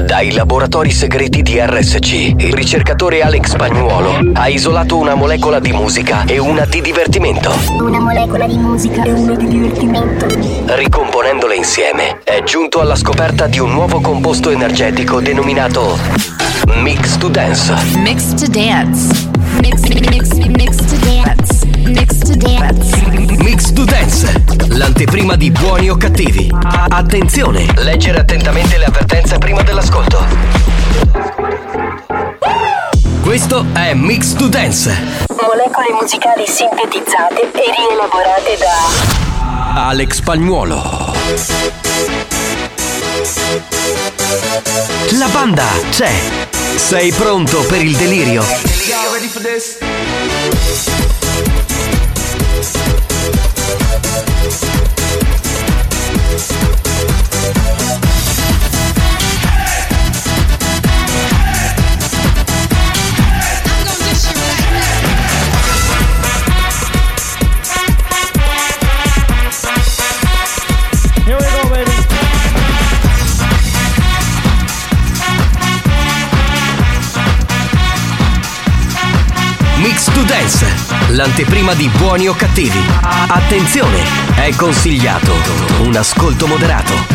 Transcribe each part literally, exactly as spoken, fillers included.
Dai laboratori segreti di R S C, il ricercatore Alex Spagnuolo ha isolato una molecola di musica e una di divertimento. Una molecola di musica e una di divertimento. Ricomponendole insieme, è giunto alla scoperta di un nuovo composto energetico denominato Mix to Dance. Mix to Dance. Mix, mix, mix to dance. Mix to dance. Mix to Dance, l'anteprima di Buoni o Cattivi. Attenzione, leggere attentamente le avvertenze prima dell'ascolto. Questo è Mix to Dance. Molecole musicali sintetizzate e rielaborate da Alex Spagnuolo. La banda c'è. Sei pronto per il delirio? Y'all ready for this? Mix to Dance, l'anteprima di Buoni o Cattivi. Attenzione, è consigliato un ascolto moderato.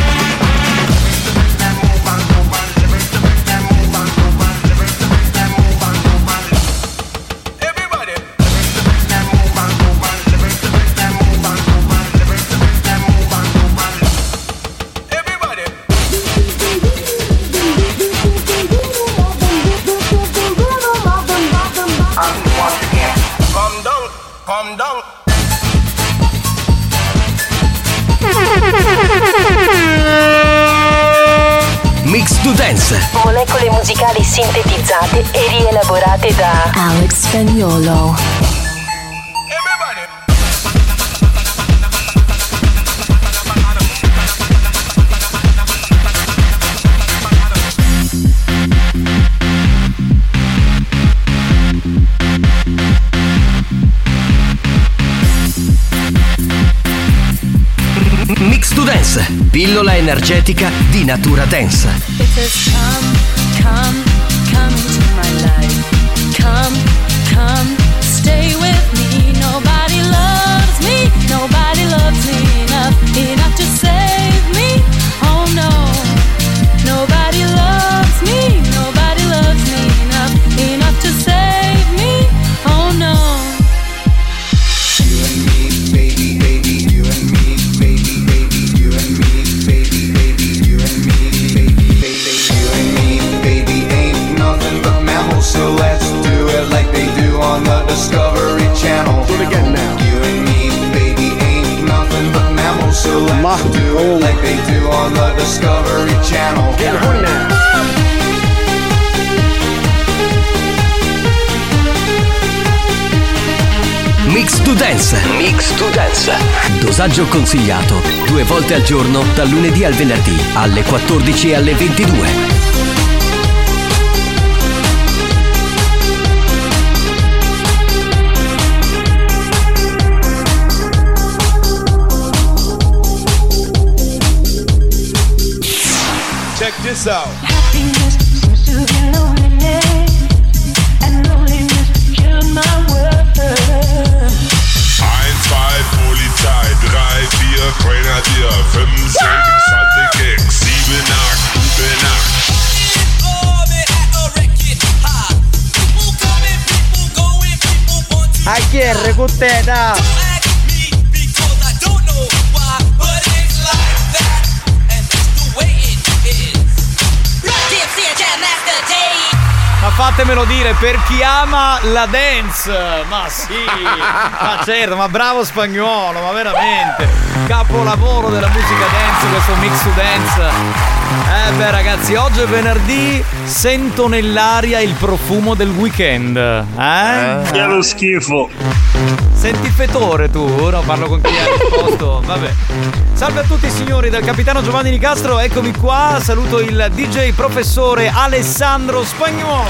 Mix to Dance. molecole musicali sintetizzate e rielaborate da Alex Spagnuolo. Mix to Dance, pillola energetica di natura dance. It says come, come, come into my life. Come, come, stay with me. Nobody loves me, nobody loves me enough, enough to save me. Oh no, nobody loves me, nobody loves me enough, enough to save me. Oh no. You and me, baby, baby, you and me, baby, baby, you and me, baby, baby, you and me, baby, baby, you and me, baby, ain't nothing but mammals, so let's do it like they do on the Discovery Channel. Do it again now. You and me, baby, ain't nothing but mammals, so let's do it like they do on the Discovery Channel. Get her now. Mix to Dance. Mix to Dance. Dosaggio consigliato due volte al giorno dal lunedì al venerdì alle quattordici e alle ventidue. Check this out. Happiness seems to be loneliness, and loneliness killed my world. eins, zwei, Polizei, drei, vier, Grenadier, fünf, sechs, zwanzig, sechs, sieben, acht, gute Nacht. A chi è recuteta? Ma fatemelo dire, per chi ama la dance, ma sì, ma certo, ma bravo Spagnuolo, ma veramente, capolavoro della musica dance, questo Mix to Dance. Eh beh ragazzi, oggi è venerdì, sento nell'aria il profumo del weekend, eh? Che lo schifo. Senti fetore tu? No, parlo con chi ha risposto, vabbè. Salve a tutti signori, dal capitano Giovanni Nicastro, eccomi qua, saluto il D J professore Alessandro Spagnuolo.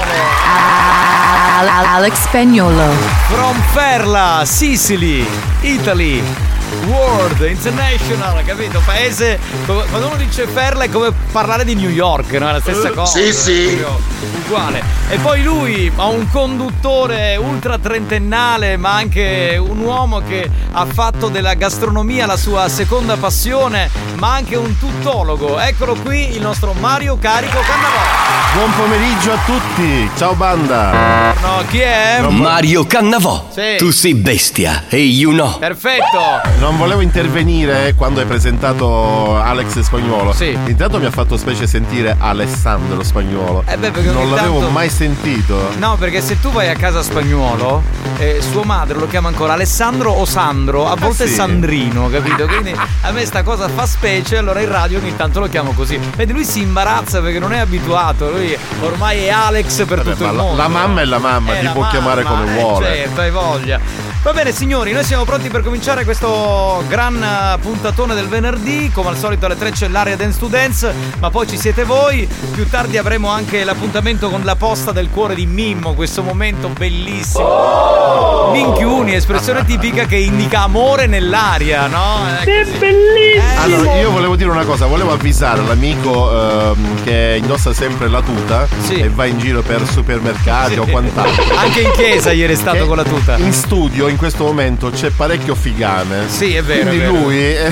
Alex Spagnuolo. From Ferla, Sicily, Italy. World International, capito? Paese, quando uno dice Ferla è come parlare di New York, no? È la stessa cosa. Sì, sì. Uguale. E poi lui ha un conduttore ultra trentennale, ma anche un uomo che ha fatto della gastronomia la sua seconda passione, ma anche un tuttologo. Eccolo qui il nostro Mario Carico Cannavò. Buon pomeriggio a tutti, ciao banda. No, chi è? Mario Cannavò. Sì. Tu sei bestia e io no. Perfetto. Non volevo intervenire quando hai presentato Alex Spagnuolo. Sì. Intanto mi ha fatto specie sentire Alessandro Spagnuolo. Eh beh, perché non l'avevo tanto... mai sentito. No, perché se tu vai a casa Spagnuolo, eh, sua madre lo chiama ancora Alessandro o Sandro, a volte Ah, sì? Sandrino, capito? Quindi a me sta cosa fa specie, allora in radio ogni tanto lo chiamo così. Vedi, lui si imbarazza perché non è abituato, lui ormai è Alex per Vabbè, tutto ma il la, mondo. la mamma è la mamma, Eh, ti la può mamma, chiamare come eh, vuole. Certo, hai voglia. Va bene signori, noi siamo pronti per cominciare questo gran eh, puntatone del venerdì. Come al solito alle tre c'è l'area Dance to Dance, ma poi ci siete voi. Più tardi avremo anche l'appuntamento con la posta del cuore di Mimmo, questo momento bellissimo. Oh! Minchiuni, espressione tipica che indica amore nell'aria, no? È, È così. bellissimo. Allora, io volevo dire una cosa, volevo avvisare l'amico ehm, che indossa sempre la tuta Sì. e va in giro per supermercati Sì. o quant'altro. Anche in chiesa ieri è stato Che con la tuta. In studio in questo momento c'è parecchio figame. Sì, è vero, Quindi è vero. lui eh,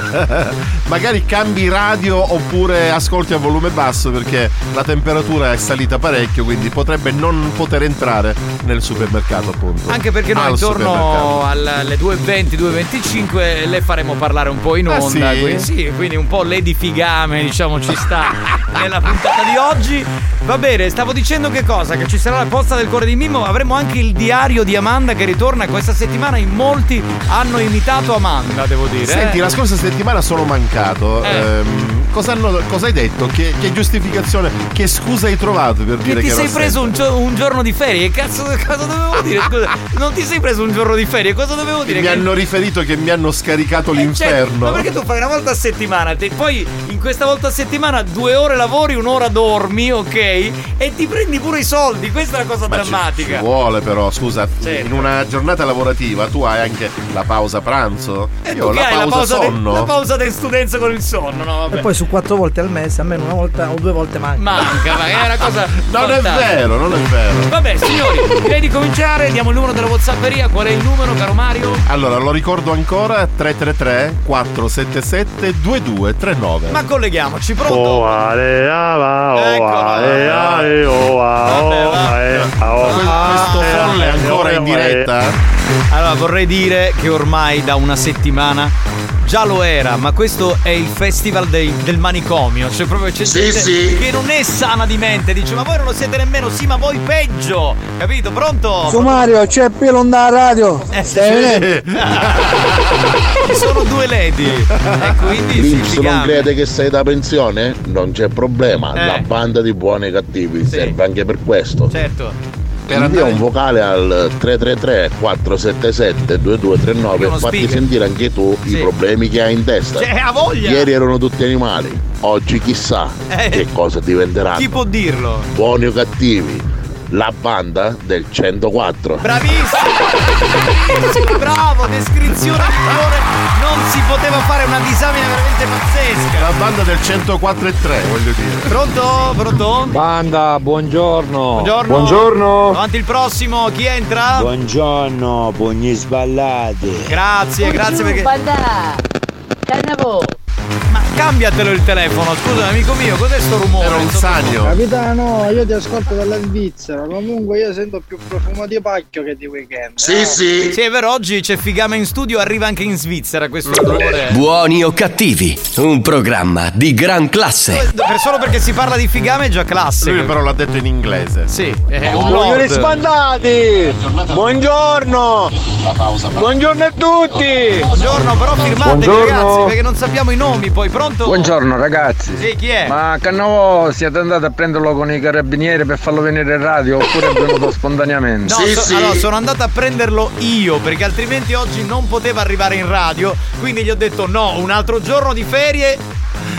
magari cambi radio oppure ascolti a volume basso perché la temperatura è salita parecchio, quindi potrebbe non poter entrare nel supermercato, appunto. Anche perché noi Al intorno supermercato. alle due e venti, due e venticinque le faremo parlare un po' in Ah, onda. sì? Quindi, sì, quindi un po' Lady Figame, diciamo, ci sta nella puntata di oggi. Va bene, stavo dicendo che cosa? Che ci sarà la posta del cuore di Mimmo, avremo anche il diario di Amanda che ritorna questa settimana. In molti hanno imitato Amanda, devo dire. Senti, eh. la scorsa settimana sono mancato. Eh. Ehm, cosa, hanno- cosa hai detto? Che, che giustificazione, che scusa hai trovato per Che dire ti che sei ero preso un, assente? gio- un giorno di ferie? Cazzo, cosa dovevo dire? Scusa, non ti sei preso un giorno di ferie? Cosa dovevo dire? Mi Che- hanno riferito che mi hanno scaricato Eh, certo, l'inferno. ma perché tu fai una volta a settimana, te- poi in questa volta a settimana due ore lavori, un'ora dormi, ok? E ti prendi pure i soldi, questa è la cosa Ma ci- drammatica. Ci vuole però, scusa, Certo. in una giornata lavorativa tu hai anche la pausa pranzo. E Io tu ho che la hai pausa, la pausa, de- sonno. la pausa del studenza con il sonno, no? Vabbè. E poi su quattro volte al mese, almeno una volta o due volte manca. Manca, ma è una cosa. Non è fantastica. vero, non è vero. Vabbè, signori, direi di cominciare. Diamo il numero della WhatsApperia. Qual è il numero, caro Mario? Allora, lo ricordo ancora, tre tre tre quattro sette sette due due tre nove. Ma colleghiamoci, pronto? Oh, ale, ava, oh, Eccolo. ale, ale, oh, ah, Vabbè, oh, va. ale, ah, oh, Que- ah, questo eh, folle è eh, ancora eh, in eh, diretta? Allora, vorrei dire che ormai da una settimana già lo era, ma questo è il festival dei- del manicomio. Cioè, proprio c'è Sì, gente sì. che non è sana di mente. Dice, ma voi non lo siete nemmeno, sì, ma voi peggio. Capito? Pronto? Su Mario, c'è pelo da radio. Eh, Stai vedendo? Ci sono due lady. E quindi si Vince non figame. crede che sei da pensione? Non c'è problema, Eh. la banda di buoni e cattivi Sì. serve anche per questo. Certo. Per Invia andare un vocale al tre tre tre quattro sette sette due due tre nove Perché e uno fatti speaker. sentire anche tu Sì. i problemi che hai in testa. Cioè, ha voglia. Ieri erano tutti animali, oggi chissà Eh. che cosa diventeranno. Chi può dirlo? Buoni o cattivi, la banda del centoquattro. Bravissimo! Bravissimo, bravo, descrizione migliore. Non si poteva fare una disamina veramente pazzesca. la banda del centoquattro e tre, voglio dire. Pronto? Pronto? Banda, buongiorno. Buongiorno. Buongiorno. Avanti il prossimo, chi entra? Buongiorno, pugni sballati. Grazie, grazie perché. Banda! Cannavò! Ma cambiatelo il telefono, scusa amico mio, cos'è sto rumore? Era un Sotto- sagno. Capitano, io ti ascolto dalla Svizzera. Comunque io sento più profumo di pacchio che di weekend. Sì, sì. Sì, è vero, oggi c'è Figame in studio, arriva anche in Svizzera questo rumore. Buoni o cattivi, un programma di gran classe. Per solo perché si parla di Figame è già classe. Lui però l'ha detto in inglese. Sì, è un Buoni lord. sbandati! Buongiorno! Buongiorno a tutti! Buongiorno, però firmatevi Buongiorno. ragazzi, perché non sappiamo i nomi, poi pronto? Buongiorno ragazzi! Sì, chi è? Ma Cannavò siete andati a prenderlo con i carabinieri per farlo venire in radio oppure è venuto spontaneamente? No, Sì, so- sì. allora sono andato a prenderlo io perché altrimenti oggi non poteva arrivare in radio, quindi gli ho detto no, un altro giorno di ferie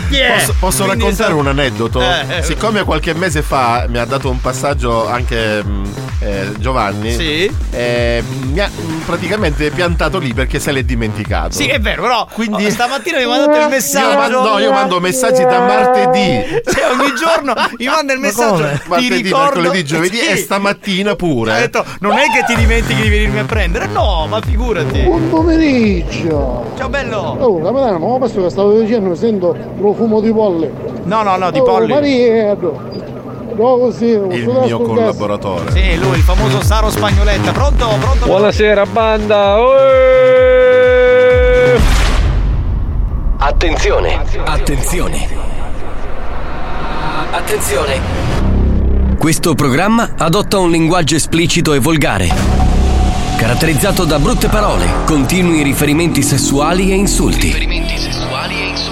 Posso, posso Quindi raccontare so- un aneddoto? Eh. Siccome qualche mese fa mi ha dato un passaggio anche mh, eh, Giovanni, Sì. eh, mi ha mh, praticamente piantato lì perché se l'è dimenticato. Sì, è vero, però Quindi oh, stamattina mi mandate il messaggio. Io mando, no, io mando messaggi da martedì. Cioè, ogni giorno mi manda il messaggio. Ti Martedì, ricordo. mercoledì, giovedì Sì. e stamattina Ha pure. detto, non è che ti dimentichi di venirmi a prendere. No, ma figurati. Buon pomeriggio. Ciao bello. Oh, capitano, ma questo che stavo dicendo sento profumo di polli. No, no, no, di oh, polli. Mariedo. No, così, Il mio collaboratore. Sì, lui, il famoso Saro Spagnoletta. Pronto? Pronto? Buonasera banda. Attenzione, attenzione. Attenzione. Questo programma adotta un linguaggio esplicito e volgare, caratterizzato da brutte parole, continui riferimenti sessuali e insulti. Riferimenti sessuali e insulti.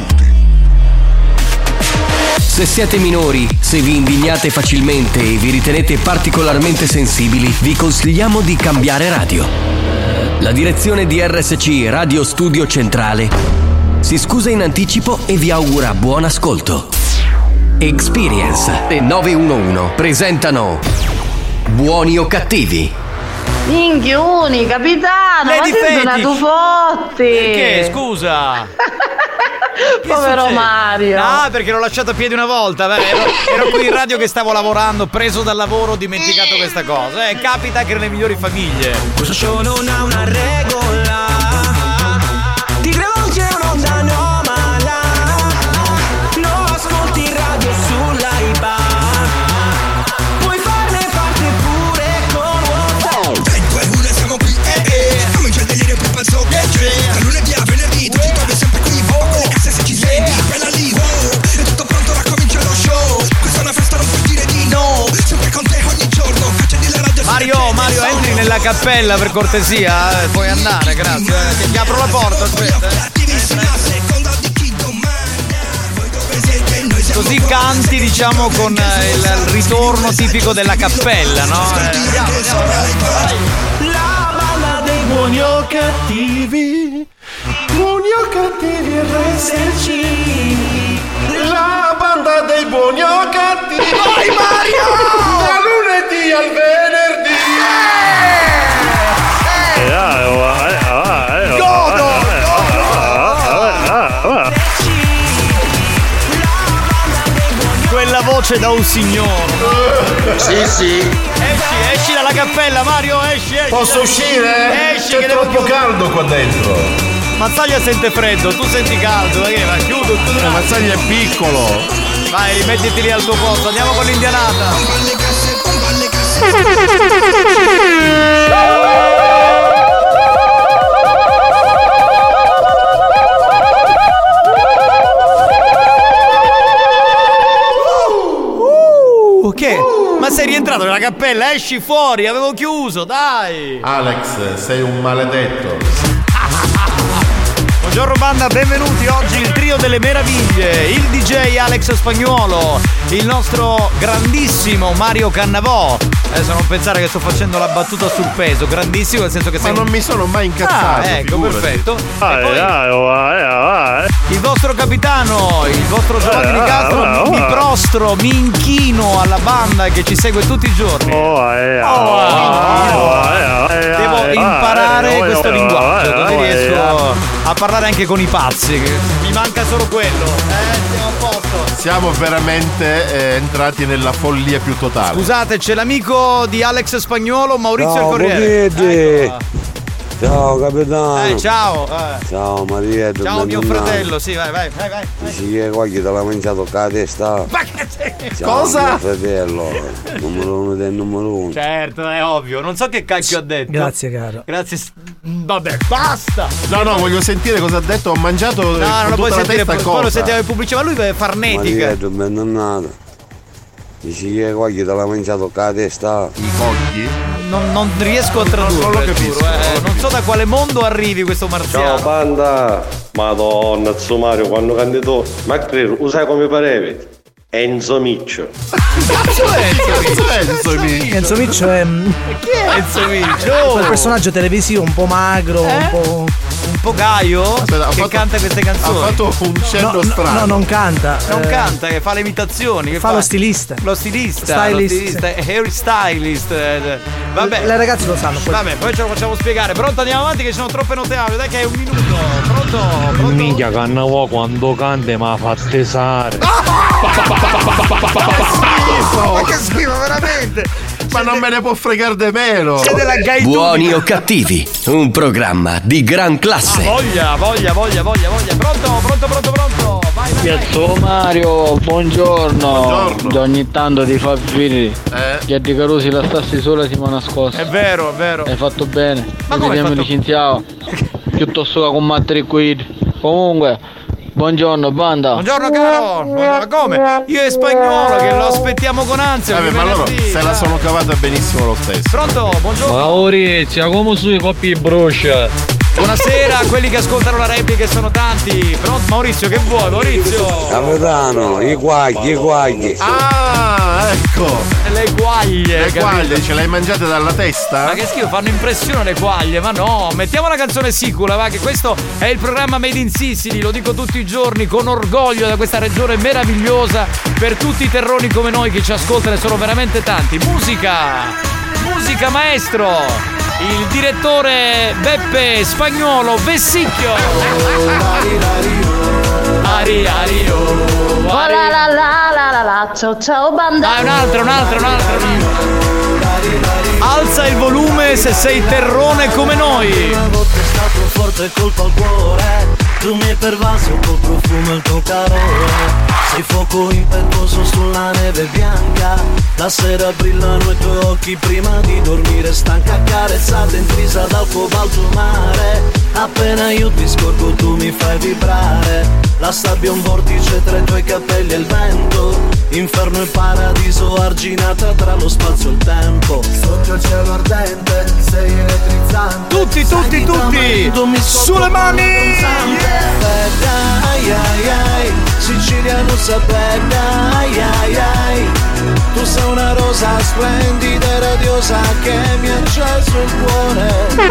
Se siete minori, se vi indignate facilmente e vi ritenete particolarmente sensibili, vi consigliamo di cambiare radio. La direzione di R S C Radio Studio Centrale si scusa in anticipo e vi augura buon ascolto. Experience e nove uno uno presentano Buoni o Cattivi. Minchioni, capitano, Lady ma sei una Fetish. tufotti. Perché, scusa? Che Povero succede? Mario. Ah, perché l'ho lasciato a piedi una volta. Beh, ero, ero qui in radio che stavo lavorando, preso dal lavoro, ho dimenticato questa cosa. Eh, capita anche nelle migliori famiglie. Questo show non ha una regola. Ti rivolge un'onda anomala. Non ascolti radio sull'Aiba. Puoi farne parte pure con WhatsApp. tre, due, uno siamo qui, eh eh. Comincia il delirio più pazzo che c'è. Da lunedì a venerdì tu ci trovi sempre qui. Bomba con le casse se ci senti. Bella lì, wow. È tutto pronto, ora comincia lo show. Questa è una festa, non puoi dire di no. Sempre con te ogni giorno. Accendi la radio. Mario, Mario, entri nella cappella per cortesia. Eh, puoi andare, grazie. Eh, che ti apro la porta, aspetta. Eh. Così canti, diciamo, con eh, il, il ritorno tipico della cappella, no? Eh, andiamo, andiamo, vai. La banda dei buoni o cattivi. Buoni o cattivi R S C. La banda dei buoni o cattivi. Vai Mario! Da lunedì al venerdì. Godo! Quella voce da un signore. Sì, sì. Esci, esci dalla cappella, Mario, esci, esci. Posso uscire? Esci, C'è che devo troppo chiudere. caldo qua dentro. Mazzaglia sente freddo, tu senti caldo, ma che va? Chiudo, chiudo. La Mazzaglia è piccolo. Vai, rimettiti lì al tuo posto, andiamo con l'indianata. Uh, che? Ma sei rientrato nella cappella, esci fuori, avevo chiuso, dai! Alex, sei un maledetto. Buongiorno banda, benvenuti. Oggi il trio delle meraviglie, il D J Alex Spagnuolo, il nostro grandissimo Mario Cannavò. Adesso non pensare che sto facendo la battuta sul peso, grandissimo nel senso che sei. Ma non mi sono mai incazzato. Ah, ecco, figurati. perfetto. Ah, E poi ah, oh, ah, eh, ah, eh. il vostro capitano, il vostro Giovanni Eh, Di Castro, ah, ah, mi ah. prostro, mi inchino alla banda che ci segue tutti i giorni. Oh, eh, ah, Oh, oh, ah, oh, oh, eh, ah, eh, Devo ah, eh, imparare ah, eh, questo oh, linguaggio, eh, così oh, eh, riesco ah. a parlare anche con i pazzi. che Mi manca solo quello. Eh, siamo a posto. Siamo veramente eh, entrati nella follia più totale. Scusate, c'è l'amico di Alex Spagnuolo, Maurizio Ciao, il Corriere. Pochetti. Ecco. Ciao capitano. Eh, ciao. Eh. Ciao Maria. Ciao mio fratello, sì, vai, vai, vai, vai. Dici che qualche te l'ha mangiato con la testa. Ma che sei? Ciao, Cosa? mio fratello. Numero uno del numero uno. Certo, è ovvio. Non so che cacchio ha detto. Grazie caro. Grazie. Vabbè, basta. No, no, voglio sentire cosa ha detto. Ho mangiato No, con non lo tutta puoi la sentire, testa poi cotta. lo sentiamo in pubblicità, ma lui è farnetica. Maria, bentornato. Dici che qualche te l'ha mangiato con la testa. I cocchi? Non, non riesco a tradurre, non lo giuro, capisco, eh. non lo Non so da quale mondo arrivi questo marziano. Ciao banda, madonna Mario quando candidò, ma credo, lo sai come parevi? Enzo Miccio. Cazzo è Cazzo è Enzo Miccio? Enzo Miccio è Chi è Enzo Miccio? quel personaggio televisivo un po' magro, un po' un tipo Gaio Aspetta, che fatto, canta queste canzoni. Ha fatto un cenno no, strano. No, no, non canta. Non eh, canta, che fa le imitazioni. Che fa, fa lo stilista. Lo stilista. Stylist, lo stilista, hair stylist. eh, Vabbè. Le, le ragazze lo sanno. Poi. Vabbè, poi ce lo facciamo spiegare. Pronto, andiamo avanti che ci sono troppe note audio. Dai che è un minuto. Pronto? Pronto? Minchia Cannavò quando canta ma fa tesare. Ma che schifo, veramente. Ma non me ne può fregare di meno. Buoni o cattivi, un programma di gran classe. Ah, voglia, voglia, voglia, voglia, voglia. Pronto, pronto, pronto, pronto. Vai, vai. Piazzo Mario, buongiorno. Buongiorno. Ogni tanto ti fa vedere eh. che di Carusi la stassi sola settimana scorsa. È vero, è vero. Hai fatto bene. Ma Ci come hai vediamo fatto? licenziato. Piuttosto che combattere qui. Comunque, buongiorno banda. Buongiorno caro. Ma come? Io e Spagnolo che lo aspettiamo con ansia. Vabbè, ma loro se la sono cavata benissimo lo stesso. Pronto? Buongiorno. Maurizio, come sui coppi bruscia? Buonasera a quelli che ascoltano la replica, sono tanti. Pronto? Maurizio, che vuoi? Maurizio? Capitano, i guagli, i guagli. Ah, ecco. Le guaglie. Le guaglie, ce le hai mangiate dalla testa? Ma che schifo, fanno impressione le guaglie, ma no, mettiamo la canzone sicula, va, che questo è il programma Made in Sicily, lo dico tutti i giorni con orgoglio da questa regione meravigliosa per tutti i terroni come noi che ci ascoltano e sono veramente tanti. Musica! Musica maestro! Il direttore Beppe Spagnolo Vessicchio. Ari ari oh. Oh la la la la la la, ciao ciao banda. Ah, un'altra, un'altra, un'altra. Alza il volume se sei terrone come noi. Una volta è stato forte colpo al cuore. Tu mi hai pervaso col profumo e il tuo calore. Sei fuoco impetuoso sulla neve bianca. La sera brillano i tuoi occhi prima di dormire. Stanca accarezzata intrisa dal cobalto mare. Appena io ti scorgo tu mi fai vibrare. La sabbia è un vortice tra i tuoi capelli e il vento. Inferno e paradiso arginata tra lo spazio e il tempo. Sotto il cielo ardente sei elettrizzante. Tutti, tutti, tutti sulle mani. Ai ai ai, siciliano sapetta, ai ai ai. Tu sei una rosa splendida e radiosa che mi ha acceso il cuore.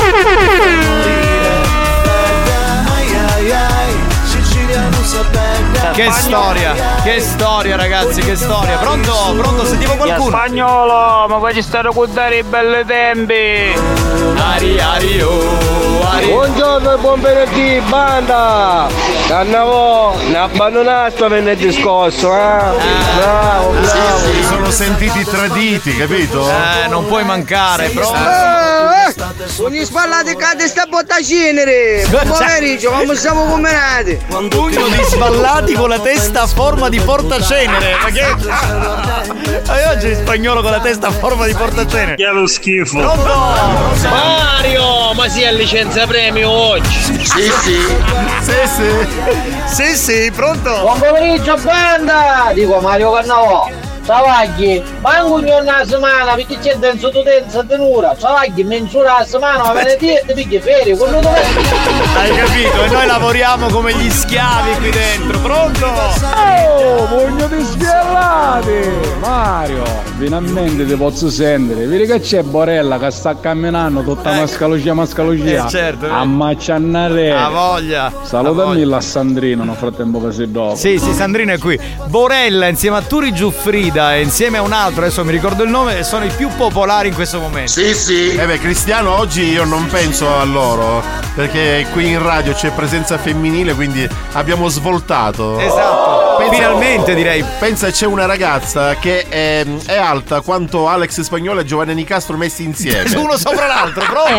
Ai ai ai, siciliano sapetta. Che storia, che storia ragazzi, che storia. Pronto, pronto, sentiamo qualcuno. Spagnolo, ma poi ci stanno contare i belli tempi. Ari ari oh, ari. Buongiorno e buon venerdì banda. Cannavò, ne abbandonato venerdì scorso, eh? Bravo, bravo. Sì, sì, sono sentiti traditi, capito? Eh, non puoi mancare, pronto. Ogni spallate cade sta botta cenere. Buon pomeriggio, come siamo combinati? Pugno di sballati con la testa a forma di portacenere. Ma che? E oggi in Spagnolo con la testa a forma di portacenere. Che lo schifo. Pronto? Mario, ma si è licenza premio oggi? Sì, sì. Sì, sì. Sì, sì, pronto? Buon pomeriggio banda! Dico Mario Cannavò. Travagli, manco ogni una settimana perché c'è dentro tu dentro tenura. Travagli, mensura la settimana, ma venerdì e ti pigli ferie, quello dove. Hai capito? E noi lavoriamo come gli schiavi qui dentro, pronto? Oh, pugno di schiavati! Mario, finalmente ti posso sentire. Vedi che c'è Borella che sta camminando tutta Ecco. mascalogia, mascalogia. Eh, certo, eh. Ammacciannare. Ha voglia. Salutami la Sandrino nel frattempo che sei dopo. Sì, sì, Sandrino è qui. Borella insieme a Turi Giuffrida e insieme a un altro, adesso mi ricordo il nome, sono i più popolari in questo momento. Sì, sì. Eh beh, Cristiano oggi io non penso a loro, perché qui in radio c'è presenza femminile, quindi abbiamo svoltato. Esatto. Pensa, finalmente direi. Pensa, c'è una ragazza che è, è alta quanto Alex Spagnolo e Giovanni Nicastro messi insieme. Uno sopra l'altro, proprio.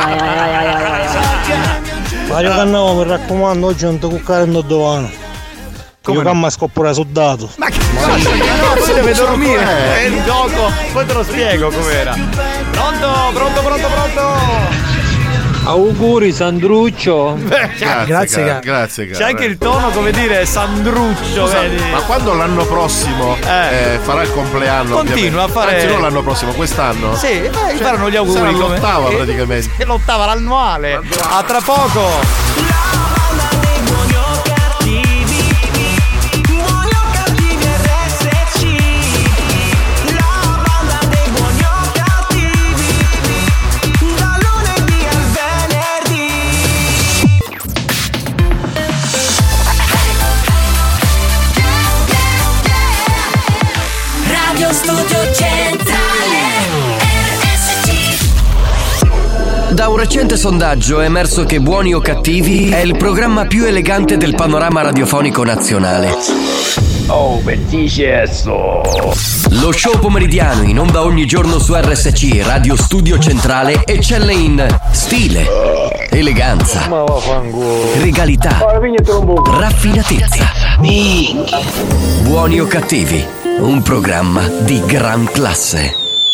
Mario Cannavò, mi raccomando, oggi non ti cuccare in dovano. Come no? Mamma scoppura soldato. Ma che faccia? No, poi deve dormire. È il gioco. Poi te lo spiego com'era. Pronto, pronto, pronto, pronto. Auguri Sandruccio. Grazie, grazie, cara, cara. grazie cara. C'è anche il tono, come dire, Sandruccio, Scusa, vedi? ma quando l'anno prossimo eh. Eh, farà il compleanno, continua ovviamente. a fare. Anzi, non l'anno prossimo, quest'anno. Sì, eh, cioè, faranno gli auguri. Sarà come l'ottava eh, praticamente. Sì, l'ottava, l'annuale. A tra poco. Radio Studio Centrale R S C. Da un recente sondaggio è emerso che Buoni o Cattivi è il programma più elegante del panorama radiofonico nazionale. Oh, bellissimo! Lo show pomeridiano in onda ogni giorno su R S C Radio Studio Centrale eccelle in stile, eleganza, regalità, raffinatezza. Buoni o Cattivi, un programma di gran classe.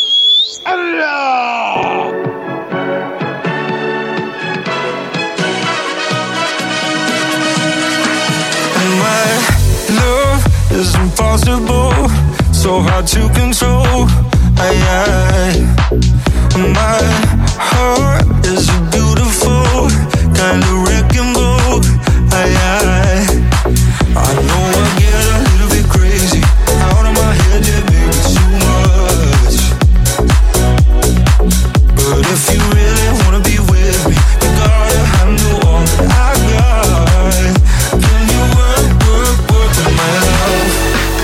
It's impossible, so hard to control. I, I, my heart is a beautiful kind of wrecking ball. I, I, I know I get a little bit crazy out of my head, yeah, baby, too much. But if you really wanna be with me, you gotta handle all that I got. Can you work, work, work with my love?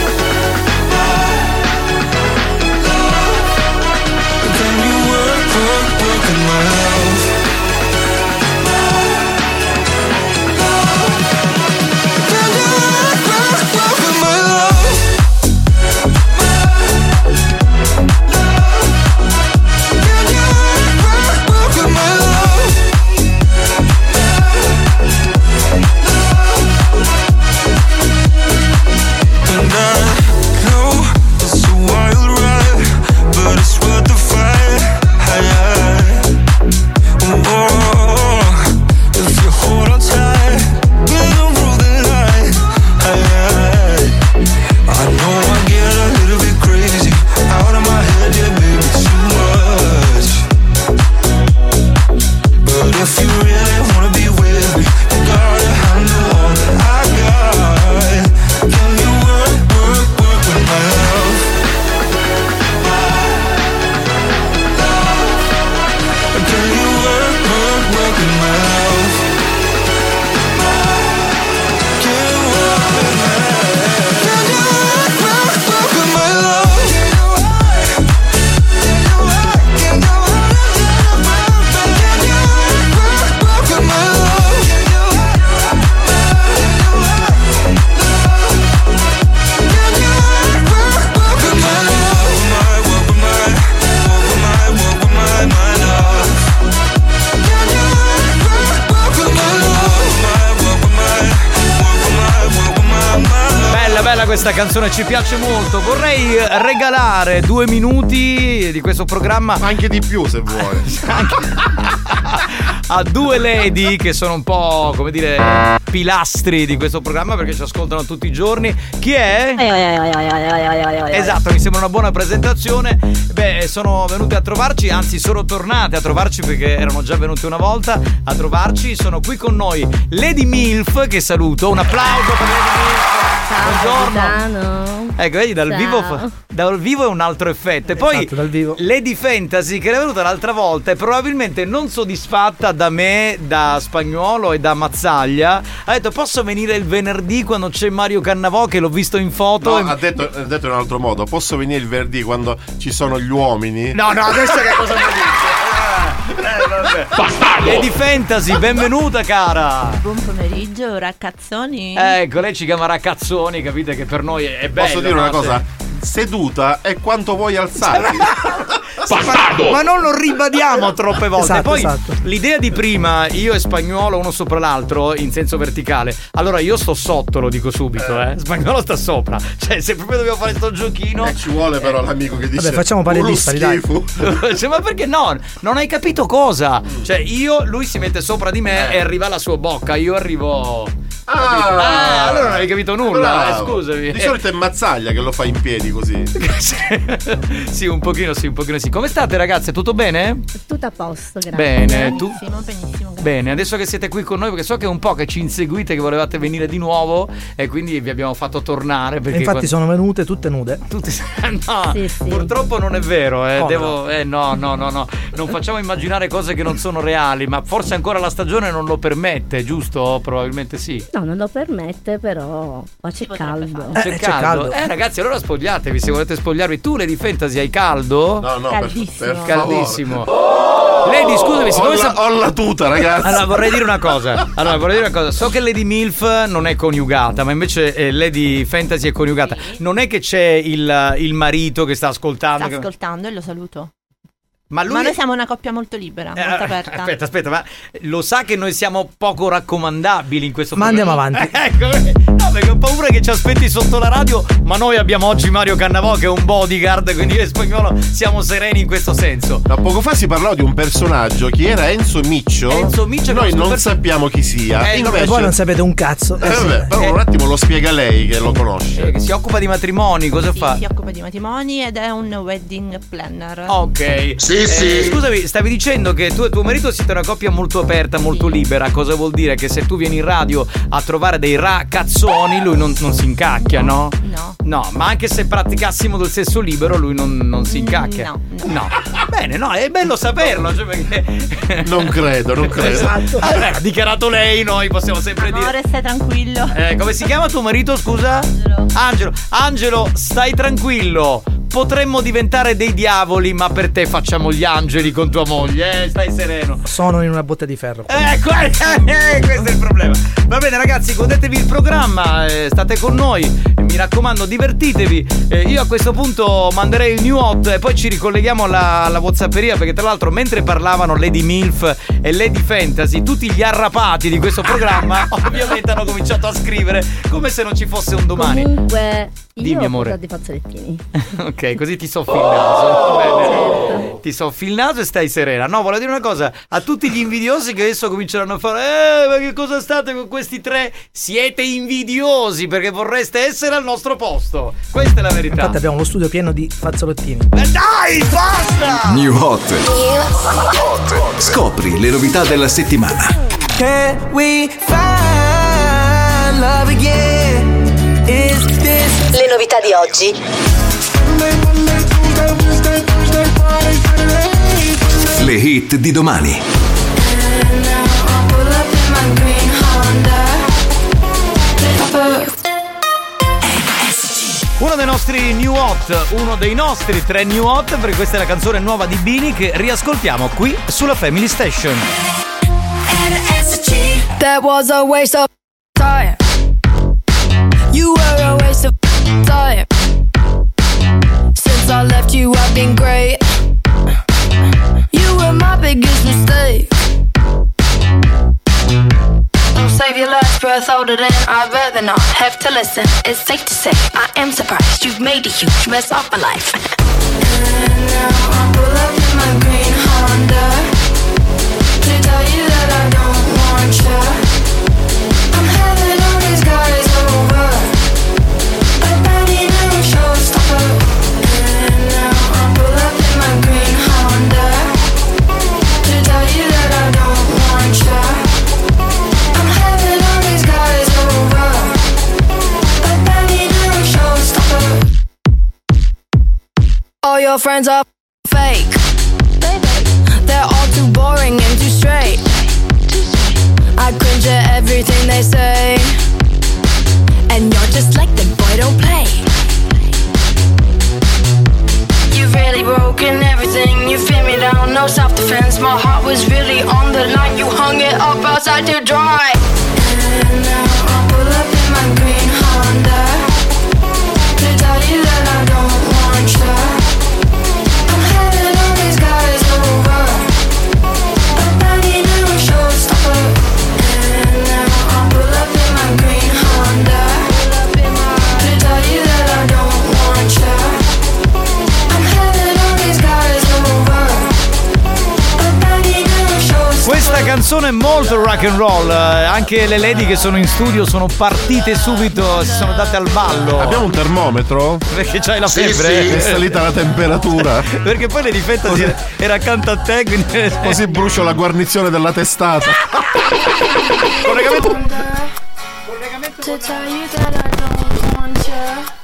Questa canzone ci piace molto. Vorrei regalare due minuti di questo programma, anche di più se vuoi, a due lady che sono un po', come dire, pilastri di questo programma perché ci ascoltano tutti i giorni. Chi è? Esatto, mi sembra una buona presentazione. Beh, sono venute a trovarci, anzi sono tornate a trovarci perché erano già venute una volta a trovarci. Sono qui con noi Lady Milf, che saluto. Un applauso per Lady Milf. Ciao, buongiorno. Ecco, vedi, dal Ciao. vivo, dal vivo è un altro effetto. E poi Esatto, dal vivo. Lady Fantasy, che era venuta l'altra volta e probabilmente non soddisfatta da me, da Spagnuolo e da Mazzaglia, ha detto: posso venire il venerdì quando c'è Mario Cannavò, che l'ho visto in foto. No, e... ha, detto, ha detto in un altro modo: posso venire il venerdì quando ci sono gli uomini? No, no, adesso che cosa mi dice? Eh, vabbè. Lady Fantasy, benvenuta cara. Buon pomeriggio, raccazzoni. Ecco, lei ci chiama raccazzoni, capite che per noi è bello. Posso dire una no? cosa? Seduta è quanto vuoi alzarti. Ma, ma non lo ribadiamo troppe volte. Esatto, Poi esatto. l'idea di prima, io e Spagnuolo uno sopra l'altro in senso verticale. Allora io sto sotto, lo dico subito, eh. Spagnuolo sta sopra. Cioè, se proprio dobbiamo fare sto giochino. E ci vuole però l'amico che dice: vabbè, facciamo pari dispari, dai. Cioè, ma perché no? Non hai capito cosa? Cioè, io, lui si mette sopra di me e arriva alla sua bocca. Io arrivo. Ah, ah allora non hai capito nulla. Eh, scusami. Di solito è Mazzaglia che lo fa in piedi così. Sì, un pochino sì, un pochino sì. Come state ragazze? Tutto bene? Tutto a posto, grazie. Bene, tu? Benissimo, benissimo, Bene, adesso che siete qui con noi, perché so che è un po' che ci inseguite, che volevate venire di nuovo e quindi vi abbiamo fatto tornare. Perché e infatti quando... sono venute tutte nude. Tutte... No, sì, sì. Purtroppo non è vero. Eh. Come Devo... no? Eh, no, no, no, no. Non facciamo immaginare cose che non sono reali, ma forse ancora la stagione non lo permette, giusto? Probabilmente sì. No, non lo permette, però ma c'è caldo. C'è, Eh, caldo. c'è caldo. Eh ragazzi, allora spogliatevi se volete spogliarvi. Tu Lady Fantasy hai caldo? No, no, Caldissimo. per, per Caldissimo. Lady, scusami, Ho siccome la, sa- ho la tuta, ragazzi. Allora vorrei dire una cosa. Allora vorrei dire una cosa. So che Lady Milf non è coniugata, ma invece eh, Lady Fantasy è coniugata. Non è che c'è il, il marito che sta ascoltando. Sta che- ascoltando e lo saluto. Ma lui Ma è- noi siamo una coppia molto libera, Eh, molto aperta. Aspetta, aspetta, ma lo sa che noi siamo poco raccomandabili in questo Ma programma? andiamo avanti. Ecco, no, perché ho paura che ci aspetti sotto la radio, ma noi abbiamo oggi Mario Cannavò che è un bodyguard, quindi io e Spagnolo siamo sereni in questo senso. Da poco fa si parlava di un personaggio, chi era Enzo Miccio. Enzo Miccio, Noi che non per- sappiamo chi sia. Eh, Invece... E voi non sapete un cazzo. Eh, vabbè, però un attimo lo spiega lei che lo conosce. Eh, che si occupa di matrimoni, cosa Sì, fa? si occupa di matrimoni ed è un wedding planner. Ok. Sì, Eh, sì. Scusami, stavi dicendo che tu e tuo marito siete una coppia molto aperta, molto libera. Cosa vuol dire? Che se tu vieni in radio a trovare dei ragazzoni, lui non, non si incacchia, no? No. No, ma anche se praticassimo del sesso libero, lui non, non si incacchia. No, no. No. Bene, no, è bello saperlo. Cioè perché... Non credo, non credo. Esatto. Vabbè, ha dichiarato lei, noi possiamo sempre dire. Amore, stai tranquillo. Eh, come si chiama tuo marito, scusa? Angelo. Angelo. Angelo, stai tranquillo. Potremmo diventare dei diavoli, ma per te facciamo gli angeli con tua moglie, eh? Stai sereno. Sono in una botte di ferro. Ecco, eh, eh, questo è il problema. Va bene ragazzi, godetevi il programma, eh, state con noi, mi raccomando divertitevi. Eh, io a questo punto manderei il new hot e poi ci ricolleghiamo alla, alla whatsapperia, perché tra l'altro mentre parlavano Lady Milf e Lady Fantasy, tutti gli arrapati di questo programma ovviamente hanno cominciato a scrivere come se non ci fosse un domani. Comunque, Dimmi, io amore. ho dei fazzolettini. Ok, così ti soffi il naso. Bene. Ti soffi il naso e stai serena. No, volevo dire una cosa a tutti gli invidiosi che adesso cominceranno a fare: Eh, ma che cosa state con questi tre? Siete invidiosi perché vorreste essere al nostro posto. Questa è la verità. Infatti abbiamo lo studio pieno di fazzolettini. Eh, dai, basta! New Hot. Scopri le novità della settimana. Can we find love again? Is this Le novità di oggi. Le hit di domani. Uno dei nostri new hot, uno dei nostri tre new hot, perché questa è la canzone nuova di Bini che riascoltiamo qui sulla Family Station. That was a waste of time. You were a waste of time. Since I left you, I've been great. You were my biggest mistake. Don't save your last breath older than I'd rather not have to listen. It's safe to say I am surprised you've made a huge mess of my life. And now I pull up in my green Honda to tell you that I don't want you. I'm having all these guys over, but that ain't no showstopper. And now I pull up in my green Honda to tell you that I don't want you. I'm having all these guys over, but that ain't no showstopper. All your friends are fake. They're all too boring and too straight. I cringe at everything they say, and you're just like them, boy, don't play. You've really broken everything, you fit me down, no self-defense. My heart was really on the line, you hung it up outside to dry. And now I pull up in my green Honda to tell you that I don't want you. I'm having all these guys over, but that ain't no showstopper. And now I pull up in my green Honda to tell you that I don't want you. I'm having all these guys over, but that ain't no showstopper. Questa canzone canzone molto rock and roll. Anche le lady che sono in studio sono partite subito, si sono date al ballo. Abbiamo un termometro? Perché c'hai la Sì, febbre? sì, è salita la temperatura. Perché poi Lady Fantasy era, era accanto a te, quindi... Così brucio la guarnizione della testata. Collegamento. To tell you that I don't want you.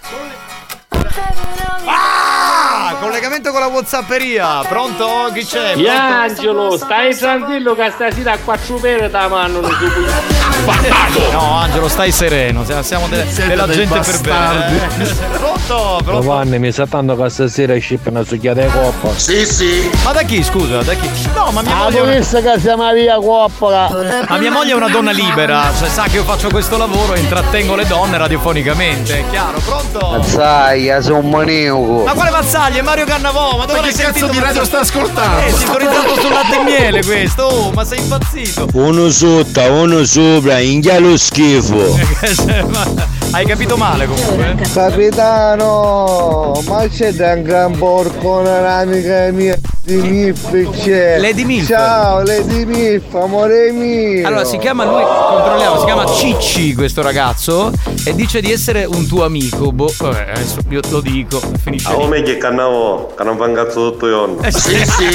Ah, collegamento con la WhatsApperia. Pronto? Chi c'è? Pronto? Angelo, stai tranquillo che stasera a quattro pere da mano. No, Angelo, stai sereno. Siamo de- della dei gente per bene. eh. Pronto? Pronto? Giovanni, mi sa tanto che stasera scippa una succhiata di coppa. Sì, sì. Ma da chi, scusa? Da chi? No, ma mia Ah, moglie. tu È una... visto che siamo via coppola. Ma mia moglie è una donna libera, cioè sa che io faccio questo lavoro e intrattengo le donne radiofonicamente, è chiaro? Pronto? Sai, io sono un maniaco. Ma quale Mazzaglia? È Mario Cannavò, ma dove Ma l'hai che cazzo sentito? di radio sta ascoltando? Eh, sintonizzato sul latte e miele questo, oh, ma sei impazzito? Uno sotto, uno sopra, inghia lo schifo. Hai capito male comunque? Capitano, ma c'è da un gran porco un'amica mia di Miff c'è. Lady Milf. Ciao Lady Miff, amore mio. Allora si chiama lui, controlliamo, si chiama Cicci questo ragazzo e dice di essere un tuo amico. Boh, vabbè, adesso io lo dico, finisce. Ah, come che cannavo, che non fa un cazzo tutto io. Eh, sì, sì.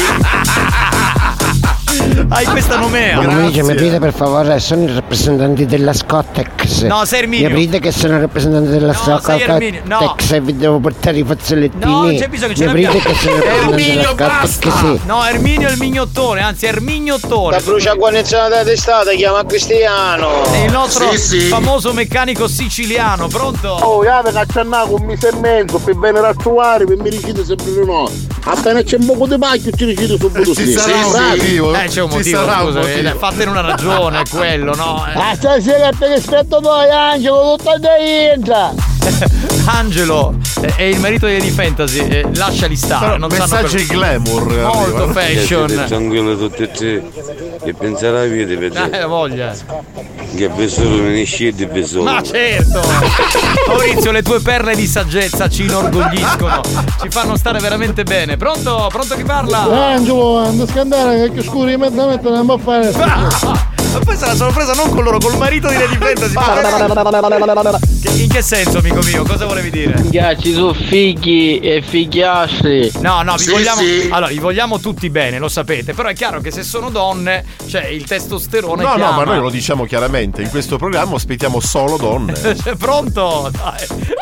Hai questa nomea. Amici, mi aprite per favore, sono i rappresentanti della Scottex. No, sei Erminio. Mi aprite che sono i rappresentanti della No, sei Erminio, no. Scottex e vi devo portare i fazzolettini. No, non c'è bisogno che ce Mi aprite l'abbiamo. che sono i rappresentanti della Scottex, sì. No, Erminio è il mignottone, anzi Ermignottone. La brucia guarnizione della testata chiama Cristiano. È il nostro Sì, sì. famoso meccanico siciliano, pronto? Oh, io avevo accennato un mese e mezzo per venire a trovare, per mi ricide sempre di no. Appena c'è un poco di pacchio ci ricide subito Ci sì. sarà un motivo. Eh, c'è un Ci motivo, sarà un scusa, motivo. eh, fatene una ragione, è quello, no? Eh. Ah, stasera per rispetto poi Angelo, tutto dentro. Angelo eh, è il marito di Lady Fantasy, eh, lasciali stare. Però non messaggi sanno per... glamour Molto arrivano. fashion. Siete tranquilli tutti e tre. E pensare alla vita per Eh, voglia. che besoro non esce di besoro. Ma certo! Maurizio, le tue perle di saggezza ci inorgogliscono, ci fanno stare veramente bene. Pronto? Pronto chi parla? Angelo, non scandare che scuri di mezzo metto non può fare. Ma poi se la sono presa non con loro, col marito di Lady Fantasy. Ma... Che- In che senso, amico mio? Cosa volevi dire? Ci sono figli e figliastri. No, no, vi Sì, vogliamo. sì. Allora, vi vogliamo tutti bene, lo sapete. Però è chiaro che se sono donne, cioè il testosterone. No, chiama. no, ma noi lo diciamo chiaramente. In questo programma ospitiamo solo donne. Pronto? Dai.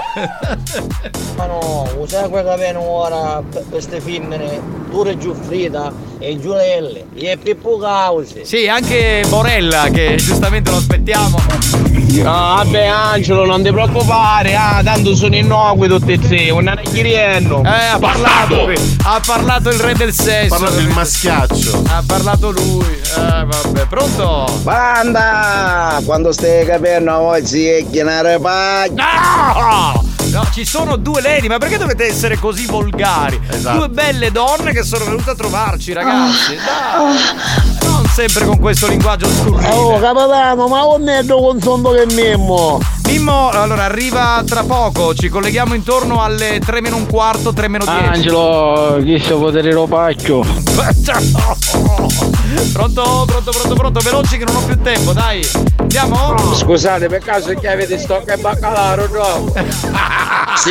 Ma no, usare quella che viene ora per queste femmine, pure Giuffrida e Giulelle, e Pippo Cause. Sì, anche Borella, che giustamente lo aspettiamo. Ah, vabbè Angelo, non ti preoccupare, ah, tanto sono innocui tutti e tre, un anachirienno. Eh, ha parlato qui. Ha parlato il re del sesso. Ha parlato il maschiaccio. Ha parlato lui. Eh, vabbè, pronto? Banda! Quando stai capendo oggi è chiamare paglia. No! No, ci sono due lady, ma perché dovete essere così volgari? Esatto. Due belle donne che sono venute a trovarci, ragazzi. Dai. Non sempre con questo linguaggio scurrile. Oh, capitano, ma un netto con sonno che Mimmo. Mimmo, allora arriva tra poco, ci colleghiamo intorno alle tre meno un quarto, tre meno dieci. Angelo, chi sto potere lo pacchio? Pronto, pronto, pronto, pronto, veloci che non ho più tempo, dai. Andiamo? Scusate, per caso che avete stocca e baccalaro, no? Sì,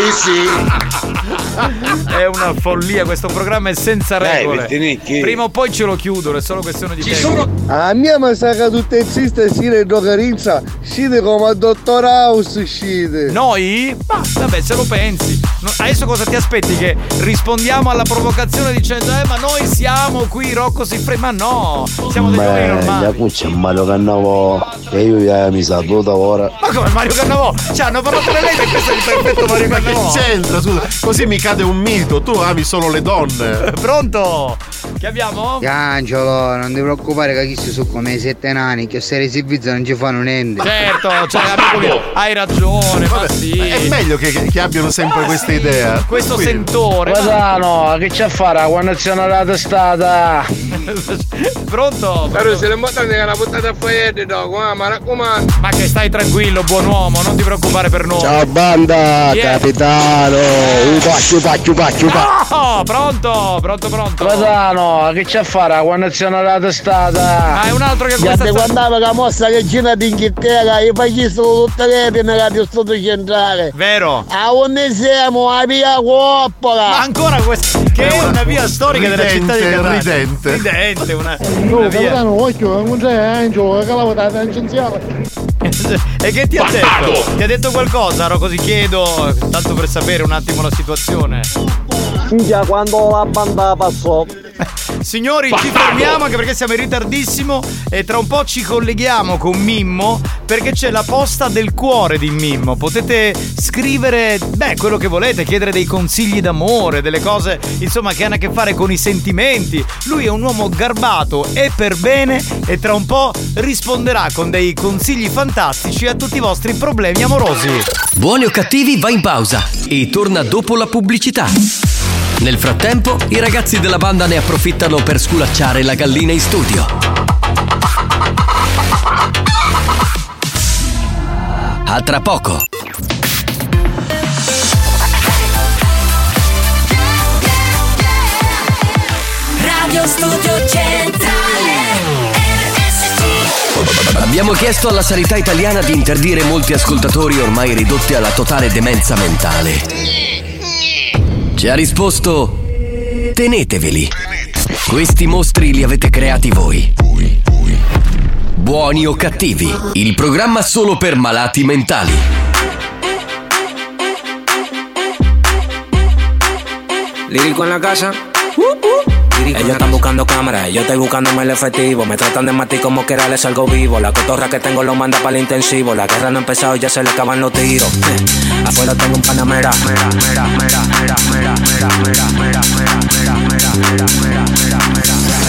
sì. È una follia, questo programma è senza regole. Prima o poi ce lo chiudono, è solo questione di tempo. A mia mi sa che tutte le siste si le carinza, scite come a Dottor House, scite. Noi? Ma vabbè, se lo pensi. No, adesso cosa ti aspetti? Che rispondiamo alla provocazione dicendo eh ma noi siamo qui, Rocco si frega. Ma no, siamo dei uomini normali. Qui c'è Mario Cannavò e io ya mi sa tutta ora. Ma come Mario Cannavò? Cioè hanno parlato le lei e questo è il perfetto Mario Ma Cannavò. che c'entra? Scusa, così mi cade un mito. Tu ami solo le donne. Pronto? Che abbiamo? Angelo, non ti preoccupare che chi si sono come i sette nani, che se si pizza non ci fanno niente. Certo, cioè amico mio, hai ragione, ma sì. È meglio che, che abbiano sempre Ma questa sì, idea. questo Qui- sentore. Guarda, no, che c'è a fare quando c'è una testata? Pronto? Però se le montate che la portate a fogliette, no, ma raccomando. Ma che stai tranquillo, buon uomo, non ti preoccupare per noi. Ciao banda, Chi è? capitano. Un pacchio, pacchio, pacchio, pacchio. No! Pronto, pronto, pronto, pronto. Padano, che c'è a fare quando c'è una testata? Ah, è un altro che questa sta... guardava che mossa che gira d'Inghilterra, io faccio tutte le reti nella radio studio centrale. Vero. A onde siamo, a via Coppola. Ma ancora questa, che è una via storica ridente, della città di Catania. Ridente. Ridente, una, no, una via. Padano, occhio, non c'è angelo, che lavora tangenziale. E che ti ha detto? Ti ha detto qualcosa? Ero così chiedo, tanto per sapere un attimo la situazione. Già quando la banda passò. Signori, ci fermiamo anche perché siamo in ritardissimo e tra un po' ci colleghiamo con Mimmo perché c'è la posta del cuore di Mimmo. Potete scrivere, beh, quello che volete, chiedere dei consigli d'amore, delle cose, insomma, che hanno a che fare con i sentimenti. Lui è un uomo garbato e per bene e tra un po' risponderà con dei consigli fantastici a tutti i vostri problemi amorosi. Buoni o cattivi va in pausa e torna dopo la pubblicità. Nel frattempo, i ragazzi della banda ne approfittano per sculacciare la gallina in studio. A tra poco. Radio Studio Centrale R S C. Abbiamo chiesto alla sanità italiana di interdire molti ascoltatori ormai ridotti alla totale demenza mentale. Ci ha risposto: teneteveli. Questi mostri li avete creati voi. Buoni o cattivi, il programma solo per malati mentali. Lírico en la casa. Ellos están buscando cámaras, yo estoy buscándome el efectivo. Me tratan de matar como quiera les salgo vivo. La cotorra que tengo lo manda para el intensivo. La guerra no ha empezado, ya se le acaban los tiros. Afuera tengo un panamera. Mera, mera, mera, mera, mera, mera, mera, mera, mera, mera, mera, mera, mera.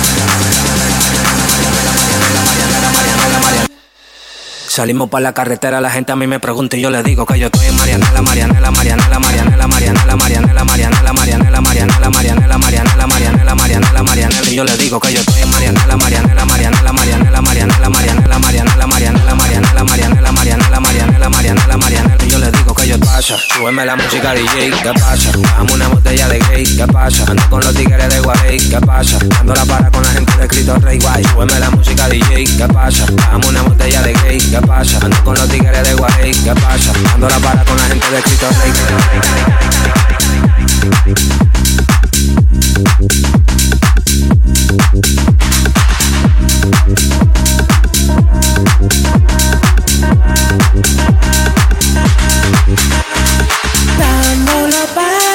Salimos para la carretera, la gente a mí me pregunta y yo le digo que yo estoy en Marianela, Marianela, Marianela, Marianela, Marianela, Marianela, Marianela, Marianela, Marianela, Marianela, Marianela, Marianela, Marianela, Marianela, y yo le digo que yo estoy en Marianela, Marianela, Marianela, Marianela, Marianela, Marianela, Marianela, Marianela, Marianela, Marianela, Marianela, Marianela, Marianela, Marianela, y yo le digo que yo pasa, súbeme la música D J, ¿qué pasa? Dame una botella de gay, ¿qué pasa? Ando con los tigres de Guarey, ¿qué pasa? Dando la para con la gente de Cristo Rey, guay, súbeme la música D J, ¿qué pasa? Dame una botella de gay, ¿qué pasa? Ando con los tigres de Guarey, ¿qué pasa? Dando la para con la gente de Cristo Rey. Dando la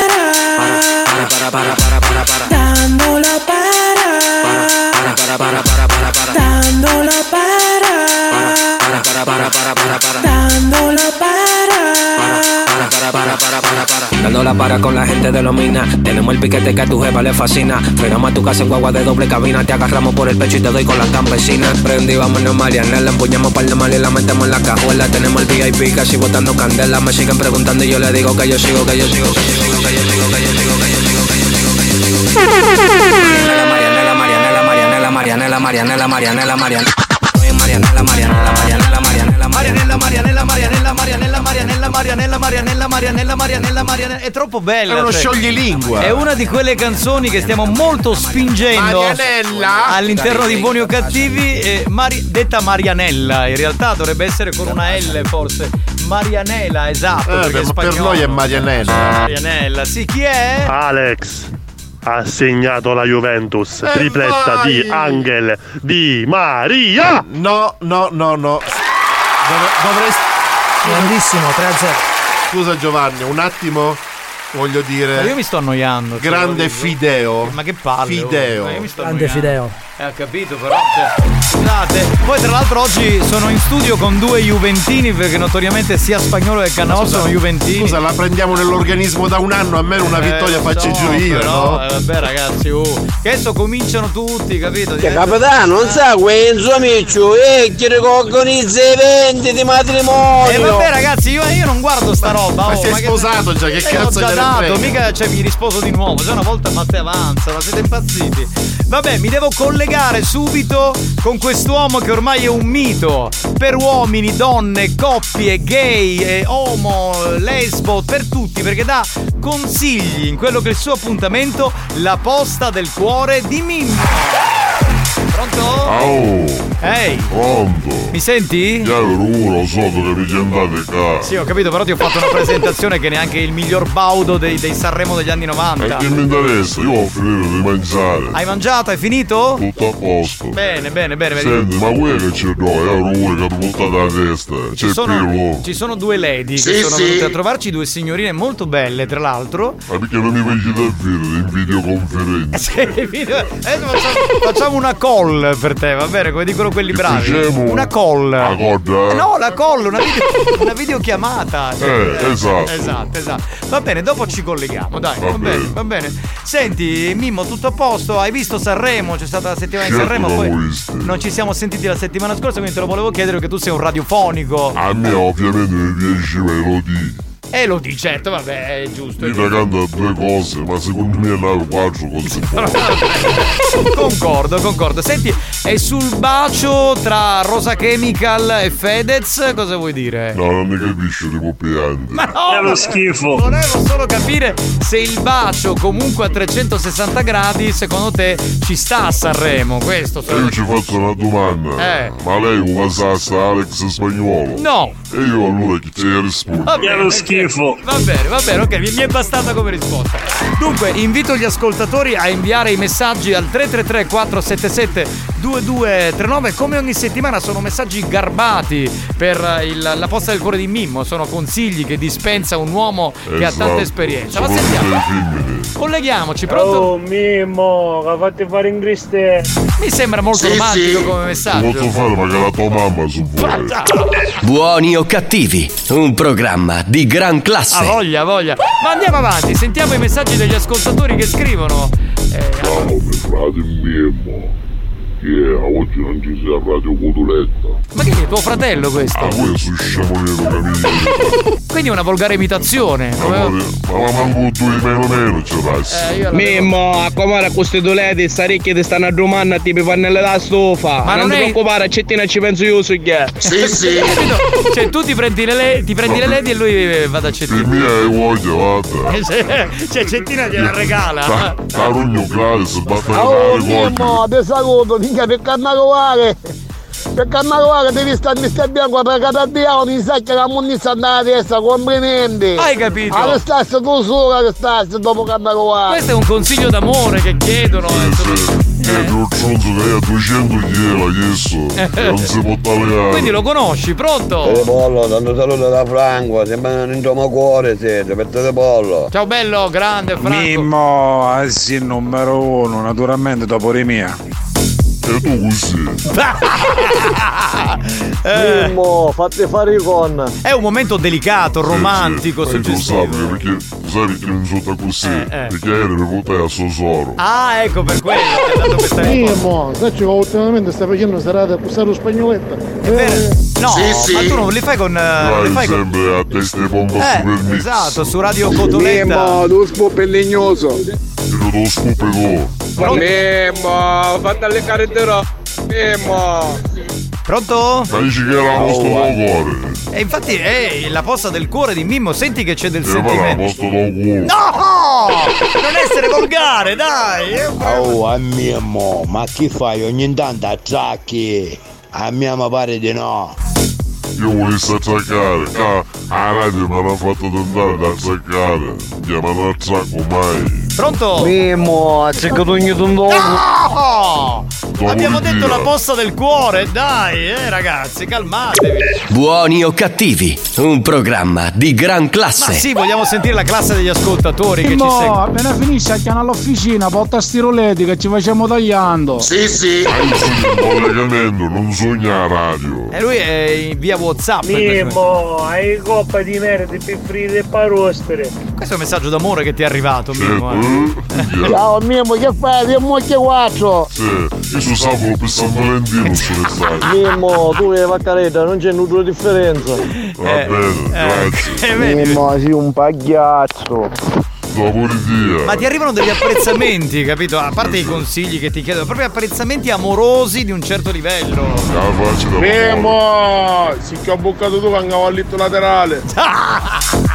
para. Para, para, para, para, para. Dando la para. Para, para, para, para, para, para. Dando la para. Para, para, para, para, para, para. Dando la para. Para, para, para, para, para, para. Dando la para con la gente de los minas. Tenemos el piquete que a tu jefa le fascina. Frenamos a tu casa en guagua de doble cabina. Te agarramos por el pecho y te doy con las campesinas. Prendí, vámonos Marianela. Empuñamos par de mal y la metemos en la cajuela. Tenemos el V I P casi botando candela. Me siguen preguntando y yo le digo que yo sigo, que yo sigo, que yo sigo, que yo sigo, que yo sigo, que yo sigo, que yo sigo, que yo sigo, que yo sigo. Marianela, Marianela, Marianela, Marianela, Marianela, Marianela, Marianela. Marianela, Marianela, Marianela, Marianela, Marianella, Marianella, Marianella, Marianella, Marianella, Marianella, Marianella, Marianella, Marianella, Marianella. È troppo bella. È uno cioè. scioglilingua. È una di quelle canzoni che stiamo molto spingendo Marianella all'interno di Buoni o Cattivi. Eh, Mari- detta Marianella, in realtà dovrebbe essere con una L forse. Marianella, esatto. Eh, perché per, è spagnolo. per noi è Marianella. Marianella, sì, chi è? Alex ha segnato la Juventus, Eh, tripletta vai. di Angel Di Maria. No, no, no, no. Dov- dovresti. Grandissimo, tre a zero. Scusa Giovanni, un attimo. Voglio dire. Ma io mi sto annoiando. cioè, Grande voglio- Fideo. Ma che palle. oh. Fideo. Ma io mi sto Grande annoiando. Fideo. Eh, ho capito però, cioè, scusate. Poi tra l'altro oggi sono in studio con due juventini perché notoriamente sia Spagnolo che Cannavò sono juventini. Scusa, la prendiamo nell'organismo da un anno, almeno una vittoria Eh, faccio no, giù io, però, no? eh, vabbè ragazzi, oh. Che adesso cominciano tutti, capito? Che capitano, non sa quel amico e che organizza eventi di matrimonio. E eh, vabbè ragazzi, io, io non guardo sta roba. Ma oh, sei che- sposato già, che Eh, cazzo l'ho già gliene dato, frega? mica cioè, mi risposo di nuovo. Cioè una volta ma te avanza, ma siete impazziti. Vabbè, mi devo collegare subito con quest'uomo che ormai è un mito per uomini, donne, coppie, gay, eh, homo, lesbo, per tutti, perché da consigli in quello che è il suo appuntamento, la posta del cuore di Mimmo. Pronto? Oh! Ehi! Pronto! Mi senti? Io ero uno sotto che mi andate qua. Sì, ho capito, però ti ho fatto una presentazione che neanche il miglior baudo dei, dei Sanremo degli anni novanta. E che mi interessa? Io ho finito di mangiare. Hai mangiato? Hai finito? Tutto a posto. Bene, bene, bene. Senti, ma quello che c'è no? Ero uno che ha buttato la testa. Ci C'è sono, Pilo. ci sono due lady Sì, che sono sì. venute a trovarci, due signorine molto belle, tra l'altro. Ma perché non mi vedi da vedere in videoconferenza? Sì, video- adesso facciamo, facciamo una call per te, va bene? Come dicono quelli bravi. facciamo? Una call. La coda? No, la call, una, video, una videochiamata. Eh, esatto. Esatto, esatto. Va bene, dopo ci colleghiamo, dai. Va Va, bene. bene. va bene. Senti, Mimmo, tutto a posto? Hai visto Sanremo? C'è stata la settimana di Certo Sanremo, che poi l'ho visto. non ci siamo sentiti la settimana scorsa, quindi te lo volevo chiedere perché tu sei un radiofonico. A me ovviamente mi piaceva Elodie. E lo di certo, vabbè, è giusto. È Io giusto. canta due cose, ma secondo me ne avevo quattro cose buone. Concordo, concordo. Senti, è sul bacio tra Rosa Chemical e Fedez, cosa vuoi dire? No, non ne capisci di poppianti. Ma no! È lo schifo. Volevo solo capire se il bacio comunque a trecentosessanta gradi secondo te ci sta a Sanremo, questo E solo. io ci faccio una domanda. Eh. Ma lei lo casasse Alex Spagnuolo? No! E io allora chi ti rispondo? Va bene, schifo. Va bene, va bene, ok, mi mi è bastata come risposta. Dunque, invito gli ascoltatori a inviare i messaggi al tre tre tre quattro sette sette due due tre nove. Come ogni settimana sono messaggi garbati per il- la posta del cuore di Mimmo. Sono consigli che dispensa un uomo che ha Esatto. tanta esperienza. Ma Soprattutto sentiamo, ai femmine. colleghiamoci, pronto? Oh Mimmo, che fatti fare in Criste. Mi sembra molto Sì, romantico sì. come Lo messaggio. posso fare magari la tua mamma su vuole. Buoni o cattivi, un programma di gran classe. Ha voglia, ha voglia. Ma andiamo avanti, sentiamo i messaggi degli ascoltatori che scrivono. Eh, Ciao, mio frate Mimmo. Che oggi non ci sia Radio Cotoletta. ma che è tuo fratello questo? Ah, questo scemo nero camigliere. Quindi è una volgare imitazione. Ma ma manco tu di meno meno ce l'hai. Eh, io l'avevo- Mimmo, a comare queste due ledi, sta ricchie ti stanno a domanda tipo pannelle da stufa. Ma non non ti è- preoccupare, a cettina ci penso io su che. Capito? Cioè tu ti prendi le, le- ti prendi le ledi e lui eh, va da Per Cettina. me hai voglia, guarda. Cioè Cettina gliela regala. Carugno grave, si batte Oh le mani Mimmo, ti saluto, minchia per carnavale. Per carnavale devi stare in stia bianco perché da diavolo mi sa che la munizia andava a testa, complimenti. Hai capito? Arrestassi tu solo, arrestassi dopo carnavale. Questo è un consiglio d'amore che chiedono. eh, Eh, più stronzo che hai a duecento gliela chiesto. E non si può tagliare. Quindi lo conosci, pronto? Te pollo, tanto saluto da Franco, sembra un intomo cuore siete, per te pollo. Ciao bello, grande Franco. Mimmo, eh sì, numero uno, naturalmente dopo di mia. E tu così. Eh, Mimmo, fatti fare i con. è un momento delicato, romantico, Eh, tu suggestivo. sai perché, sai perché non sono così? eh. Perché ieri mi votai a Sosoro. Ah, ecco per quello ti ha dato questa risposta. Mimmo, sai che ultimamente sta facendo serate a custare spagnoletto. No, Sì, ma sì. tu non li fai con. eh, non li Vai fai con. sempre a testa di pompa Eh, super mix. esatto, su Radio Cotoletta. Mimmo, tu spuppe legnoso. Io lo scopo Mimmo, fatti alle caretterò. Mimmo. Pronto? Ma dici che era posto del cuore. E infatti è la posta del cuore di Mimmo, senti che c'è del E ma era sentimento. posto del cuore. No! Non essere volgare, dai! eh. Oh, a Mimmo, ma che fai? Ogni tanto attacchi. A mia mi pare di no. Io volessi attaccare. Ah, la radio mi hanno fatto tentare ad attaccare. Che ma non attacco mai. Pronto? Mimmo, ha cercato ogni tondo. No! Abbiamo vuol detto dire? la posta del cuore, dai, eh ragazzi, calmatevi. Buoni o cattivi, un programma di gran Ma classe. sì, vogliamo sentire la classe degli ascoltatori che ci Mimmo, seguono. appena finisce chiama all'officina, porta sti roletti che ci facciamo tagliando. Sì, sì. Ma io sono in collegamento, non sogna la radio. E lui è in via WhatsApp. in questo momento. Mimmo, hai coppa di merda per fritte e parostere. Questo è un messaggio d'amore che ti è arrivato, Mimmo. eh. Eh? Ciao Mimmo, che fai? Ti mucchia quattro. Sì, io sono sabato per San Valentino sulle strade. Mimmo, tu e Vaccaretta, non c'è nulla differenza. Va bene, grazie. Eh, vedi? Mimmo, sei un pagliaccio. Dopo di Dio. Ma ti arrivano degli apprezzamenti, capito? A parte i consigli che ti chiedono, proprio apprezzamenti amorosi di un certo livello. La faccia da Mimmo, si che ho boccato tu con un cavallito laterale.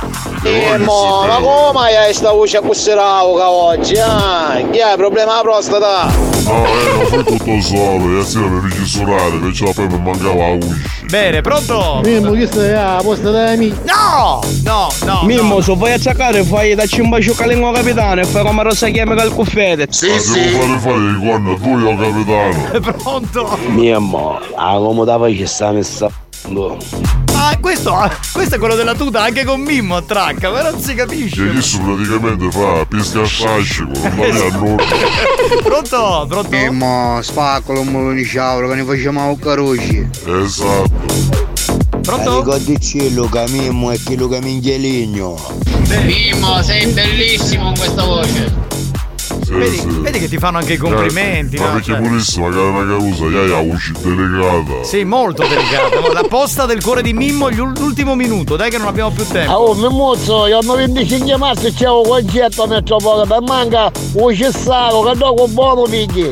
Eh, mo, ma come hai sta voce a quest'auca oggi? Eh? Chi ha il problema della prostata? No, eh, non fai tutto solo, e sera mi registrare, perciò poi mi mancava la voce. Bene, pronto? Mimmo, che stai a posta da amici? No! No, no. Mimmo, se vai a cercare fai dacci un bacio calingo capitano e fai come rossa chiama col cuffete. Sì, ah, sì. Devo fare fare i guarda, tu io capitano. Pronto? Mimmo, ah, come da ci sta messa. Ah, questo, questo è quello della tuta anche con Mimmo a tracca, ma non si capisce. E adesso praticamente fa pesca a fascico, non va a nulla. Pronto? Pronto? Mimmo, spaccolo un moloniciauro che ne facciamo a carucci. Esatto. Pronto? Ricordici Luca, Mimmo e chi Luca Mingheligno. Mimmo, sei bellissimo con questa voce. Sì, vedi, sì. vedi che ti fanno anche i complimenti, eh, ma no? perché Cioè... purissima, che è una carusa, io hai la voce delicata. Sì, molto delicata. La posta del cuore di Mimmo, l'ultimo minuto, dai che non abbiamo più tempo. Ah, oh, Mimuzzo, io hanno venticinque marzo c'è un concetto a Metropola, per manca un cessato, che dopo buono pigli.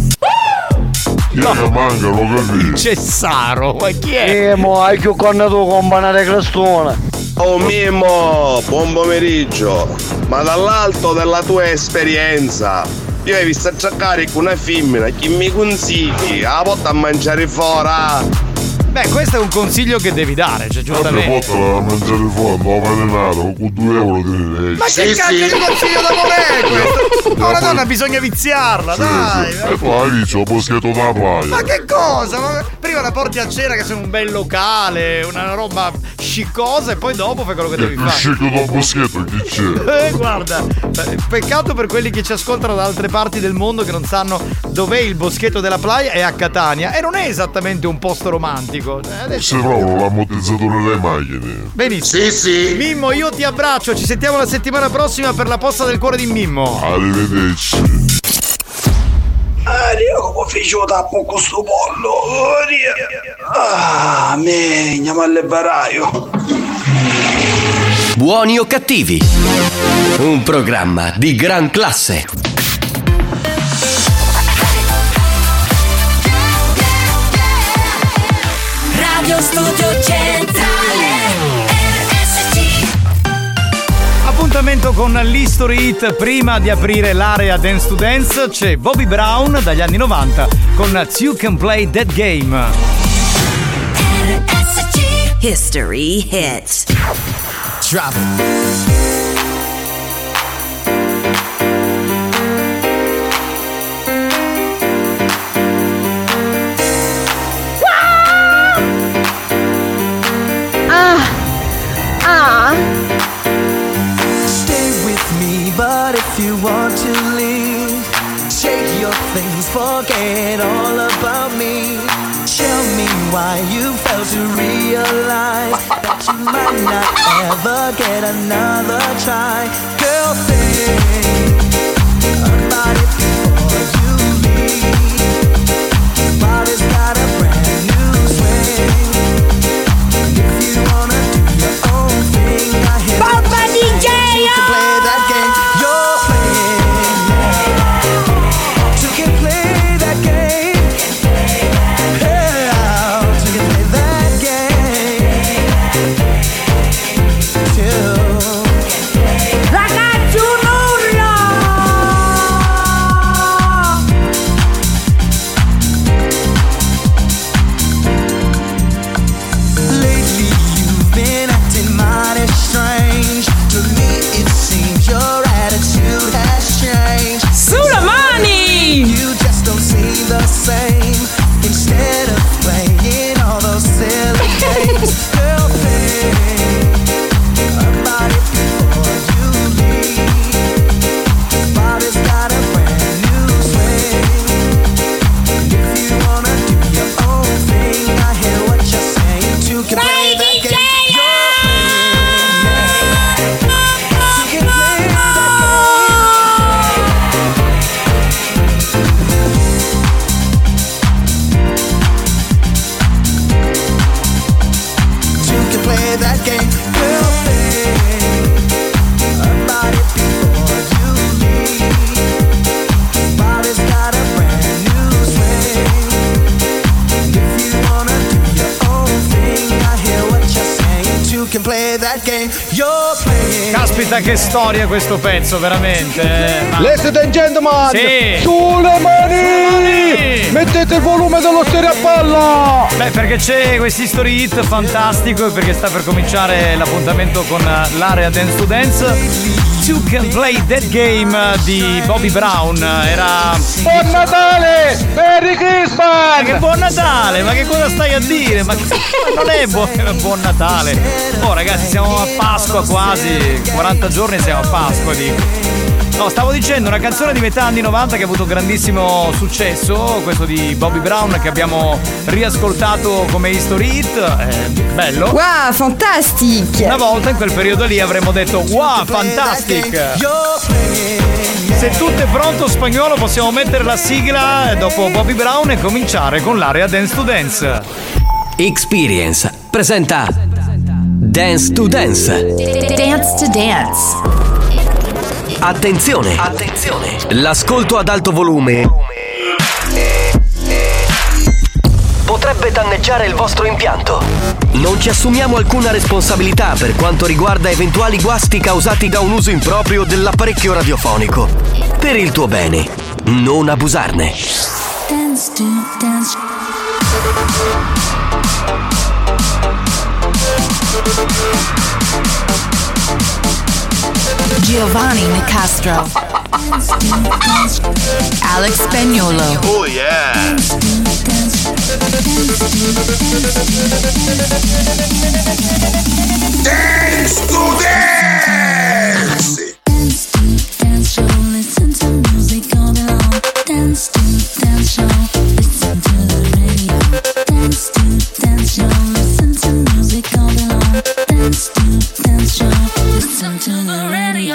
Chi è che manca, lo capisci? Cessaro, ma chi è? Mimmo, hai più cornato con banale crestone. Oh Mimmo, buon pomeriggio. Ma dall'alto della tua esperienza, io hai visto a cercare con una femmina, chi mi consigli? La porta a mangiare fuori. Beh, questo è un consiglio che devi dare, cioè giustamente. Portala a mangiare fuori, non avvelenato, con due euro di lei. Ma che sì, cacchio sì. di consiglio d'amore è questo? Ma una donna bisogna viziarla, Sì, dai! sì. E poi c'ho un boschetto da playa. Ma che cosa? Ma prima la porti a cena che sei un bel locale, una roba sciccosa e poi dopo fai quello che devi Il fare. scicco da boschetto, chi c'è? Eh, guarda, peccato per quelli che ci ascoltano da altre parti del mondo che non sanno dov'è il boschetto della playa, è a Catania e non è esattamente un posto romantico. Se proprio l'ammortizzatore delle macchine. Benissimo. Sì, sì. Mimmo, io ti abbraccio, ci sentiamo la settimana prossima per la posta del cuore di Mimmo. Arrivederci. Aria, come faccio tappo con sto pollo? Ah, me, andiamo al baraio. Buoni o cattivi? Un programma di gran classe. Radio Studio Centrale R S C. Appuntamento con l'History Hit. Prima di aprire l'area Dance to Dance c'è Bobby Brown dagli anni novanta con You Can Play That Game. R S C History Hits. Drop. If you want to leave, shake your things, forget all about me. Tell me why you failed to realize that you might not ever get another try. Girl, think about it before you leave. Body's got a brand new swing. If you wanna do your own thing, I hear Bomba D J, you can play that game. Rock caspita, che storia questo pezzo, veramente. Ma... Ladies and gentlemen, sì. Sulle mani! Mettete il volume dello stereo a palla! Beh, perché c'è questo History Hit fantastico e perché sta per cominciare l'appuntamento con l'area Dance to Dance. You Can Play That Game di Bobby Brown. Era... Buon Natale! Merry Christmas! Ma che buon Natale! Ma che cosa stai a dire? Ma non è buon, buon Natale! Oh ragazzi, siamo a Pasqua quasi, quaranta giorni siamo a Pasqua, dico. No, stavo dicendo una canzone di metà anni novanta che ha avuto grandissimo successo, questo di Bobby Brown che abbiamo riascoltato come History Hit, eh, bello. Wow, fantastic! Una volta in quel periodo lì avremmo detto wow, fantastic! Se tutto è pronto, Spagnolo, possiamo mettere la sigla dopo Bobby Brown e cominciare con l'area Dance to Dance. Experience presenta Dance to Dance. Dance to Dance. Attenzione, attenzione. L'ascolto ad alto volume potrebbe danneggiare il vostro impianto. Non ci assumiamo alcuna responsabilità per quanto riguarda eventuali guasti causati da un uso improprio dell'apparecchio radiofonico. Per il tuo bene, non abusarne. Dance to dance. Giovanni Nicastro. Alex Spagnolo. Oh yeah. Dance to dance. Dance to dance show. Listen to music all day long. Dance to dance show. Listen to the radio. Dance to dance show. Listen to music all day long. Dance to dance show. Listen to the radio.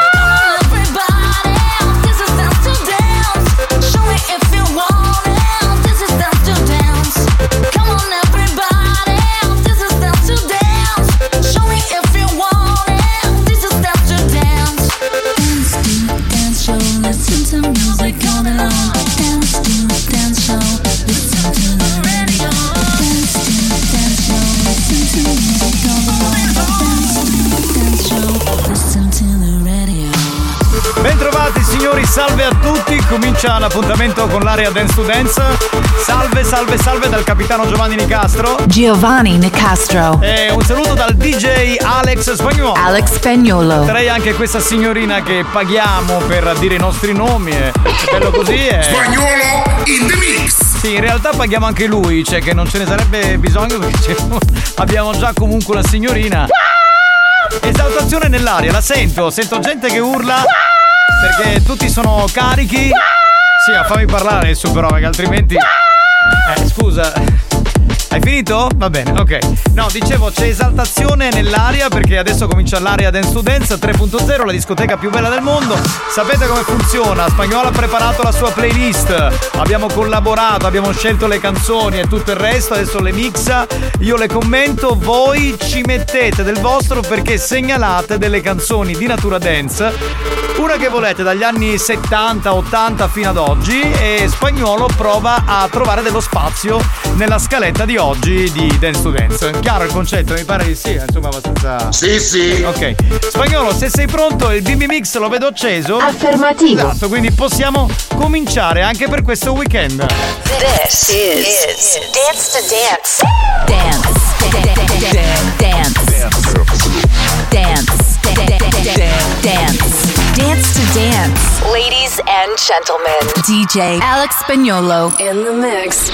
Bentrovati signori, salve a tutti, comincia l'appuntamento con l'area Dance to Dance. Salve, salve, salve dal capitano Giovanni Nicastro. Giovanni Nicastro. E un saluto dal D J Alex Spagnolo. Alex Spagnolo. Direi anche questa signorina che paghiamo per dire i nostri nomi. È bello così. È... Spagnolo in the mix. Sì, in realtà paghiamo anche lui, cioè che non ce ne sarebbe bisogno perché abbiamo già comunque una signorina. Esaltazione nell'aria, la sento, sento gente che urla perché tutti sono carichi. Sì, ma fammi parlare adesso però, perché altrimenti... Eh, scusa... Hai finito? Va bene, ok. No, dicevo, c'è esaltazione nell'aria perché adesso comincia l'area Dance to Dance tre punto zero, la discoteca più bella del mondo. Sapete come funziona? Spagnolo ha preparato la sua playlist, abbiamo collaborato, abbiamo scelto le canzoni e tutto il resto, adesso le mixa, io le commento, voi ci mettete del vostro perché segnalate delle canzoni di natura dance, una che volete dagli anni settanta, ottanta fino ad oggi, e Spagnolo prova a trovare dello spazio nella scaletta di oggi di Dance to Dance. Chiaro il concetto? Mi pare di sì, insomma abbastanza... Sì, sì. Ok. Spagnolo, se sei pronto, il B B Mix lo vedo acceso. Affermativo. Esatto, quindi possiamo cominciare anche per questo weekend. This is, is Dance to Dance. Dance. Dance. Dance. Dance. Dance to Dance. Ladies and gentlemen, D J Alex Spagnolo in the mix.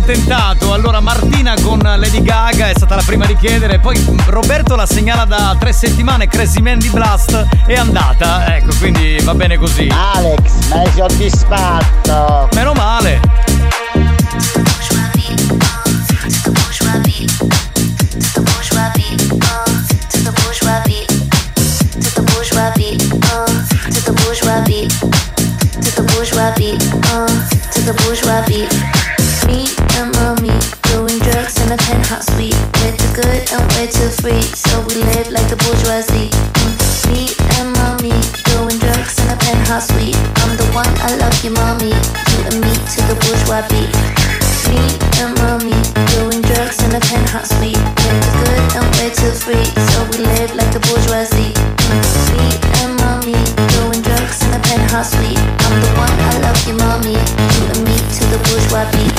accontentato. Allora Martina con Lady Gaga è stata la prima a richiedere, poi Roberto la segnala da tre settimane, Crazy Man di Blast è andata, ecco, quindi va bene così. Alex, ma sei soddisfatto? Meno male. Me and mommy doing drugs in a penthouse suite. We're too good and we're too free, so we live like the bourgeoisie. Me and mommy doing drugs in a penthouse suite. I'm the one, I love you, mommy. You and me to the bourgeois beat. Me and mommy doing drugs in a penthouse suite. We're too good and we're too free, so we live like the bourgeoisie. Me and mommy doing drugs in a penthouse suite. I'm the one, I love you, mommy. You and me to the bourgeois beat.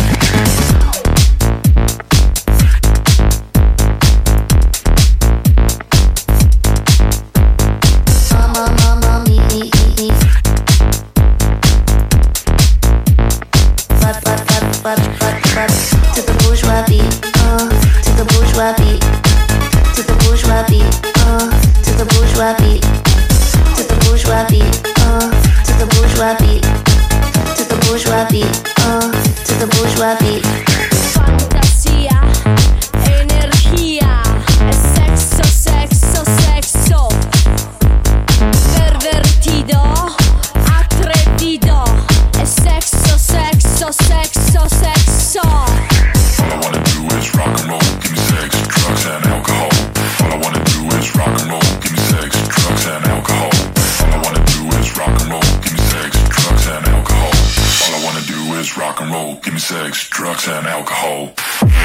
To the bourgeois beat, uh, to the bourgeois beat, to the bourgeois beat, uh, to the bourgeois beat, to the bourgeois beat, uh, to the bourgeois beat, to the bourgeois beat, uh, to the bourgeois beat. Fantasia, energia, è sexo, sexo, sexo, pervertido, atrevido, è sexo, sexo, sexo, sexo. All I wanna do is rock and roll, give me sex, drugs and alcohol. All I wanna do is rock and roll, give me sex, drugs and alcohol. All I wanna do is rock and roll, give me sex, drugs and alcohol. All I wanna do is rock and roll, give me sex, drugs and alcohol.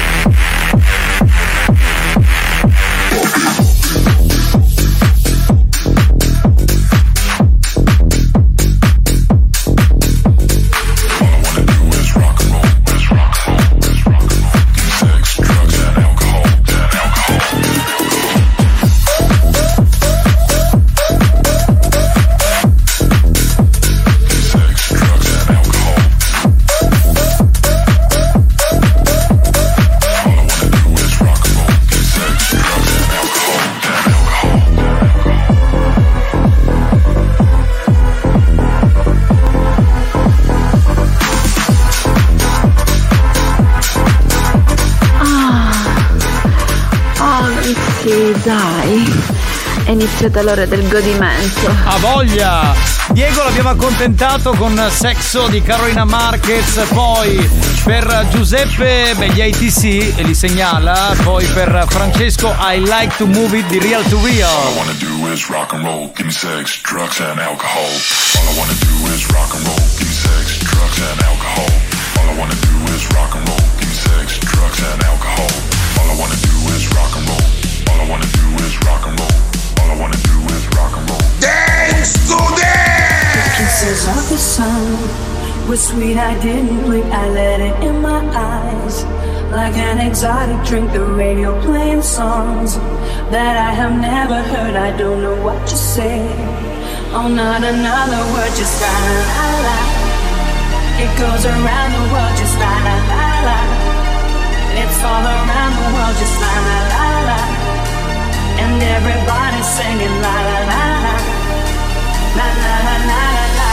Dai, è iniziata l'ora del godimento. A voglia! Diego l'abbiamo accontentato con Sexo di Carolina Marquez, poi per Giuseppe, beh, gli I T C e li segnala, poi per Francesco I Like to Move It di Real to Real. All I wanna do is rock and roll, give me sex, drugs and alcohol. All I wanna do is rock and roll, give me sex, drugs and alcohol. All I wanna do is rock and roll, give me sex, drugs and alcohol. All I wanna do is rock and roll. All I wanna do is rock and roll. All I wanna do is rock and roll. Dance to dance! The kisses of the sun were sweet, I didn't blink, I let it in my eyes. Like an exotic drink, the radio playing songs that I have never heard, I don't know what to say. Oh, not another word, just la la la la. It goes around the world, just la la la la. It's all around the world, just la la la la. And everybody's singing la la la la. La la la la la la.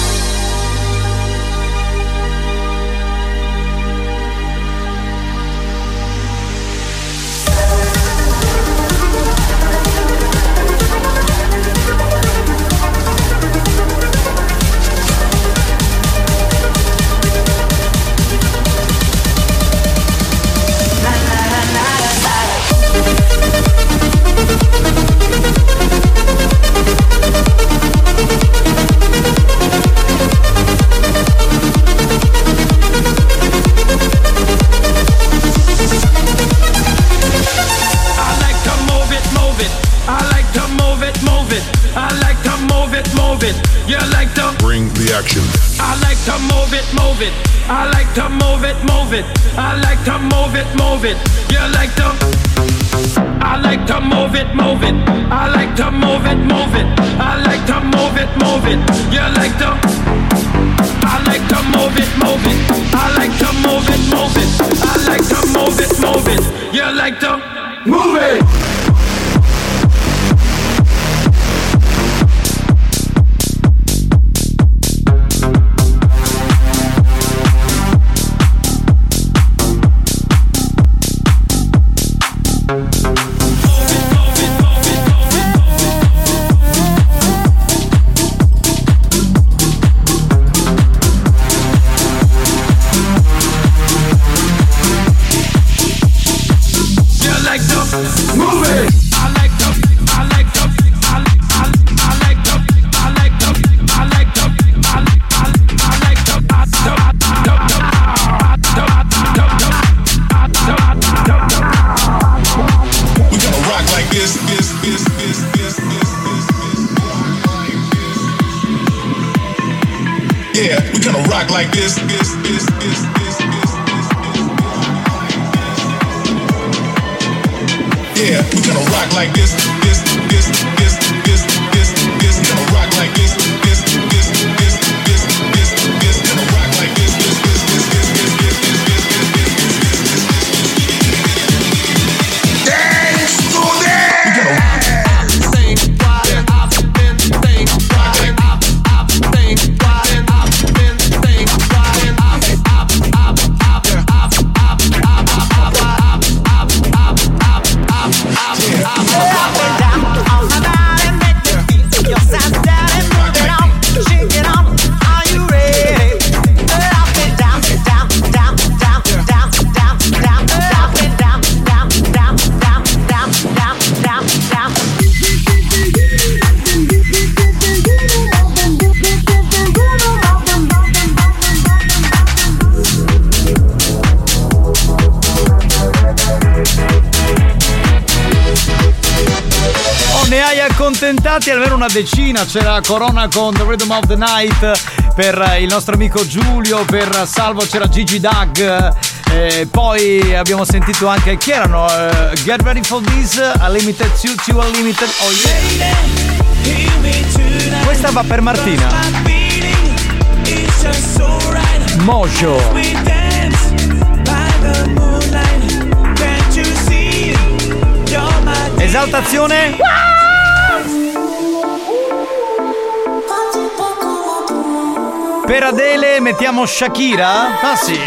You like to bring the action. I like to move it, move it. I like to move it, move it. I like to move it, move it. You like to I like to move it, move it. I like to move it, move it. I like to move it, move it. You like to I like to move it, move it. I like to move it, move it. like to move it. Yeah, we gonna rock like this, this, this, this, this, this. Yeah, we gonna rock like this, this, this, this, this, this, this. We gonna rock like this, this, this, this, this, this, this. Gonna rock like this, this, this, this, this, this, this, this, this, this, this. Dance to this. We gonna rock. Accontentati almeno una decina. C'era Corona con The Rhythm of the Night per il nostro amico Giulio, per Salvo c'era Gigi Doug, eh, poi abbiamo sentito anche chi erano, uh, Get Ready for This, Unlimited Suit You Unlimited, oh yeah. Questa va per Martina. Mojo. Esaltazione. Per Adele mettiamo Shakira? Ah sì.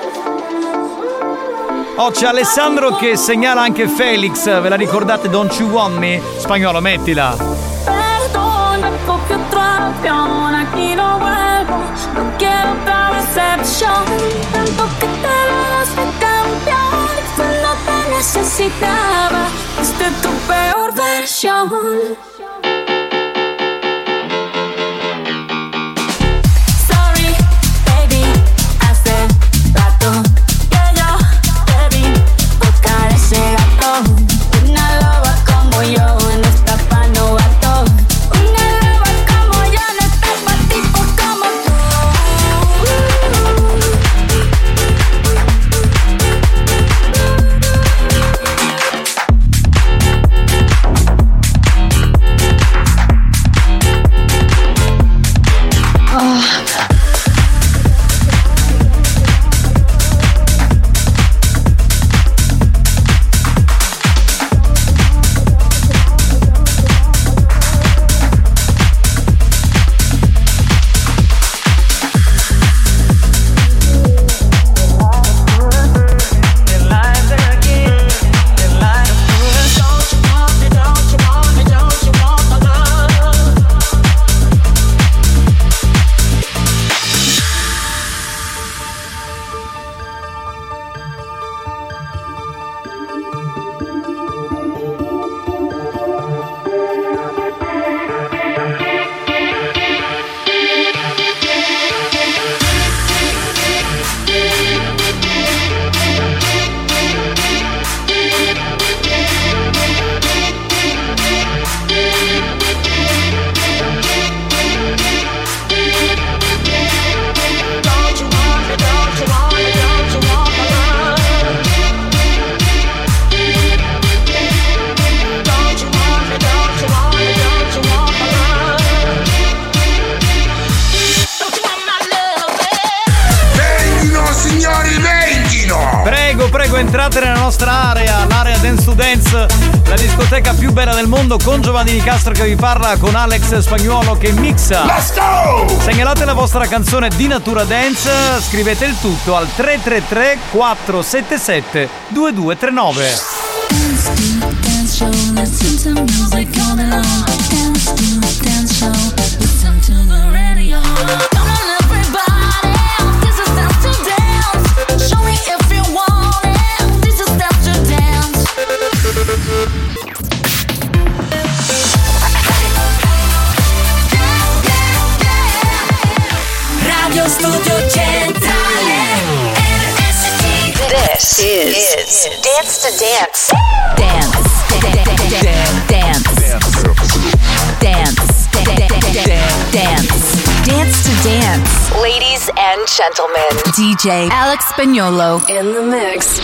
Oh, c'è Alessandro che segnala anche Felix, ve la ricordate? Don't You Want Me? Spagnolo, mettila. Perdona, poco troppo, aquí no vuelvo, no quiero otra recepción, tanto que te lo das de campeón, cuando te necesitaba, fuiste tu peor versión. Entrate nella nostra area, l'area to Dance, la discoteca più bella del mondo, con Giovanni Nicastro che vi parla, con Alex Spagnuolo che mixa. Let's go! Segnalate la vostra canzone di natura dance, scrivete il tutto al tre tre tre quattro sette sette due due tre nove. Radio Studio Centrale R S C. This is Dance to Dance. Dance. Dance. Dance. Dance. Dance to Dance. Ladies and gentlemen, D J Alex Spagnuolo in the mix.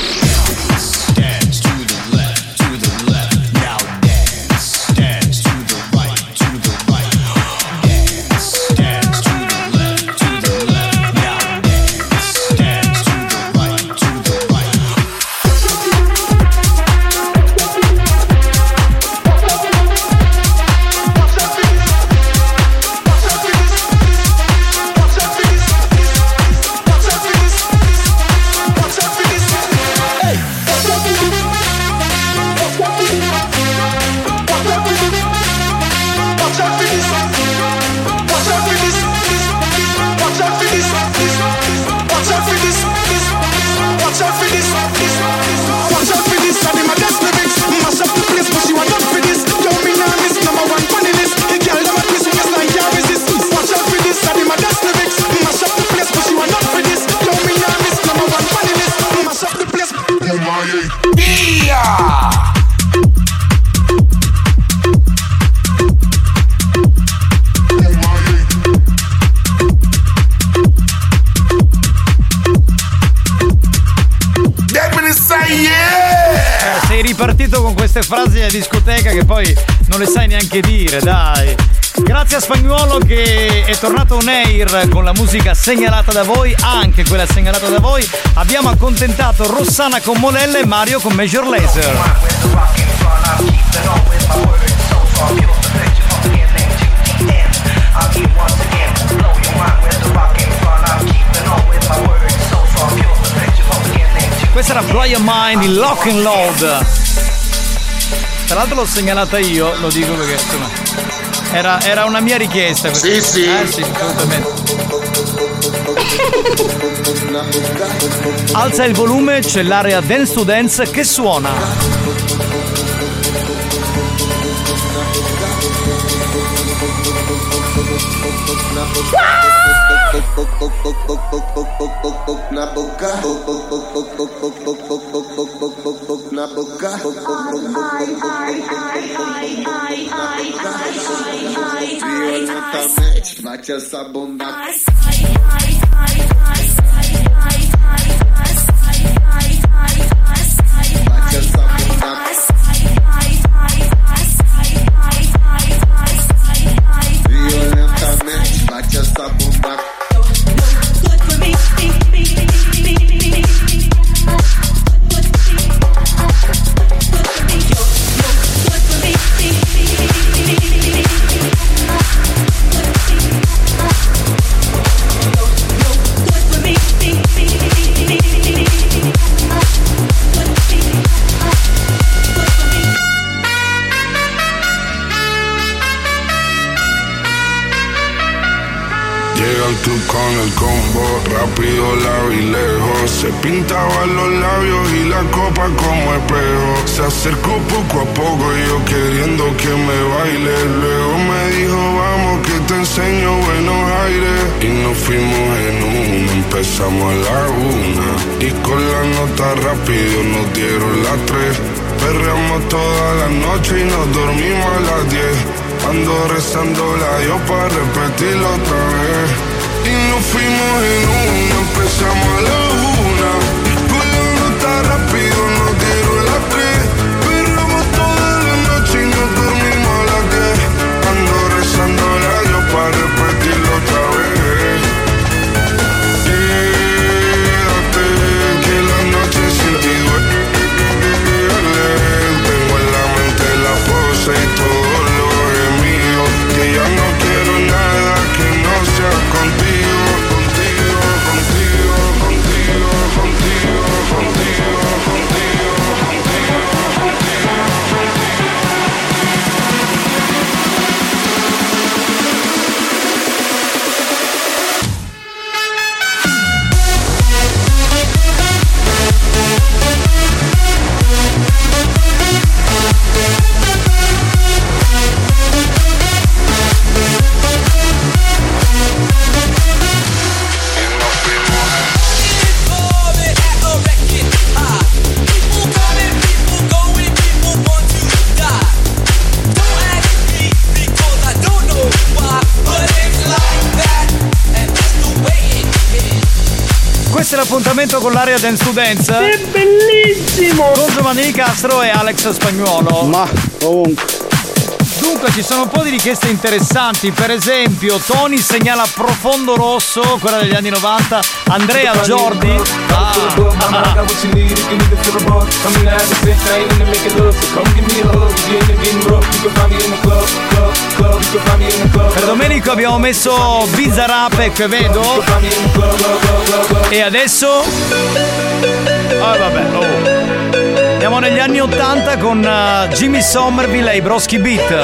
Frasi a discoteca che poi non le sai neanche dire, dai. Grazie a Spagnuolo che è tornato on air con la musica segnalata da voi, anche quella segnalata da voi. Abbiamo accontentato Rossana con Molella e Mario con Major Lazer. Questa era Blow Your Mind, il Lock and Load. Tra l'altro l'ho segnalata io, lo dico perché insomma era, era una mia richiesta. Sì, sì. Eh sì, assolutamente. Alza il volume, c'è l'area Dance to Dance che suona. Faccia sta bomba. Violentamente, faccia sta bomba. Tú con el combo, rápido, largo y lejos. Se pintaban los labios y la copa como espejo. Se acercó poco a poco y yo queriendo que me baile. Luego me dijo vamos que te enseño buenos aires. Y nos fuimos en una, empezamos a la una. Y con la nota rápido nos dieron las tres. Perreamos toda la noche y nos dormimos a las diez. Ando rezando la Dios para repetirlo otra vez. Y nos fuimos en una, empezamos a la una. Y con la nota rápido nos dieron las tres. Perramos toda la noche y nos dormimos a las diez. Ando rezando la Dios para repetirlo otra vez. Quédate, que la noche sin ti duele. Questo è l'appuntamento con l'area Dance to Dance. È bellissimo! Con Giovanni Castro e Alex Spagnuolo. Ma ovunque. Dunque ci sono un po' di richieste interessanti, per esempio Tony segnala Profondo Rosso, quella degli anni novanta, Andrea Giordi. Ah. Per Domenico abbiamo messo Bizarrapek, vedo. E adesso? Ah vabbè, oh. Siamo negli anni ottanta con uh, Jimmy Somerville e i Broski Beat.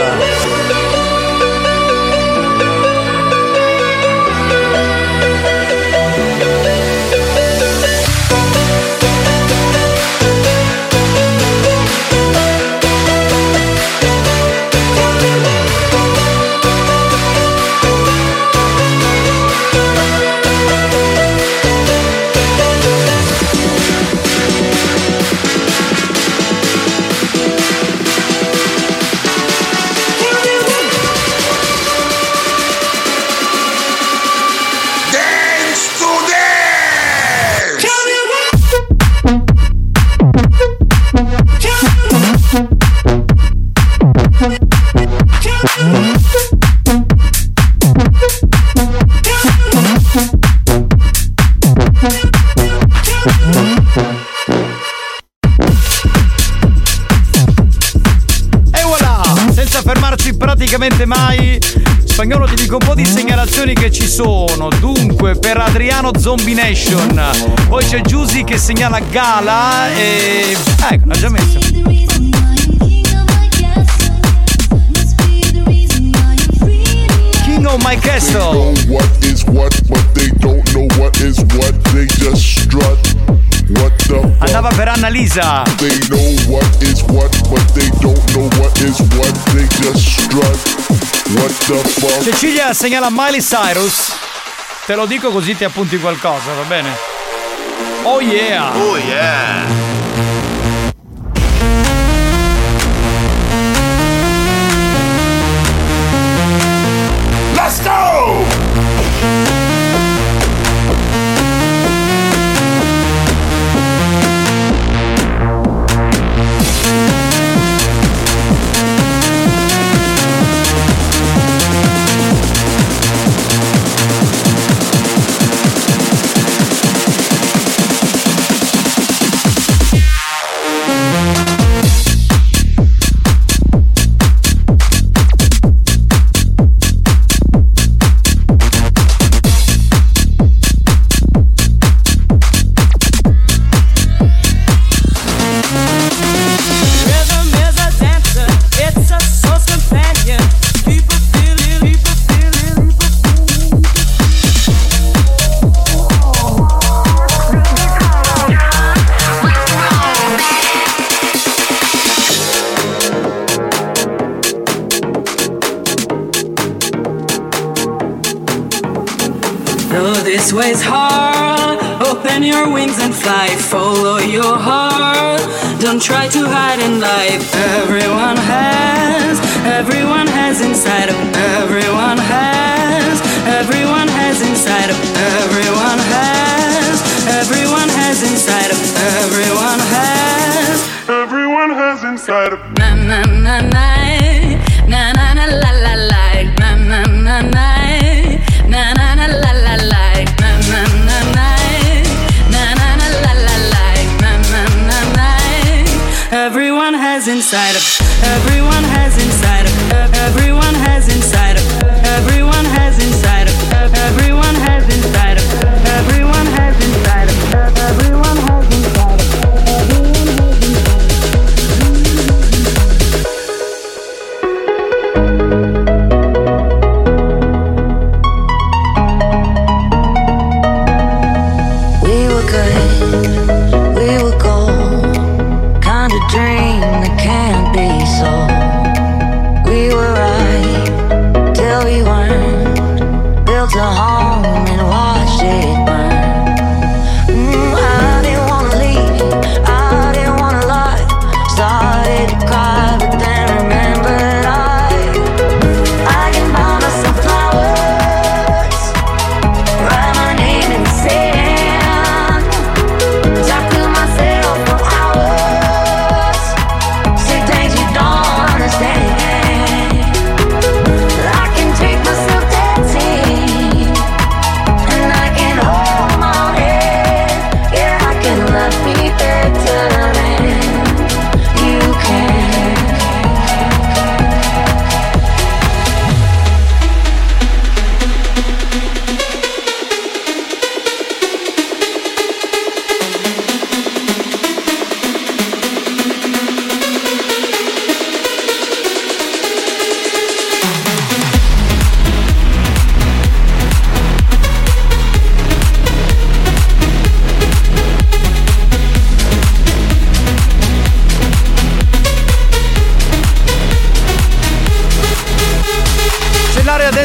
Praticamente mai. Spagnolo, ti dico un po' di segnalazioni che ci sono. Dunque, per Adriano Zombie Nation, poi c'è Giusy che segnala Gala e ecco, l'ha già messa. King of My Castle. What is what, but they don't know what is what. They just strut. What the fuck? Andava per Annalisa. They know what is what, but they don't know what is what. They just strut. What the fuck? Cecilia segnala Miley Cyrus. Te lo dico così ti appunti qualcosa, va bene? Oh yeah. Oh yeah. Let's go! This way's hard. Open your wings and fly. Follow your heart. Don't try to hide in life. Everyone has, everyone has inside of. Everyone has, everyone has inside of. Everyone has, everyone has inside of. Everyone has, everyone has inside of. Na na na na, na na na la la la, na na na na, na na na la la la. Everyone has inside of, everyone has inside of, everyone has inside of, everyone has inside of, everyone has inside of, everyone has inside of, everyone has inside of, We were good, we were gold. Dream that can't be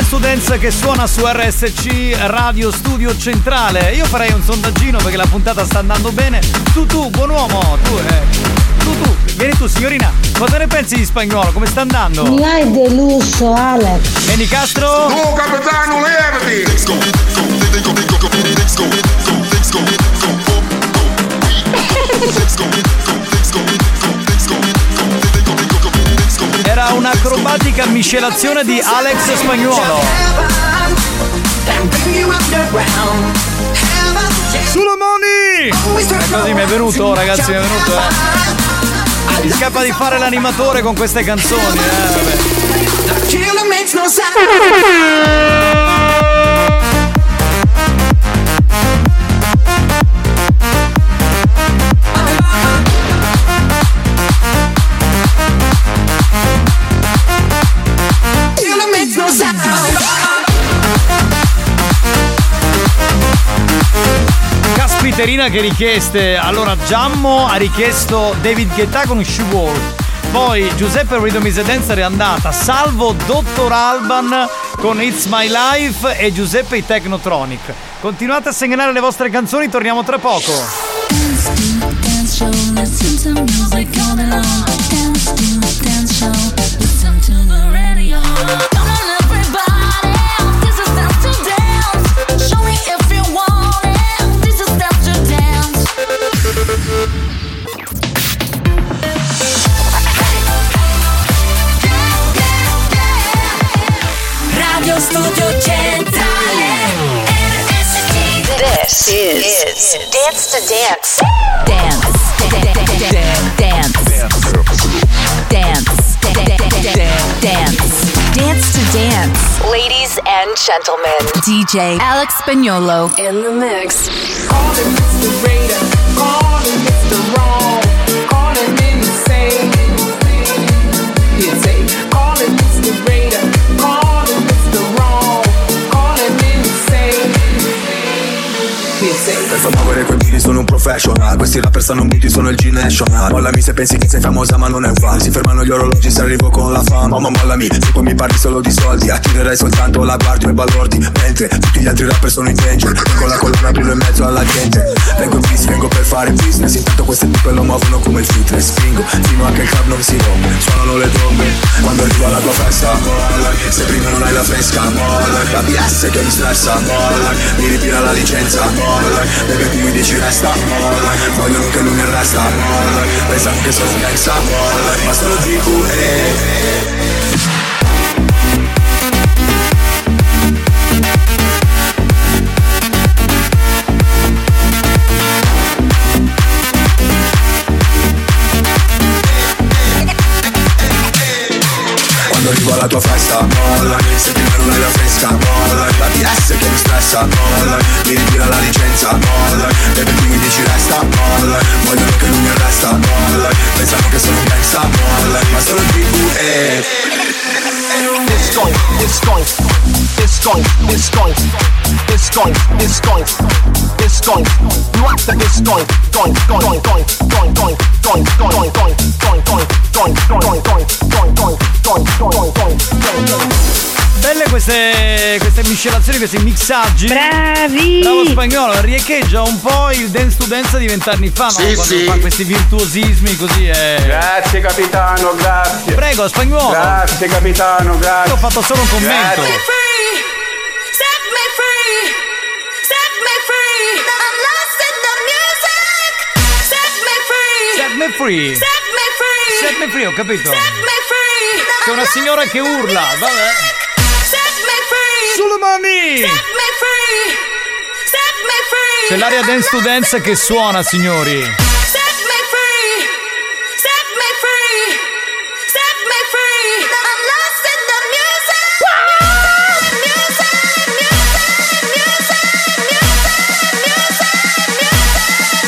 Dance to Dance che suona su R S C Radio Studio Centrale. Io farei un sondaggino perché la puntata sta andando bene. Tu, tu, buon uomo, tu, eh. Tu, tu, vieni tu, signorina. Cosa ne pensi di Spagnuolo? Come sta andando? Mi hai deluso, Alex. E Nicastro? No, capitano, levati! Let's go, go, let's go, let's go, let's go, let's go, let's go, let's go. Era un'acrobatica miscelazione di Alex Spagnuolo. Sulle mani! E così mi è venuto, ragazzi, mi è venuto, eh. Mi scappa di fare l'animatore con queste canzoni, eh, vabbè. Caspiterina, che richieste. Allora, Giammo ha richiesto David Guetta con She Wolf. Poi Giuseppe Rhythm is a Dancer è andata. Salvo Doctor Alban con It's My Life e Giuseppe i Technotronic. Continuate a segnalare le vostre canzoni, torniamo tra poco. Radio Studio Centrale R S C. This is Dance to Dance. Dance. Dance. Dance. Dance. Dance to Dance. Ladies and gentlemen, D J Alex Spagnuolo in the mix. Calling Mister Raider, calling Mister Wrong, calling insane. You say, calling Mister Raider, calling Mister Wrong, calling insane. You say, per far muovere quei beat sono un professional. Questi rapper stanno muti, sono il G-National. Mollami se pensi che sei famosa ma non è un fan. Si fermano gli orologi se arrivo con la fama. Mamma mollami, se poi mi parli solo di soldi. Attirerai soltanto la guardia e balordi. Mentre tutti gli altri rapper sono in danger. Con la colonna brillo in mezzo alla gente. Vengo in peace, vengo per fare business. Intanto queste tipe lo muovono come il fitness. Spingo fino a che il club non si rompe. Suonano le trombe quando arrivo alla tua festa. Molla, se prima non hai la fresca. Molla, la B S che mi stressa. Molla, mi ritira la licenza. Molla, bebe tu mi dici resta. Molla, vogliono che lui mi arresta. Molla, pensano che sono gangsta. Molla, ma sono G Q E. Quando arrivo alla tua festa, molla, se prima non hai la fresca, molla, la B S che mi stressa, molla, mi ritira la licenza, molla, bebe tu mi dici resta, molla, vogliono che lui mi arresta, molla, pensano che sono un gangsta, molla, ma sono G Q E. It's going, it's going, it's going, it's going, it's going, it's going, it's going, what the it's going, going, going, going, going, going, going, going, going, going, going, going, going, going, going, going, going. Belle queste, queste miscelazioni, questi mixaggi. Bravi! Bravo Spagnuolo, riecheggia un po' il Dance to Dance di vent'anni fa, Sì, no? Quando sì. fa questi virtuosismi così è. Grazie capitano, grazie. Prego Spagnuolo. Grazie capitano, grazie. Io ho fatto solo un commento. Grazie. Set me free, set me free. I'm lost in the music. Set me free, Set me free. set me free, Set me free, ho capito. set me free. C'è una signora che urla, vabbè. Set me free, Sulle mani! set me free, set me free. C'è l'area Dance to Dance che suona, signori. Set me free, set me free, set me free. I'm lost in the music. Music, music, music, music, music,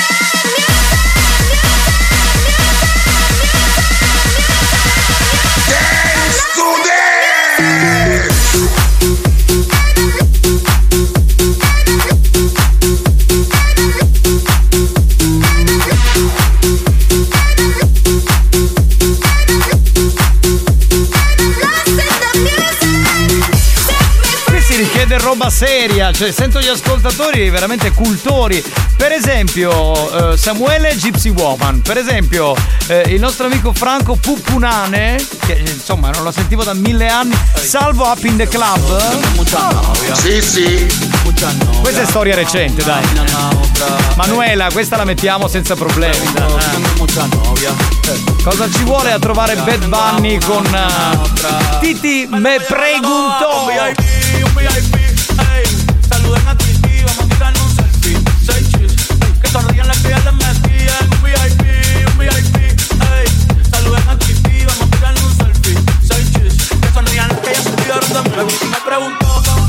Dance to dance. chiede roba seria, cioè sento gli ascoltatori veramente cultori. Per esempio eh, Samuele Gypsy Woman, per esempio eh, il nostro amico Franco Puppunane, che insomma non lo sentivo da mille anni. Salvo Up in the Club. Sì, sì. Questa è storia recente, dai. Manuela, questa la mettiamo senza problemi. Cosa ci vuole a trovare Bad Bunny con uh, Titi me preguntò? Un V I P, ey, saluden a Titi, vamos a tirarnos un selfie. Seis chis, que sonrían las que ya les metían. Un V I P, un V I P, ey, saluden a Titi, vamos a tirarnos un selfie. Seis chis, que sonrían las que ya se olvidaron de mí. Me preguntó.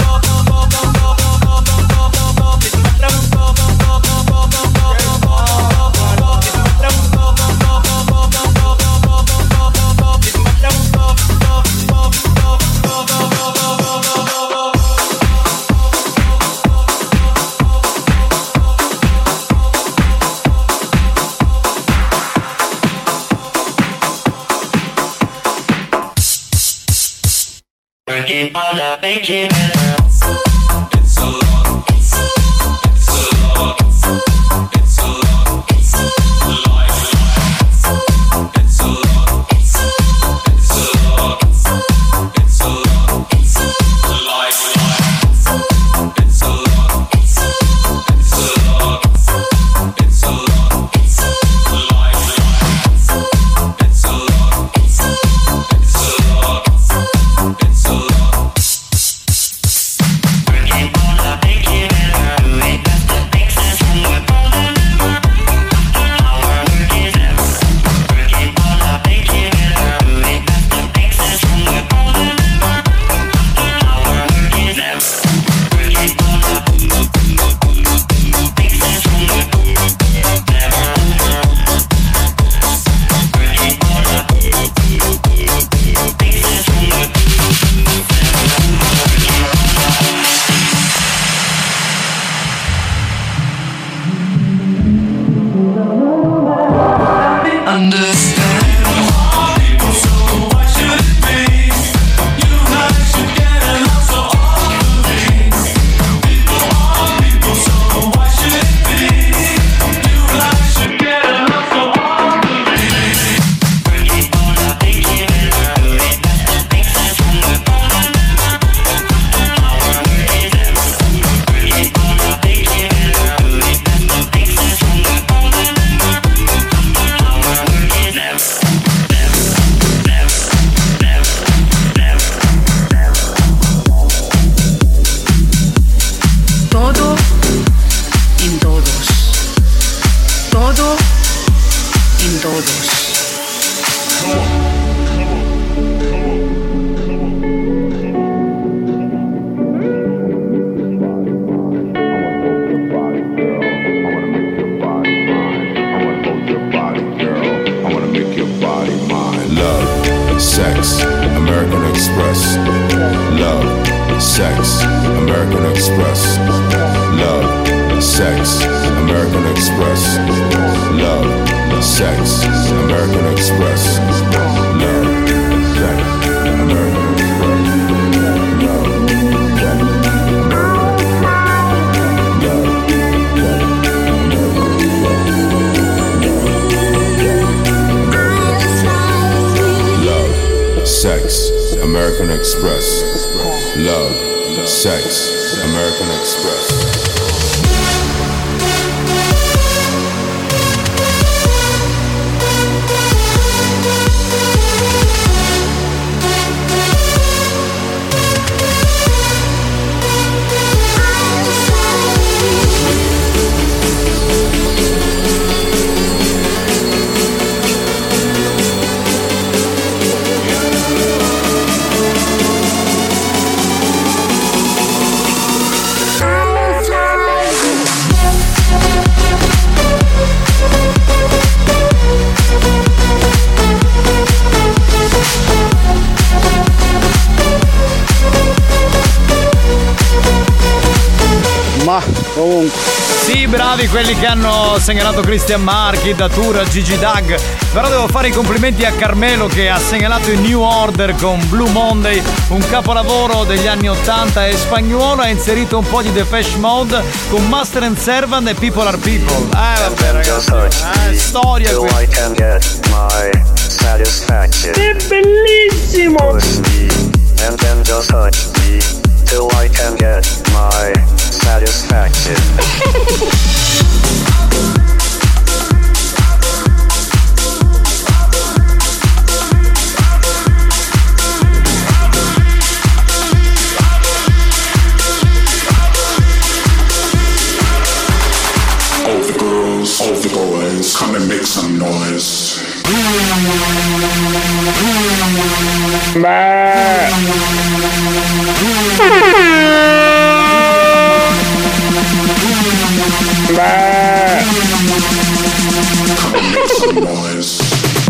Working on the making it. It's so long, it's so long, it's so long, it's like it's so long, it's so long, it's so long, like it's so long, it's so long, it's so long, like it's so long, it's so long, it's so long. I ovunque. Sì, bravi quelli che hanno segnalato Christian Marchi, Datura, Gigi Dag. Però devo fare i complimenti a Carmelo che ha segnalato il New Order con Blue Monday, un capolavoro degli anni ottanta e spagnuolo. Ha inserito un po' di Depeche Mode con Master and Servant e People Are People. Eh vabbè ragazzi, eh, storia qui. È bellissimo! And then just touch me till I can get my satisfaction. All the girls, all the boys, come and make some noise. Come and make some noise.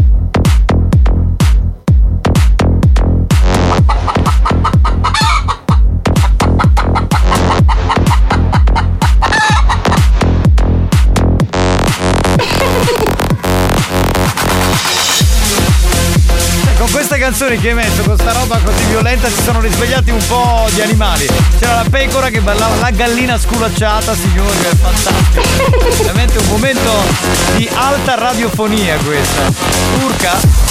Canzoni che hai messo con sta roba così violenta si sono risvegliati un po' di animali. C'era la pecora che ballava, la gallina sculacciata, signori, è fantastico. Veramente un momento di alta radiofonia questa. Urca.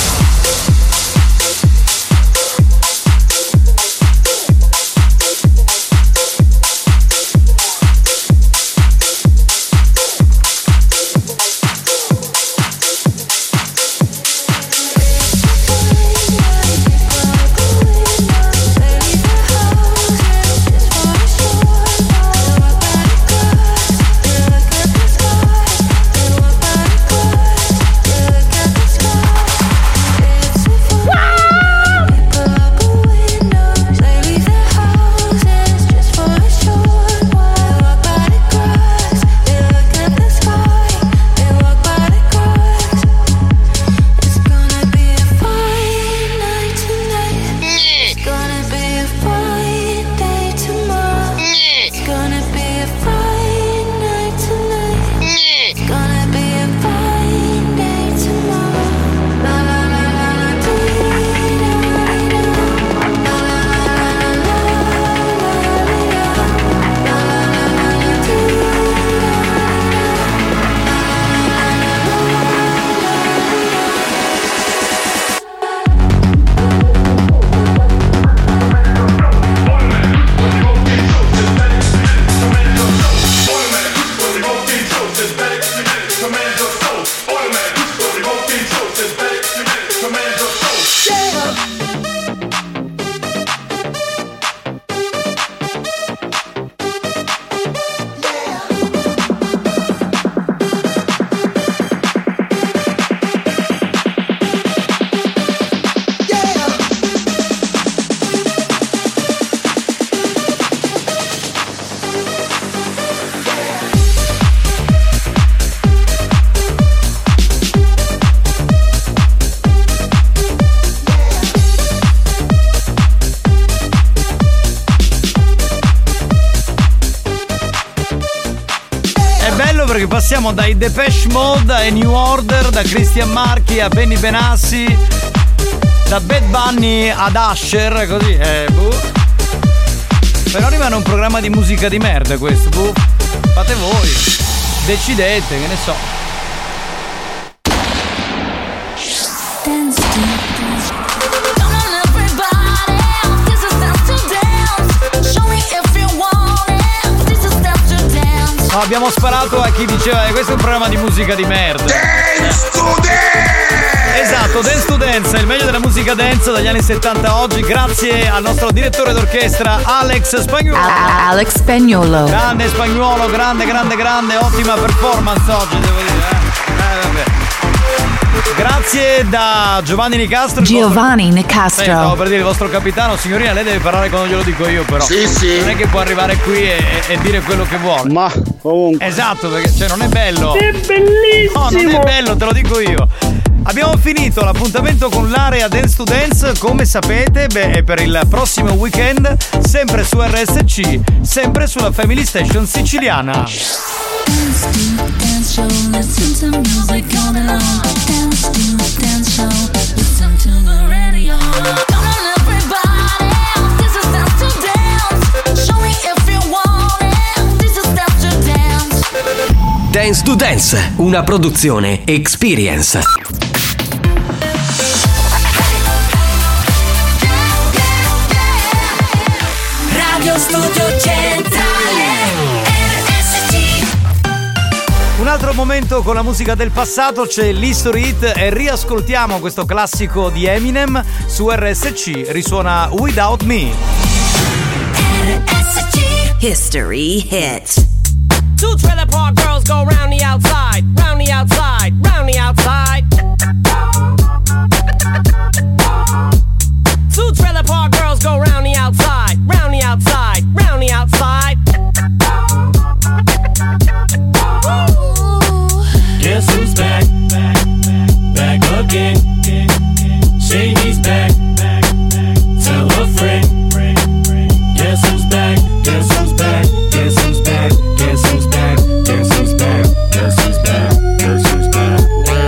Perché passiamo dai Depeche Mode ai New Order, da Christian Marchi a Benny Benassi, da Bad Bunny ad Usher, così, eh, buh. Però rimane un programma di musica di merda questo, buh. Fate voi, decidete, che ne so. Dance, dance. Come on everybody, this is dance to dance. Show me if you want it, this is dance to dance. No, abbiamo sparato a chi diceva che questo è un programma di musica di merda. Dance to dance! Esatto, Dance to Dance, il meglio della musica dance dagli anni settanta a oggi, grazie al nostro direttore d'orchestra Alex Spagnuolo. Alex Spagnuolo. Grande Spagnuolo, grande, grande, grande, ottima performance oggi, devo dire. Eh, eh vabbè. Grazie da Giovanni Nicastro. Giovanni vostro... Nicastro. Sì, stavo per dire il vostro capitano. Signorina, lei deve parlare quando glielo dico io, però. Sì, sì. Non è che può arrivare qui e, e dire quello che vuole. Ma comunque. Esatto, perché cioè non è bello. È bellissimo. No, non è bello, te lo dico io. Abbiamo finito l'appuntamento con l'area Dance to Dance, come sapete, beh, per il prossimo weekend. Se sempre su R S C, sempre sulla Family Station siciliana. Dance to dance show, listen to music all day long. Dance to dance show, listen to the radio. Come on everybody, this is dance to dance. Show me if you want it, this is dance to dance. Dance to Dance, una produzione Experience. Radio Studio Centrale R S C. Un altro momento con la musica del passato, c'è l'History Hit e riascoltiamo questo classico di Eminem su R S C, risuona Without Me. R S C History Hit. Two trailer park girls go round the outside, round the outside, round the outside. Two trailer park girls go round the outside, round the outside, round the outside. Guess who's back? Back, back again. Shady's back. Tell a friend. Guess who's back? Guess who's back? Guess who's back? Guess who's back? Guess who's back? Guess who's back? Guess who's back?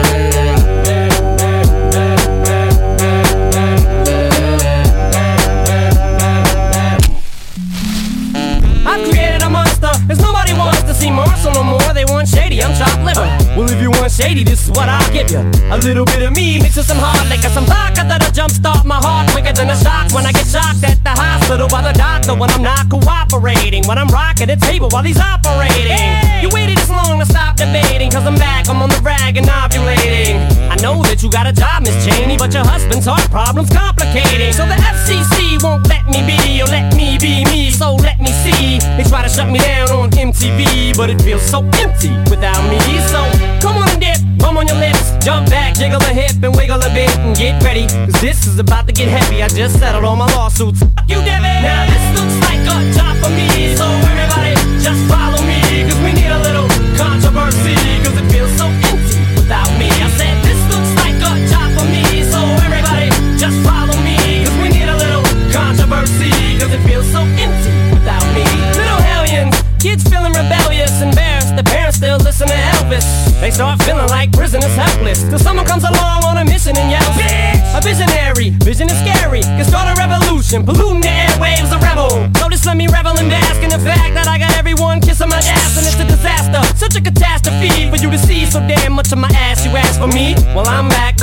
I've created a monster, cause nobody wants to see Marshall no more. They want Shady, I'm chopped liver. Well, if you want Shady, this is what I'll give you. A little bit of me mixed with some hard liquor, some vodka that'll jumpstart my heart quicker than a shock when I get shocked at the hospital by the doctor when I'm not cooperating, when I'm rocking the table while he's operating. Hey! You waited this long to stop debating, cause I'm back, I'm on the rag and ovulating. I know that you got a job, Miss Cheney, but your husband's heart problem's complicating. So the F C C won't let me be, or let me be me, so let me see. They try to shut me down on M T V, but it feels so empty without me. So come on and dip, bum on your lips, jump back, jiggle a hip and wiggle a bit and get ready, cause this is about to get heavy. I just settled all my lawsuits. Fuck you, Devin. Now this looks like a job for me, so everybody just follow me, cause we need a little controversy, cause it feels so empty without me. I said this looks like a job for me, so everybody just follow me, cause we need a little controversy, cause it feels so empty without me. Little hellions, kids feeling rebellious, embarrassed, the parents still listen to Elvis. They start feeling like prisoners helpless, till someone comes along on a mission and yells, bitch! A visionary, vision is scary, can start a revolution, polluting the airwaves, a rebel. So just let me revel and bask in the fact that I got everyone kissing my ass, and it's a disaster, such a catastrophe for you to see so damn much of my ass. You ask for me, well I'm back.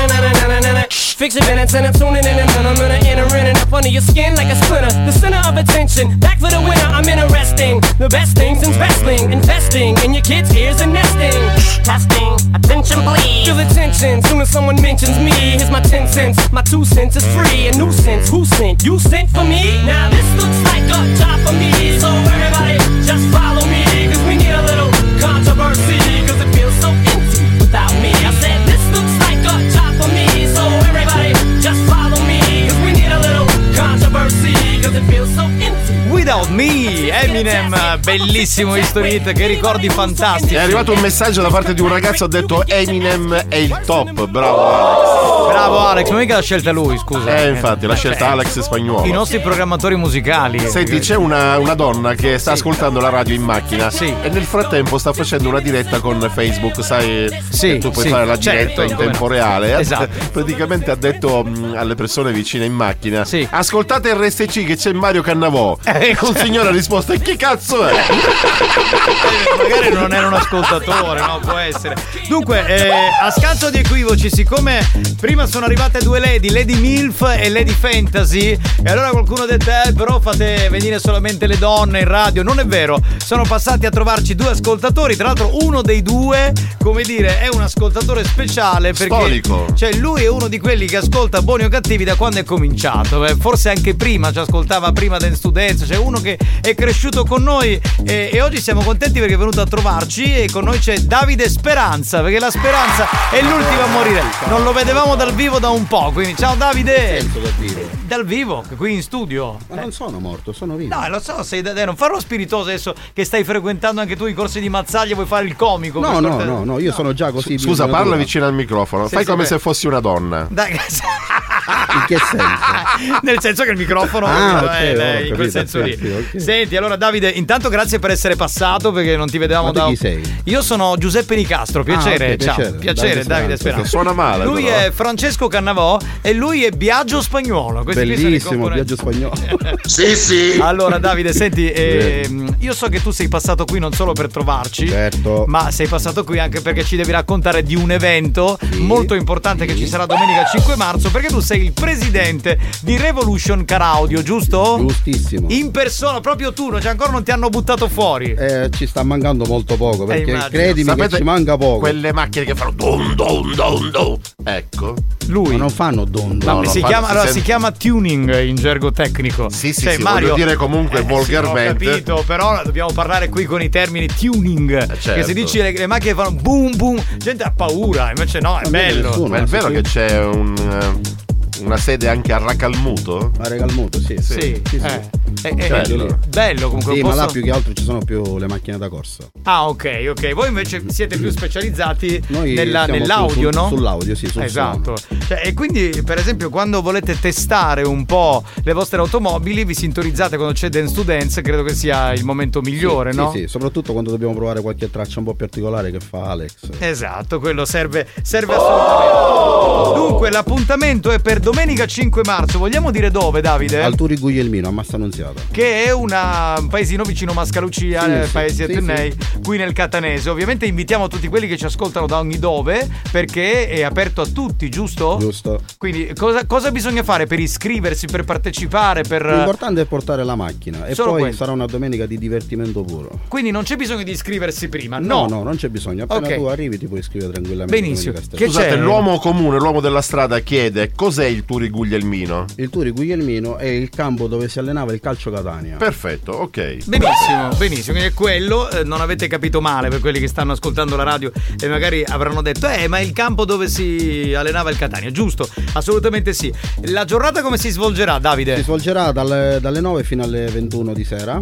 Fix your minutes and I'm tuning in, and then I'm gonna enter in and up under your skin like a splinter. The center of attention, back for the winner. I'm interesting, the best things in wrestling, investing in your kids' ears and nesting. Testing, attention please. Feel the tension, soon as someone mentions me. Here's my ten cents, my two cents is free. A nuisance, who sent? You sent for me? Now this looks like a job for me, so everybody just follow me, cause we need a little controversy, cause it feels so empty without me. I said this looks like a job for me, so everybody just follow me, cause we need a little controversy, cause it feels so empty. Without Me, Eminem, bellissimo History Hit, che ricordi fantastici. È arrivato un messaggio da parte di un ragazzo, ha detto Eminem è il top, bravo Alex. Bravo Alex, ma mica l'ha scelta lui, scusa. Eh infatti, l'ha scelta Alex Spagnuolo. I nostri programmatori musicali. Senti, c'è una, una donna che sta sì. ascoltando la radio in macchina, sì. e nel frattempo sta facendo una diretta con Facebook, sai, sì, tu puoi sì, fare la certo, diretta in tempo no. reale. Esatto. Praticamente ha detto mh, alle persone vicine in macchina, sì. ascoltate R S C che c'è Mario Cannavò. E un signore ha risposto, e che cazzo è? Magari non era un ascoltatore, no? Può essere. Dunque, eh, a scanso di equivoci, siccome prima sono arrivate due lady, Lady Milf e Lady Fantasy, e allora qualcuno ha detto, eh, però fate venire solamente le donne in radio. Non è vero, sono passati a trovarci due ascoltatori. Tra l'altro uno dei due, come dire, è un ascoltatore speciale, perché storico. Cioè lui è uno di quelli che ascolta Buoni o Cattivi da quando è cominciato, eh, forse anche prima, ci ascoltava prima Dance to Dance, cioè uno che è cresciuto con noi, e, e oggi siamo contenti perché è venuto a trovarci, e con noi c'è Davide Speranza, perché la speranza è l'ultima a morire. Non lo vedevamo dal vivo da un po', quindi ciao Davide. Dal vivo? Dal vivo, qui in studio. Ma non sono morto, sono vivo. No, lo so, sei da, non farlo spiritoso adesso che stai frequentando anche tu i corsi di Mazzaglia, vuoi fare il comico. No, no, no, no, io no. sono già così. Scusa, parla vicino al microfono, sì, fai sì, come beh. se fossi una donna. Dai, In che senso? Nel senso che il microfono Ah, eh, ok, eh, ho in capito, quel senso lì. ok, ok. Senti, allora Davide, intanto grazie per essere passato perché non ti vedevamo Ma tu da. chi sei? Io sono Giuseppe Nicastro, piacere, Ah, ok, ciao. piacere. Piacere, Davide Davide Speranza. Speranza. Suona male, Lui però. è Francesco Cannavò e lui è Biagio Spagnolo. Questi qui sono i Bellissimo, componenti. Biagio Spagnolo. Sì, sì. Allora Davide, senti, ehm, io so che tu sei passato qui non solo per trovarci, Certo. ma sei passato qui anche perché ci devi raccontare di un evento molto importante che ci sarà domenica cinque marzo, perché tu sei il presidente di Revolution Car Audio, giusto? Giustissimo. In persona, proprio tu, cioè ancora non ti hanno buttato fuori. Eh, ci sta mancando molto poco perché immagino. credimi Sapete che ci manca poco. Quelle macchine che fanno dum dum dum dum. Ecco. Lui Ma non fanno don Ma No, no, si, fa- chiama, si allora, sente- si chiama tuning in gergo tecnico. Sì, sì, Cioè, sì, Mario, voglio dire comunque eh, volgarmente. sì, ho capito, però dobbiamo parlare qui con i termini tuning. certo. Che si dice le, le macchine fanno boom boom, gente ha paura, invece no, è Non vede bello. nessuno. Ma è vero che c'è un, eh, una sede anche a Racalmuto? A Regalmuto, sì. Sì, sì, sì. eh. È, è Bello. bello comunque. Sì, un ma posto- là più che altro ci sono più le macchine da corsa. Ah, ok, ok. Voi invece siete più specializzati Noi nella- siamo nell'audio, più sul- no? sull'audio, sì, sul Esatto. Cioè, e quindi, per esempio, quando volete testare un po' le vostre automobili, vi sintonizzate quando c'è Dance to Dance, credo che sia il momento migliore, Sì, no? Sì, sì, soprattutto quando dobbiamo provare qualche traccia un po' particolare che fa Alex. Esatto, quello serve, serve assolutamente. Dunque, l'appuntamento è per domenica cinque marzo. Vogliamo dire dove, Davide? Al Turi Guglielmino, a Massa Annunziata. Che è una, un paesino vicino Mascalucia, Sì, eh, sì, paesi sì, Etnei, qui nel Catanese. Ovviamente invitiamo tutti quelli che ci ascoltano da ogni dove, perché è aperto a tutti, giusto? Giusto. Quindi cosa, cosa bisogna fare per iscriversi, per partecipare, per... L'importante è portare la macchina e Solo poi quello. sarà una domenica di divertimento puro. Quindi non c'è bisogno di iscriversi prima, No, no? no, non c'è bisogno. Appena Ok. tu arrivi ti puoi iscrivere tranquillamente. Benissimo. domenica Che stessa. c'è? Scusate, l'uomo comune, l'uomo della strada chiede cos'è il Turi Guglielmino? Il Turi Guglielmino è il campo dove si allenava il calcio Catania. Perfetto, ok. Benissimo, benissimo, quindi è quello, eh, non avete capito male per quelli che stanno ascoltando la radio e magari avranno detto eh ma è il campo dove si allenava il Catania, giusto? Assolutamente sì. La giornata come si svolgerà, Davide? Si svolgerà dalle, dalle nove fino alle ventuno di sera,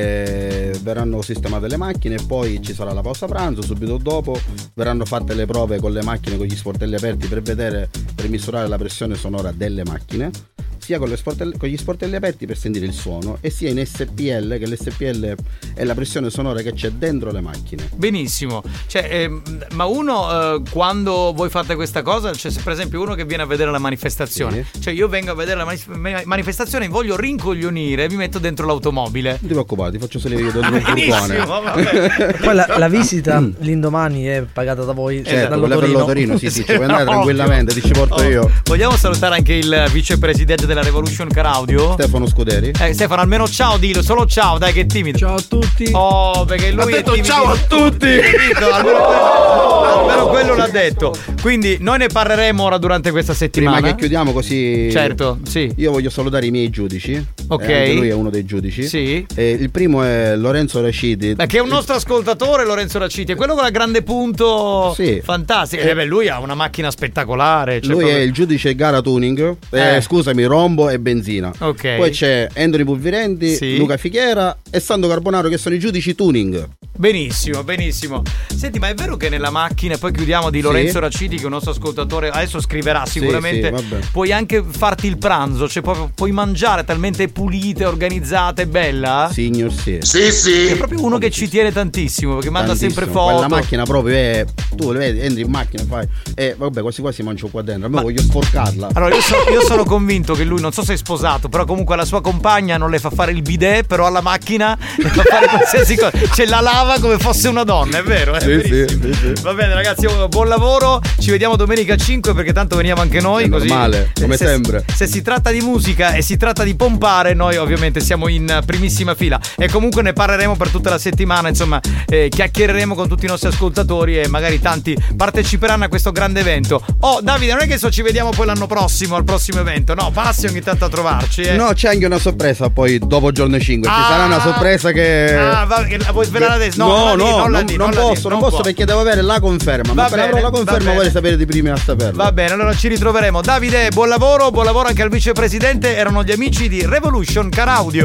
e verranno sistemate le macchine e poi ci sarà la pausa pranzo, subito dopo verranno fatte le prove con le macchine con gli sportelli aperti per vedere, per misurare la pressione sonora delle macchine, sia con, le sportelli, con gli sportelli aperti per sentire il suono e sia in S P L, che l'S P L è la pressione sonora che c'è dentro le macchine. Benissimo, cioè, ehm, ma uno eh, quando voi fate questa cosa, c'è per esempio uno che viene a vedere la manifestazione, cioè io vengo a vedere la manif- manifestazione, voglio rincoglionire, mi metto dentro l'automobile. Non ti preoccupare, ti faccio salire io dentro un Benissimo, furgone. vabbè. Poi la, la visita l'indomani è pagata da voi, cioè Certo, quella per dall'Otorino. l'Otorino, sì, sì, ci puoi andare Ovvio. tranquillamente, ti ci porto Oh, io. Vogliamo salutare anche il vicepresidente della Revolution Car Audio? Stefano Scuderi. Eh, Stefano, almeno ciao, dillo, solo ciao, dai che è timido. Ciao a tutti. Oh, perché lui Ha è detto timidino. ciao a tutti. Timidino, almeno, quello, almeno quello l'ha detto. Quindi noi ne parleremo ora durante questa settimana. Prima che chiudiamo così. Certo, sì. Io voglio salutare i miei giudici. Ok. E anche lui è uno dei giudici. Sì. E il primo è Lorenzo Raciti. Beh, che è un nostro ascoltatore, Lorenzo Raciti, è quello con la grande punto Sì. fantastica. Eh beh, lui ha una macchina spettacolare. Cioè Lui proprio- è il giudice gara tuning. Eh, Eh. Scusami, rombo e benzina. Ok. Poi c'è Anthony Pulvirenti, Sì. Luca Fichiera e Sandro Carbonaro, che sono i giudici tuning. Benissimo, benissimo. Senti, ma è vero che nella macchina, e poi chiudiamo, di Lorenzo Sì. Raciti, che è un nostro ascoltatore, adesso scriverà sicuramente, sì, vabbè. puoi anche farti il pranzo, cioè proprio puoi mangiare talmente pulita, organizzata e bella? Signor sì. Sì, sì. È proprio uno che ci tiene tantissimo, perché manda sempre Tantissimo. foto. Quella macchina proprio è. Tu le vedi, entri in macchina e fai. E vabbè, quasi quasi mangio qua dentro. A me voglio sporcarla. Allora, io, so- io sono convinto che lui, non so se è sposato, però comunque alla sua compagna non le fa fare il bidet, però alla macchina le fa fare qualsiasi cosa. Ce la lava come fosse una donna, è vero? È Sì, verissimo. sì, sì, sì. Va bene, ragazzi, buon lavoro. Ci vediamo domenica cinque, perché tanto veniamo anche noi. È Così, normale, come se, sempre. Se si tratta di musica e si tratta di pompare, noi ovviamente siamo in primissima fila. E comunque ne parleremo per tutta la settimana. Insomma, eh, chiacchiereremo con tutti i nostri ascoltatori e magari tanti parteciperanno a questo grande evento. Oh, Davide, non è che so ci vediamo poi l'anno prossimo al prossimo evento. No, passi ogni tanto a trovarci. Eh. No, c'è anche una sorpresa poi dopo giorno cinque. Ci Ah. sarà una sorpresa che. Ah, va, che la vuoi svelare adesso? No, no, non la no, di, non la non, di, non non la posso, di, non non posso può. perché devo avere la conferma. Va Ma appena bene, avrò la va conferma bene. vorrei sapere di primi a saperlo. Va bene, allora ci ritroveremo. Davide, buon lavoro, buon lavoro anche al vicepresidente. Erano gli amici di Revolution Car Audio.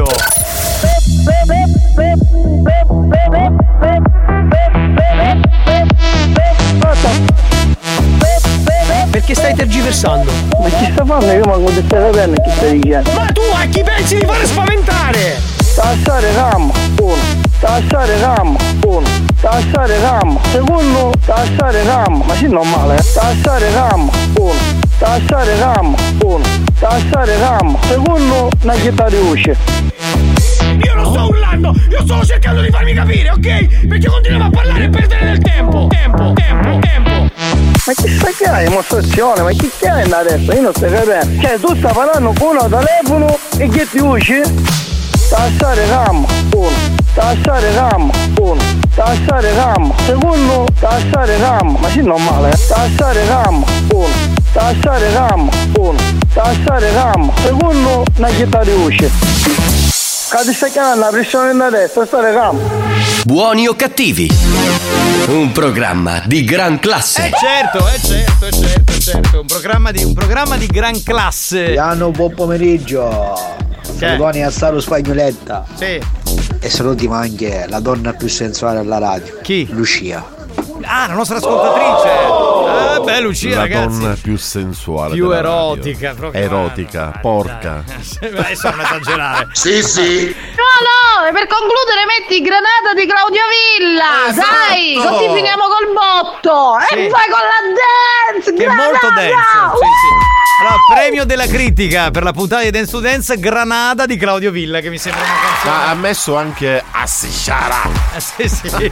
Per perché stai tergiversando. Ma chi sta facendo? Io manco di stare bene chi stai dicendo. Ma tu a chi pensi di fare spaventare? Tassare gamma, uno. Tassare gamma, uno. Tassare gamma, secondo. Tassare gamma, ma sì normale, eh. Tassare gamma, uno. Tassare gamma, uno. Tassare gamma, secondo. Una chitarra di usce. Io non sto urlando, io sto cercando di farmi capire, ok? Perché continuiamo a parlare e perdere del tempo. Tempo, tempo, tempo. Ma chi sta che hai dimostrazione? Ma chi che hai adesso? Io non sto capendo. Cioè tu stai parlando con un telefono e che ti usci? Tassare gamma, uno. Tassare gamma, uno. Tassare gamma, secondo. Tassare gamma, ma sì normale, eh. Tassare gamma, uno. Tassare gamma, uno. Tassare gamma, secondo. Una chitarra di usci. Cade stai chiamando la pressione da destra, stare gamma. Buoni o cattivi? Un programma di gran classe. Eh certo, eh certo, eh certo, eh certo. Un programma di, un programma di gran classe. Hanno buon pomeriggio. Salutoni a Saro Spagnoletta. Sì. E salutiamo anche la donna più sensuale alla radio. Chi? Lucia. Ah, la nostra ascoltatrice. Ah, beh, Lucia, la ragazzi. donna più sensuale, Più della erotica, radio. proprio. Erotica, Dai, porca. dai. Adesso non esagerare. Sì, sì. No, no, e per concludere metti Granata di Claudio Villa, Esatto. dai, così finiamo col botto. Sì. E vai con la dance, Che è Granata. molto dance. Sì, sì. Allora, premio della critica per la puntata di Dance to Dance, Granada di Claudio Villa, che mi sembra una canzone. Ma ha messo anche Assisciara. Eh, sì, sì.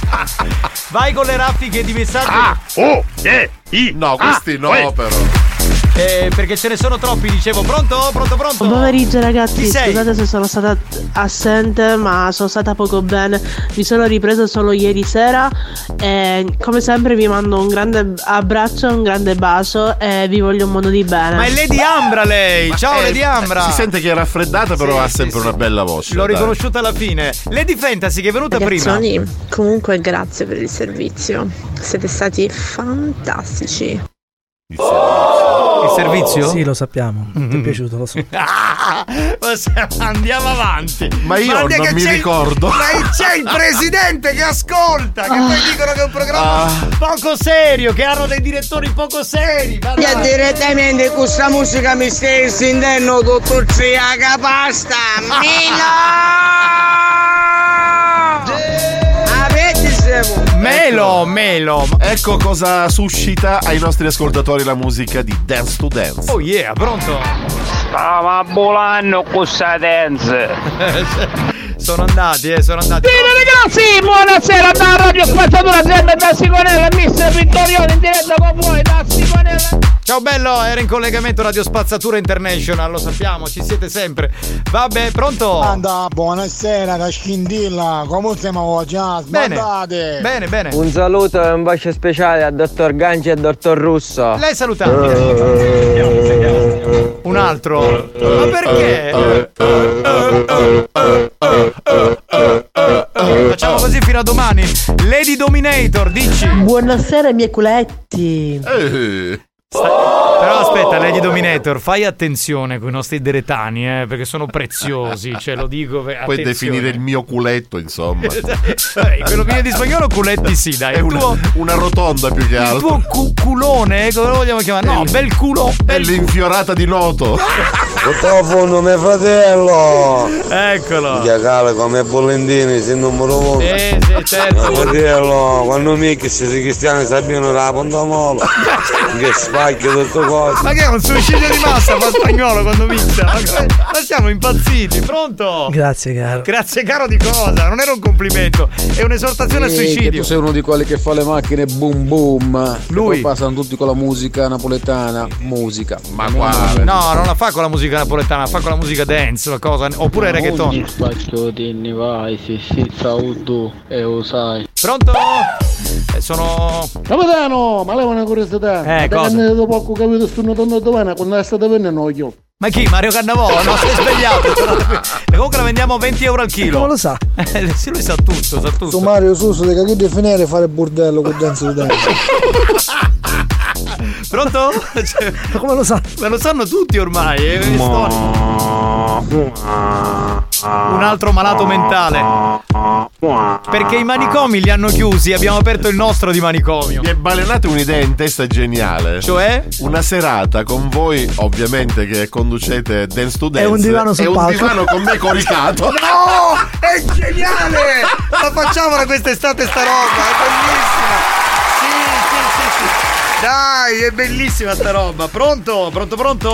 Vai con le raffiche di messaggi. Ah, oh, eh, i. No, questi Ah, no, eh. però. Eh, perché ce ne sono troppi, dicevo. Pronto? Pronto, pronto? Buon pomeriggio ragazzi, Chi sei? scusate se sono stata assente ma sono stata poco bene, mi sono ripresa solo ieri sera e come sempre vi mando un grande abbraccio, un grande bacio e vi voglio un mondo di bene. Ma è Lady Ambra lei, ciao Eh, Lady Ambra. Si sente che è raffreddata, però Sì, ha sì, sempre sì. una bella voce. L'ho dai. riconosciuta alla fine. Lady Fantasy che è venuta Ragazzoni, prima. comunque grazie per il servizio, siete stati fantastici. Il servizio? Sì, lo sappiamo. Ti è piaciuto, lo so. Ah, ma se- andiamo avanti. Ma io Guarda non che mi c'è il- ricordo. Ma c'è il presidente che ascolta, che poi dicono che è un programma Ah. poco serio, che hanno dei direttori poco seri. Ma Io dai. direttamente con questa musica mi stai sentendo tutto ubriaca pasta. Milo! Avete siamo. Melo, melo. Ecco cosa suscita ai nostri ascoltatori la musica di Dance to Dance. Oh yeah, pronto? Stava volando con sta dance. Sono andati, eh, sono andati. Bene ragazzi, buonasera da Radio Spazzatura, sempre da Simonella, mister Vittorione in diretta con voi da Simonella. Ciao bello, era in collegamento Radio Spazzatura International, lo sappiamo, ci siete sempre. Vabbè, pronto? Anda, buonasera da Scindilla, come siamo oggi? Ah, Bene, sbandate. bene, bene. Un saluto e un bacio speciale a dottor Ganci e dottor Russo. Lei salutato. Un altro. Ma perché? Facciamo così fino a domani. Lady Dominator, dici. Buonasera miei culetti. Eh. Però aspetta, Lady Dominator, fai attenzione con i nostri deretani, eh, perché sono preziosi, ce lo dico. Puoi attenzione. definire il mio culetto, insomma. Vabbè, quello mio di spagnolo culetti sì, dai. È Il una, tuo, una rotonda più che il altro. tuo cu- culone, come lo vogliamo chiamare? No, bel culo. È Bel l'infiorata di Noto. Fondo mio fratello. Eccolo. Chiacale come Bollendini, se numero uno. Sì, sì, certo. Mio fratello, quando mica se i cristiani sappiano la Pontamolo. Che spacchio tutto cosa. Ma che è un suicidio di massa fa spagnolo quando mixa? Ma, come- ma siamo impazziti, pronto? Grazie, caro. Grazie caro di cosa? Non era un complimento, è un'esortazione al Sì, che suicidio. tu sei uno di quelli che fa le macchine boom boom. Lui. E poi passano tutti con la musica napoletana. Musica. Ma quale? No, non la fa con la musica napoletana, la fa con la musica dance, la cosa, oppure reggaeton. spacchio di vai, sì, sì, saluto e lo sai. Pronto? Eh, sono. Capitano, ma lei una curiosità. Eh, da cosa? quando dopo ho capito sto notando dove quando è stato venendo io. Ma chi? Mario Cannavò? No, sei svegliato. E comunque la vendiamo venti euro al chilo. Come lo sa? Eh, sì, lui sa tutto, sa tutto. Su Mario Suso, di che definire fare bordello con danza di danza. Pronto? Cioè, Ma come lo sa? ma lo sanno tutti ormai. È una storia. Un altro malato mentale. Perché i manicomi li hanno chiusi, abbiamo aperto il nostro di manicomio. Mi è balenata un'idea in testa geniale. Cioè? Una serata con voi, ovviamente, che conducete Dance to Dance. E un divano sul e un palco. divano con me coricato. No! È geniale! La facciamola quest'estate sta roba, è bellissima! Sì, sì, sì, sì. Dai, è bellissima sta roba. Pronto? Pronto, pronto?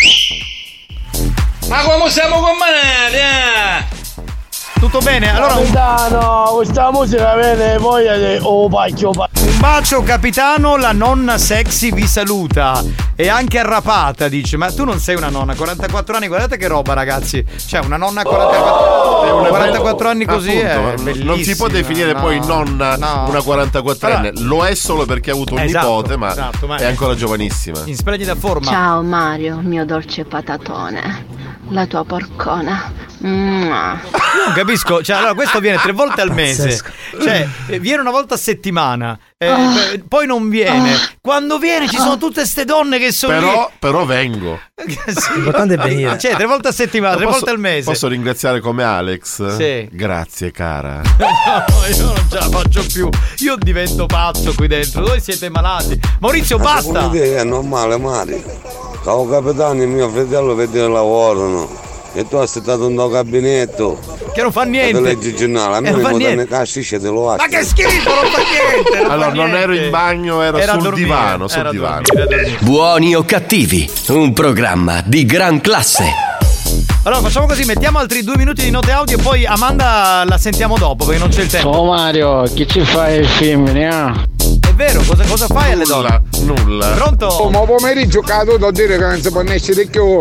Dai. Ma come siamo combinati, eh? Tutto bene? Allora un... Capitano, questa musica viene voglia di oh pacchio pacchio. Un bacio capitano, la nonna sexy vi saluta. E anche arrapata dice: ma tu non sei una nonna, quarantaquattro anni, guardate che roba ragazzi. Cioè una nonna a quarantaquattro, È una quarantaquattro anni così appunto, è non si può definire no, poi nonna no. una quarantaquattrenne. Allora, lo è solo perché ha avuto un esatto, nipote, ma, esatto, ma è ancora giovanissima. In splendida forma. Ciao Mario, mio dolce patatone, la tua porcona. Mua. Io non capisco, cioè allora questo viene tre volte al mese. Cioè, eh, viene una volta a settimana. Eh, Oh. eh, poi non viene. Quando viene ci sono tutte ste donne che sono Però, però vengo. lì. Sì. L'importante è venire. Cioè, tre volte a settimana, tre Posso- volte al mese. Posso ringraziare come Alex? Sì. Grazie, cara. No, io non ce la faccio più. Io divento pazzo qui dentro. Voi siete malati. Maurizio, basta. È normale, Mario. Ciao capitano, mio fratello vede lavorano. E tu hai aspettato un tuo gabinetto. Che non fa niente. E leggi il giornale. A E me non mi fa danno niente. i casci te lo Ma lascio. che schifo, non fa niente. Non Allora, fa non niente. ero in bagno, ero Era a sul dormire, divano, sul era a divano. dormire, era a dormire. Buoni o cattivi, un programma di gran classe. Allora facciamo così, mettiamo altri due minuti di note audio e poi Amanda la sentiamo dopo perché non c'è il tempo. Oh Mario, che ci fai il femmine, ah? È vero, cosa, cosa fai alle donne? Nulla. Pronto? Oh, ma pomeriggio caduto a dire che non si può essere più.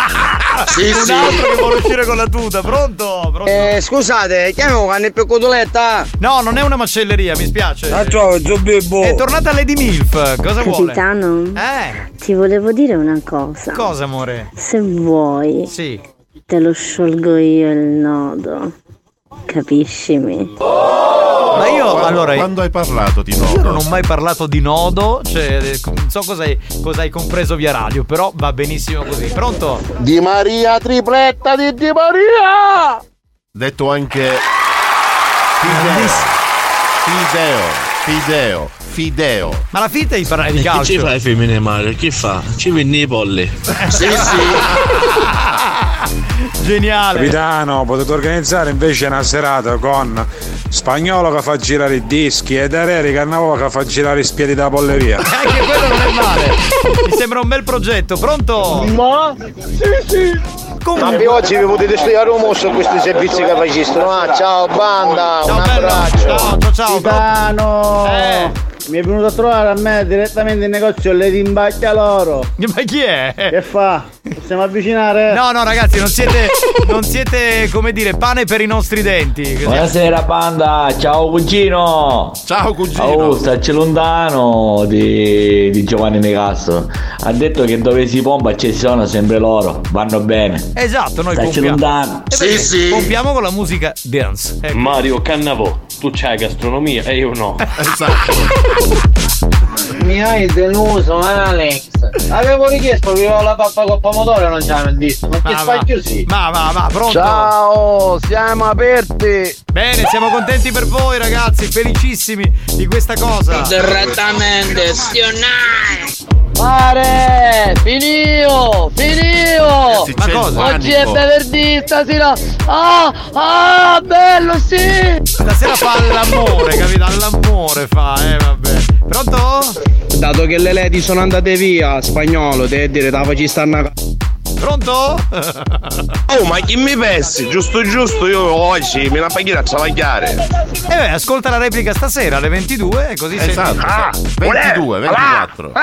Sì, un sì. altro che vuole uscire con la tuta, pronto? Pronto? Eh, scusate, chiamo canne per cotoletta. No, non è una macelleria, mi spiace. Ah, ciao, Zobibbo. È tornata Lady Milf, cosa vuole? Capitano, Eh, ti volevo dire una cosa. cosa amore? Se vuoi, Sì. te lo sciolgo io il nodo. Capiscimi? Ma io Quando, allora quando hai parlato di io nodo? non ho mai parlato di nodo, cioè eh, non so cosa hai, cosa hai compreso via radio, però va benissimo così. Pronto? Di Maria, tripletta di Di Maria! Detto anche Fideo, Fideo, Fideo. Ma la finta di parlare di Chi calcio? ci fa i femmine Mario? Chi fa? Ci venni i polli. Sì, sì. Geniale. Capitano, potete organizzare invece una serata con Spagnolo che fa girare i dischi e Dareri Cannavò che fa girare i spiedi da polleria. Anche quello non è male. Mi sembra un bel progetto. Pronto? Ma? Sì, sì. Comunque- Ma oggi vi potete studiare un mosso a questi servizi che facessero. Ah, ciao banda, Ciao, un bello. abbraccio. Ciao, ciao, ciao. Capitano, Eh. mi è venuto a trovare a me direttamente in negozio le timbacchia loro. Ma chi è? Che fa? Possiamo avvicinare? No, no, ragazzi, non siete, non siete, come dire, pane per i nostri denti. Così. Buonasera banda, ciao cugino. Ciao cugino. Oh, stacci lontano di, di Giovanni Nicastro. Ha detto che dove si pompa ci sono sempre loro, vanno bene. Esatto, noi Stacci pompiamo. lontano. Eh, perché pompiamo con la musica dance. Ecco. Mario Cannavò, tu c'hai gastronomia e io no. Mi hai deluso, Alex. Avevo richiesto che la pappa con pomodoro e non ce l'hanno visto. Ma che Ma fai va. così? Ma va, va, pronto? Ciao, siamo aperti. Bene, siamo contenti per voi, ragazzi, felicissimi di questa cosa. Direttamente stionare. Pare, finio, finio. Ma cosa? Oggi è venerdì, stasera. Ah, ah, bello, sì. Stasera fa l'amore, capito? L'amore fa, eh, vabbè. Pronto? Dato che le lady sono andate via, spagnolo, devi dire, da ci stanno. Pronto? Oh, ma chi mi pensi? Giusto giusto, io oggi mi la pagherò a travagliare. E beh, ascolta la replica stasera alle ventidue e così Esatto. senti. Ah, ventidue, ventiquattro.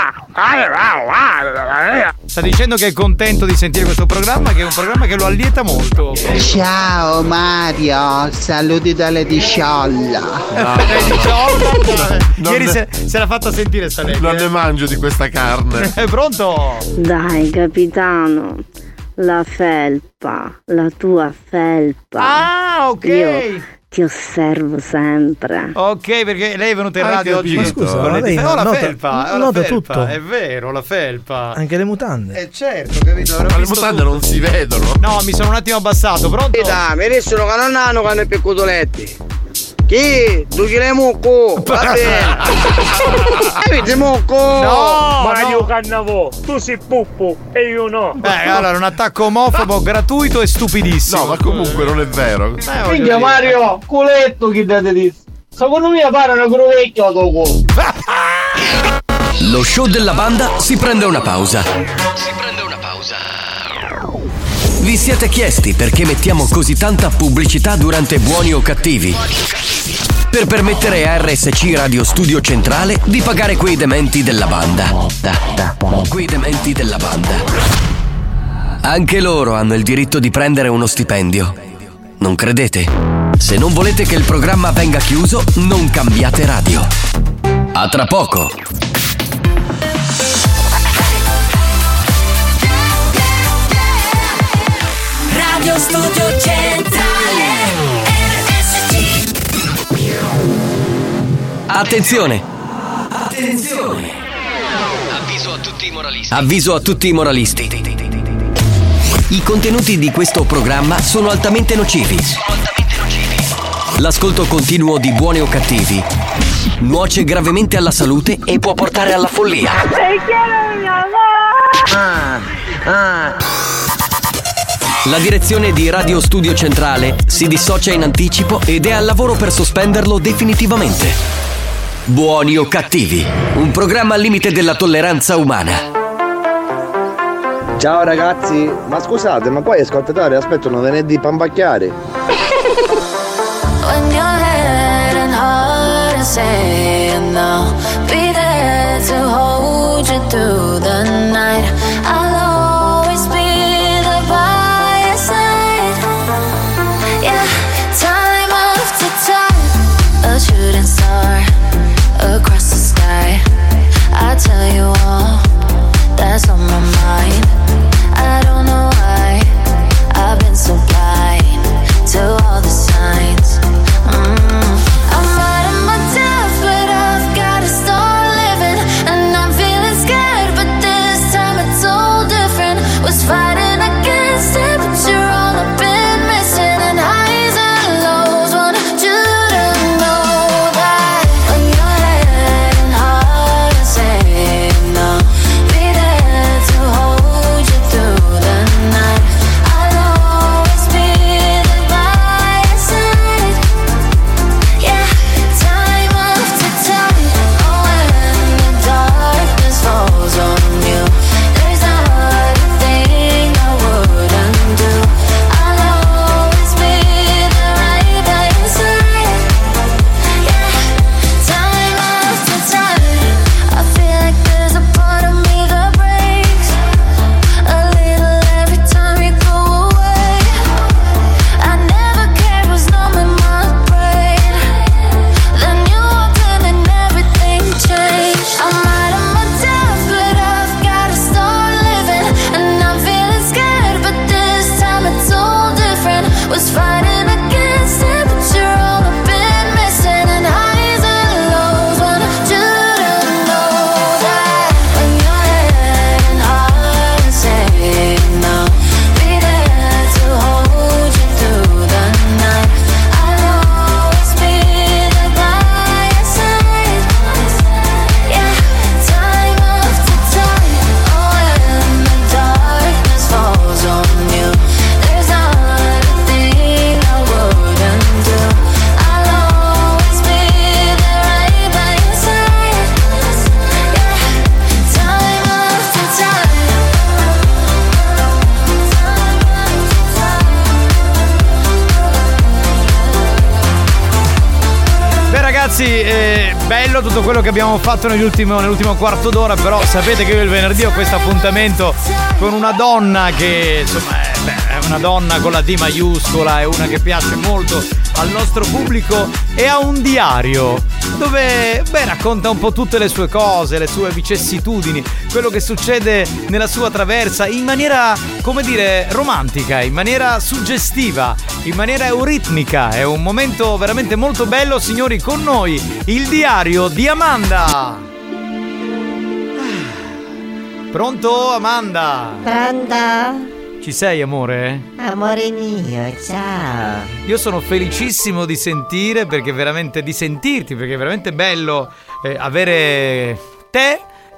Sta dicendo che è contento di sentire questo programma, che è un programma che lo allieta molto. Ciao Mario, saluti dalle di Sciolla. Eh, di Jordan, Non Ieri ne- se, se l'ha fatta sentire sta lei. Non ne mangio di questa carne. È pronto? Dai, capitano, la felpa, la tua felpa. Ah, ok. Io ti osservo sempre. Ok, perché lei è venuta in Hai radio oggi. capito? Ma scusa, con le lei dif- oh, la nota- felpa, oh, la nota felpa, tutto. è vero, la felpa. Anche le mutande. Eh certo, capito? Avrò Ma le visto mutande tutto. non si vedono. No, mi sono un attimo abbassato, pronto? Mi adesso non hanno canne per cotoletti. Chi? Tu chi le mucco? Va bene. Avete mucco? No, Mario no. Cannavò, tu sei puppo e io no. Eh, allora, un attacco omofobo gratuito e stupidissimo. No, ma comunque non è vero. Eh, Minchia Mario, culetto chi date di. Secondo me parlano grovecchio a tuo culo. Lo show della banda si prende una pausa. Si prende una pausa. Vi siete chiesti perché mettiamo così tanta pubblicità durante Buoni o Cattivi? Per permettere a R S C Radio Studio Centrale di pagare quei dementi della banda. Da, da, quei dementi della banda. Anche loro hanno il diritto di prendere uno stipendio. Non credete? Se non volete che il programma venga chiuso, non cambiate radio. A tra poco. Radio Studio Centrale R S C. Attenzione! Attenzione! Avviso a tutti i moralisti. Avviso a tutti i moralisti. I contenuti di questo programma sono altamente nocivi. L'ascolto continuo di Buoni o Cattivi nuoce gravemente alla salute e può portare alla follia. Ah, ah. La direzione di Radio Studio Centrale si dissocia in anticipo ed è al lavoro per sospenderlo definitivamente. Buoni o Cattivi, un programma al limite della tolleranza umana. Ciao ragazzi, ma scusate, ma poi gli ascoltatori aspettano venerdì pambacchiare. When your head and heart are saying no, be there to hold you through the night. I'll always be there by your side. Yeah, time after time, a shooting star across the sky. I tell you all that's on my mind. I don't know why I've been so blind to all the signs. Mm. I'm out of my depth, but I've gotta start living. And I'm feeling scared, but this time it's all different. Was fighting against it, but you're all I've been missing. And highs and lows, want you to know that when your head and heart are saying no, be there to hold you through the night. I'll always be there by your side. Yeah, time after time. Oh, when the darkness falls on you, there's not a thing I wouldn't do. I'll always be there right by your side. Yeah, time after time. I feel like there's a part of me that breaks a little every time you go away. I never cared, was numb in my brain. Then you walked in and everything changed. I'm out of my depth, but I've gotta start living. And I'm feeling scared, but this time it's all different. Was fighting against it, but you're all I've been missing. And highs and lows, want you to know that when your head and heart are saying no, be there to hold you through the night. I'll always be there by your side. Yeah, time after time. Oh, when the darkness falls on you, there's not a thing I wouldn't do. I'll always be there right by your side. Yeah, time after time. Beh ragazzi, è bello tutto quello che abbiamo fatto nell'ultimo, nell'ultimo quarto d'ora, però sapete che io il venerdì ho questo appuntamento con una donna che insomma è, beh, è una donna con la D maiuscola, è una che piace molto al nostro pubblico e ha un diario dove beh, racconta un po' tutte le sue cose, le sue vicissitudini, quello che succede nella sua traversa in maniera, come dire, romantica, in maniera suggestiva, in maniera euritmica. È un momento veramente molto bello, signori, con noi il diario di Amanda. Pronto, Amanda? Pronto? Ci sei, amore? Amore mio, ciao. Io sono felicissimo di sentire, perché veramente di sentirti, perché è veramente bello eh, avere te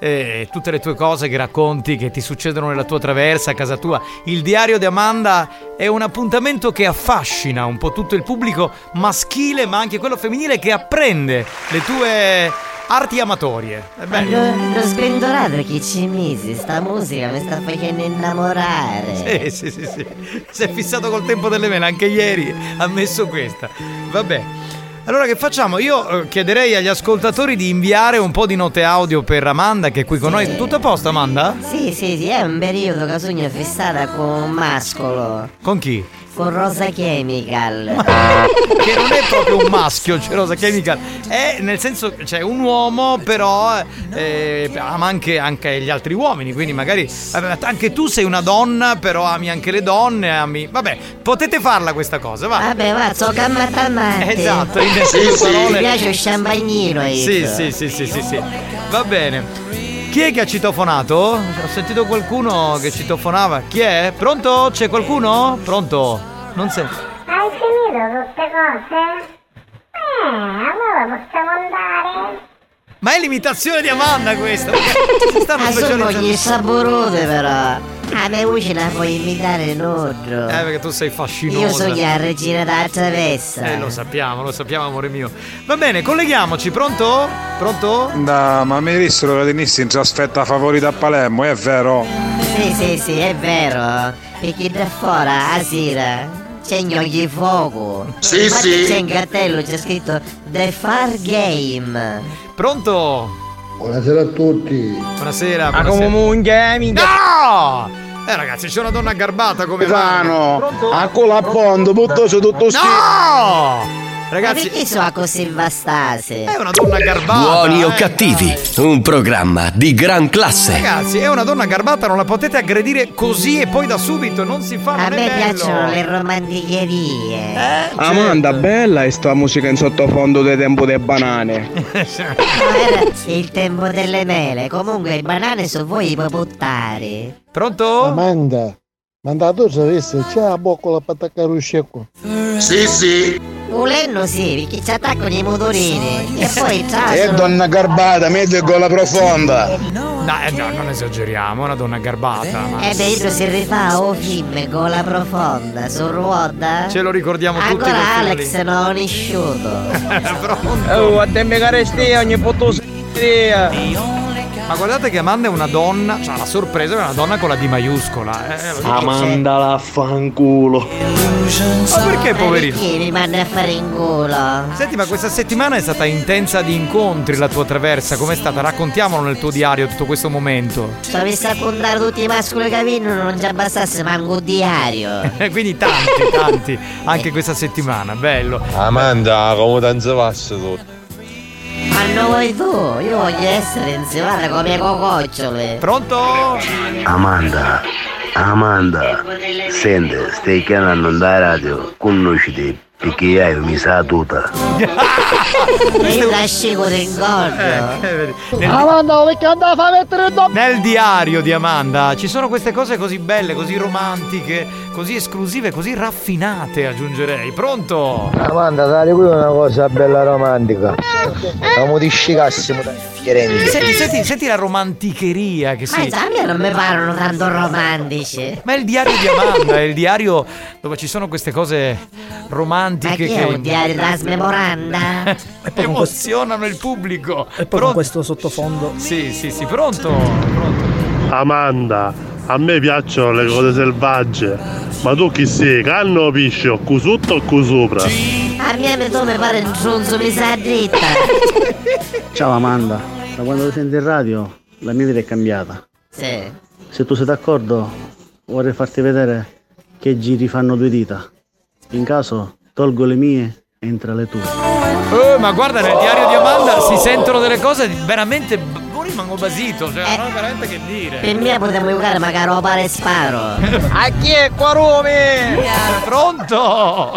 e tutte le tue cose che racconti, che ti succedono nella tua traversa a casa tua. Il diario di Amanda è un appuntamento che affascina un po' tutto il pubblico maschile, ma anche quello femminile, che apprende le tue arti amatorie. È bello. L'ho, l'ho spendorato che ci misi, sta musica mi sta facendo innamorare. Sì, sì, sì, sì. Si è fissato col tempo delle mele, anche ieri ha messo questa. Vabbè. Allora che facciamo? Io eh, chiederei agli ascoltatori di inviare un po' di note audio per Amanda, che è qui con Sì. noi. Tutto a posto, Amanda? Sì, sì, sì, è un periodo che sogno fissata con un mascolo. Con chi? Con Rosa Chemical. Che non è proprio un maschio, cioè Rosa Chemical. È nel senso, c'è un uomo, però eh, ama anche, anche gli altri uomini. Quindi magari eh, anche tu sei una donna, però ami anche le donne. Ami... Vabbè, potete farla questa cosa, va. Vabbè, va, so cammata Esatto, in due parole. Mi piace il champagnino io. Sì, sì, sì, sì, sì, sì. Va bene. Chi è che ha citofonato? Ho sentito qualcuno che citofonava. Chi è? Pronto? C'è qualcuno? Pronto? Non sento. Hai finito tutte cose? Eh, allora possiamo andare? Ma è l'imitazione di Amanda questa. Si stanno Ma sono specializzando. gli saporose però. A me voce la puoi imitare Nodro. Eh, perché tu sei fascinosa. Io sono la regina da travessa. Eh, lo sappiamo, lo sappiamo, amore mio. Va bene, colleghiamoci. Pronto? Pronto? Da, ma mi dissero che tenissi in trasferta favorita a Palermo, è vero? Sì, sì, sì, è vero. Perché da fuori a sera c'è gnocchi fuoco. Sì, Infatti sì. c'è in cartello, c'è scritto The Far Game. Pronto? Buonasera a tutti. Buonasera, Ma buonasera. come un gaming. No! Eh ragazzi, c'è una donna garbata come Stefano, Pronto? a cola a fondo, butto su tutto sti. No! Ragazzi, Ma perché sono così vastase? è una donna garbata. Buoni eh. o cattivi, un programma di gran classe. Ragazzi, è una donna garbata, non la potete aggredire così e poi da subito, non si fa, A non me è bello. piacciono le romanticherie. Eh, Amanda, bella e sta musica in sottofondo del tempo delle banane. No, era il tempo delle mele. Comunque, i banane su voi li puoi buttare. Pronto? Amanda, manda tu sapessi, c'è la boccola per attaccare un scecco. Sì, sì. Volendo sì, perché ci attaccano i motorini. E poi tra È donna garbata, meglio gola profonda. No, eh, no, non esageriamo, è una donna garbata. Ma... E beh, si rifà o film con la profonda su ruota. Ce lo ricordiamo tutti. Ancora quel film Alex lì. non è nisciuto. Pronto? Oh, a te me carestia ogni potto Ma guardate che Amanda è una donna, cioè la sorpresa è una donna con la D maiuscola. Eh, lo dico. Amanda l'affanculo. Ma perché poverino? Perché mi manda a fare in culo? Senti, ma questa settimana è stata intensa di incontri la tua traversa, com'è stata? Raccontiamolo nel tuo diario tutto questo momento. Se avessi a contare tutti i mascoli che vincono non ci bastasse manco un diario. Quindi tanti, tanti, anche questa settimana, bello. Amanda, come danza passa tu? Ma non vuoi tu? Io voglio essere insieme come cococciole. Pronto? Amanda, Amanda, senti, stai chiamando da radio, conosciti, perché io mi sa tutta. Io la scego d'incontro. Eh, nel, Amanda, perché andava a mettere il doppio? nel diario di Amanda ci sono queste cose così belle, così romantiche, così esclusive, così raffinate, aggiungerei. Pronto? Amanda, dai qui una cosa bella romantica. Siamo di scicassimo da Firenze. Senti, senti, senti la romanticheria che Ma si... già a me non mi parlano tanto romantici. Ma è il diario di Amanda, è il diario dove ci sono queste cose romantiche Ma chi è un diario da smemoranda? emozionano il pubblico. E poi con questo sottofondo. Sì, sì, sì, pronto? Pronto? Amanda, a me piacciono le cose selvagge, ma tu chi sei? Canno o pisci? O qui sotto o qui sopra? A me mi tu mi pare un tronzo mi sa dritta. Ciao Amanda, da quando ti senti in radio la mia vita è cambiata. Sì. Se tu sei d'accordo vorrei farti vedere che giri fanno due dita. In caso tolgo le mie e entra le tue. Oh, ma guarda, nel diario di Amanda si sentono delle cose veramente... Io rimango basito, cioè non ho veramente che dire. Per me potremmo giocare magari a pare sparo. A chi è qua Rome? Pronto?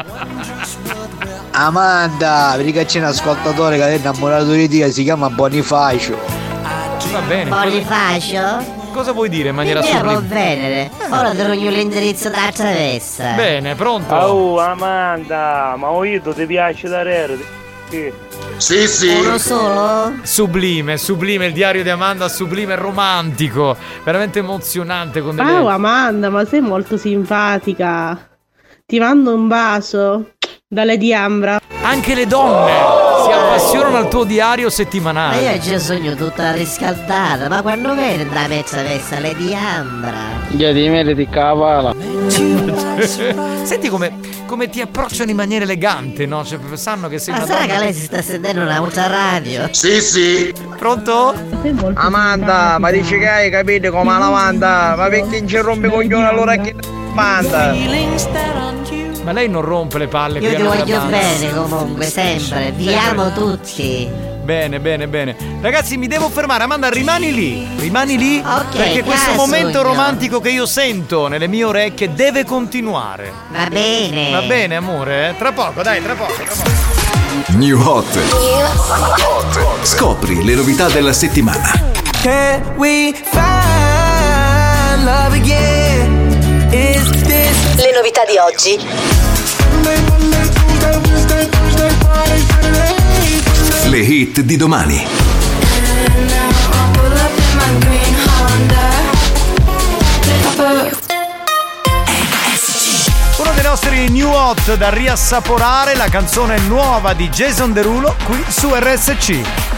Amanda, perché c'è un ascoltatore che è innamorato di te, si chiama Bonifacio. Va bene. Bonifacio? cosa vuoi dire in maniera Andiamo a sublime? Venere. Ora ti rogno l'indirizzo da travessa. Bene, pronto? Oh, Amanda, ma ho io ti piace da rere? Sì. Sì, sì. Uno solo? Sublime, sublime, il diario di Amanda, sublime, romantico, veramente emozionante con delle... Ciao Amanda, ma sei molto simpatica. Ti mando un bacio da Lady Ambra. Anche le donne si appassionano al tuo diario settimanale. Ma io già sogno tutta riscaldata, ma quando viene da mezza vessa Lady Ambra? Io ti meriti cavala. Senti come, come ti approcciano in maniera elegante, no? Cioè, sanno che sei Ma una sarà donna... che lei si sta sentendo un'altra radio? Sì, sì. Pronto? Amanda, ma dici che hai capito come la lavanda? Ma perché non ci rompe coglione allora che Amanda? Ma lei non rompe le palle Io qui ti alla voglio Amanda. bene comunque, sempre. Vi amo tutti. Bene, bene, bene. Ragazzi, mi devo fermare. Amanda, rimani lì. Rimani lì. Ok, perché questo caso momento io. romantico che io sento nelle mie orecchie deve continuare. Va bene. Va bene, amore? eh? Tra poco, dai, tra poco, tra poco. New Hot. Scopri le novità della settimana. Can we find love again? Is this... Le novità di oggi. Le hit di domani. Uno dei nostri new hot da riassaporare, la canzone nuova di Jason Derulo qui su R S C.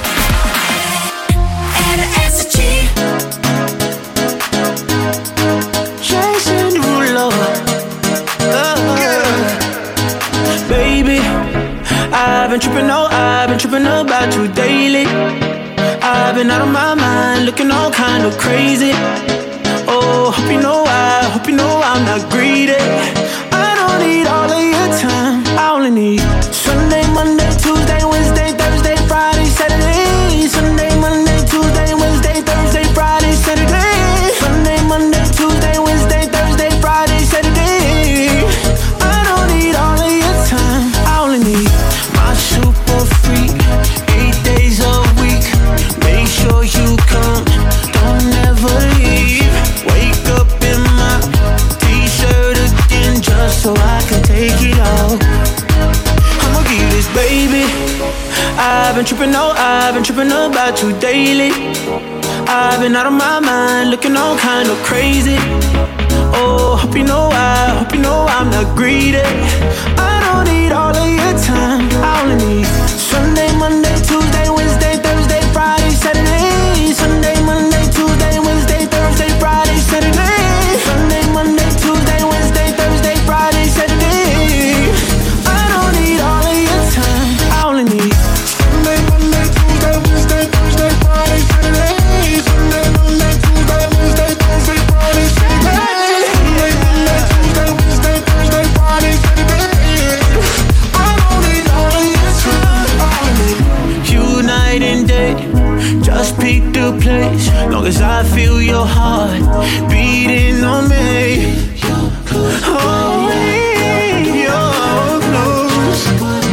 R S C. Jason Derulo. Baby, I've been tripping, oh, I've been tripping about you daily. I've been out of my mind, looking all kind of crazy. Oh, hope you know I, hope you know I'm not greedy. I don't need all of your time, I only need Sunday, Monday, Tuesday, Wednesday, Thursday, Friday, Saturday. Sunday, Monday, Tuesday, Wednesday, Thursday, Friday, Saturday. Sunday, Monday, Tuesday, Wednesday, Thursday, Friday, Saturday. I don't need all of your time, I only need my super freak, eight days a week. Make sure you come, don't ever leave. Wake up in my t-shirt again just so I can take it off. I'ma give you this, baby. I've been tripping, oh, I've been tripping about you daily. I've been out of my mind, looking all kind of crazy. Oh, hope you know I, hope you know I'm not greedy. I don't need all of your time, I only need Sunday, Monday, Tuesday, Wednesday, Thursday, Friday, Saturday. Sunday, Monday, Tuesday, Wednesday, Thursday, Friday, Saturday. Sunday, Monday, Tuesday, Wednesday, Thursday, Friday, Saturday. I don't need all of your time, I only need Sunday, Monday, Tuesday, Wednesday, Thursday, Friday, Saturday. Sunday, Monday, Tuesday, Wednesday, Thursday, Friday, Saturday. Sunday, Monday, Tuesday, Wednesday, Thursday, Friday, Saturday. I don't need all of your time, I only need you night and day. Just pick the place, long as I feel your heart beating on me. Hold me your close.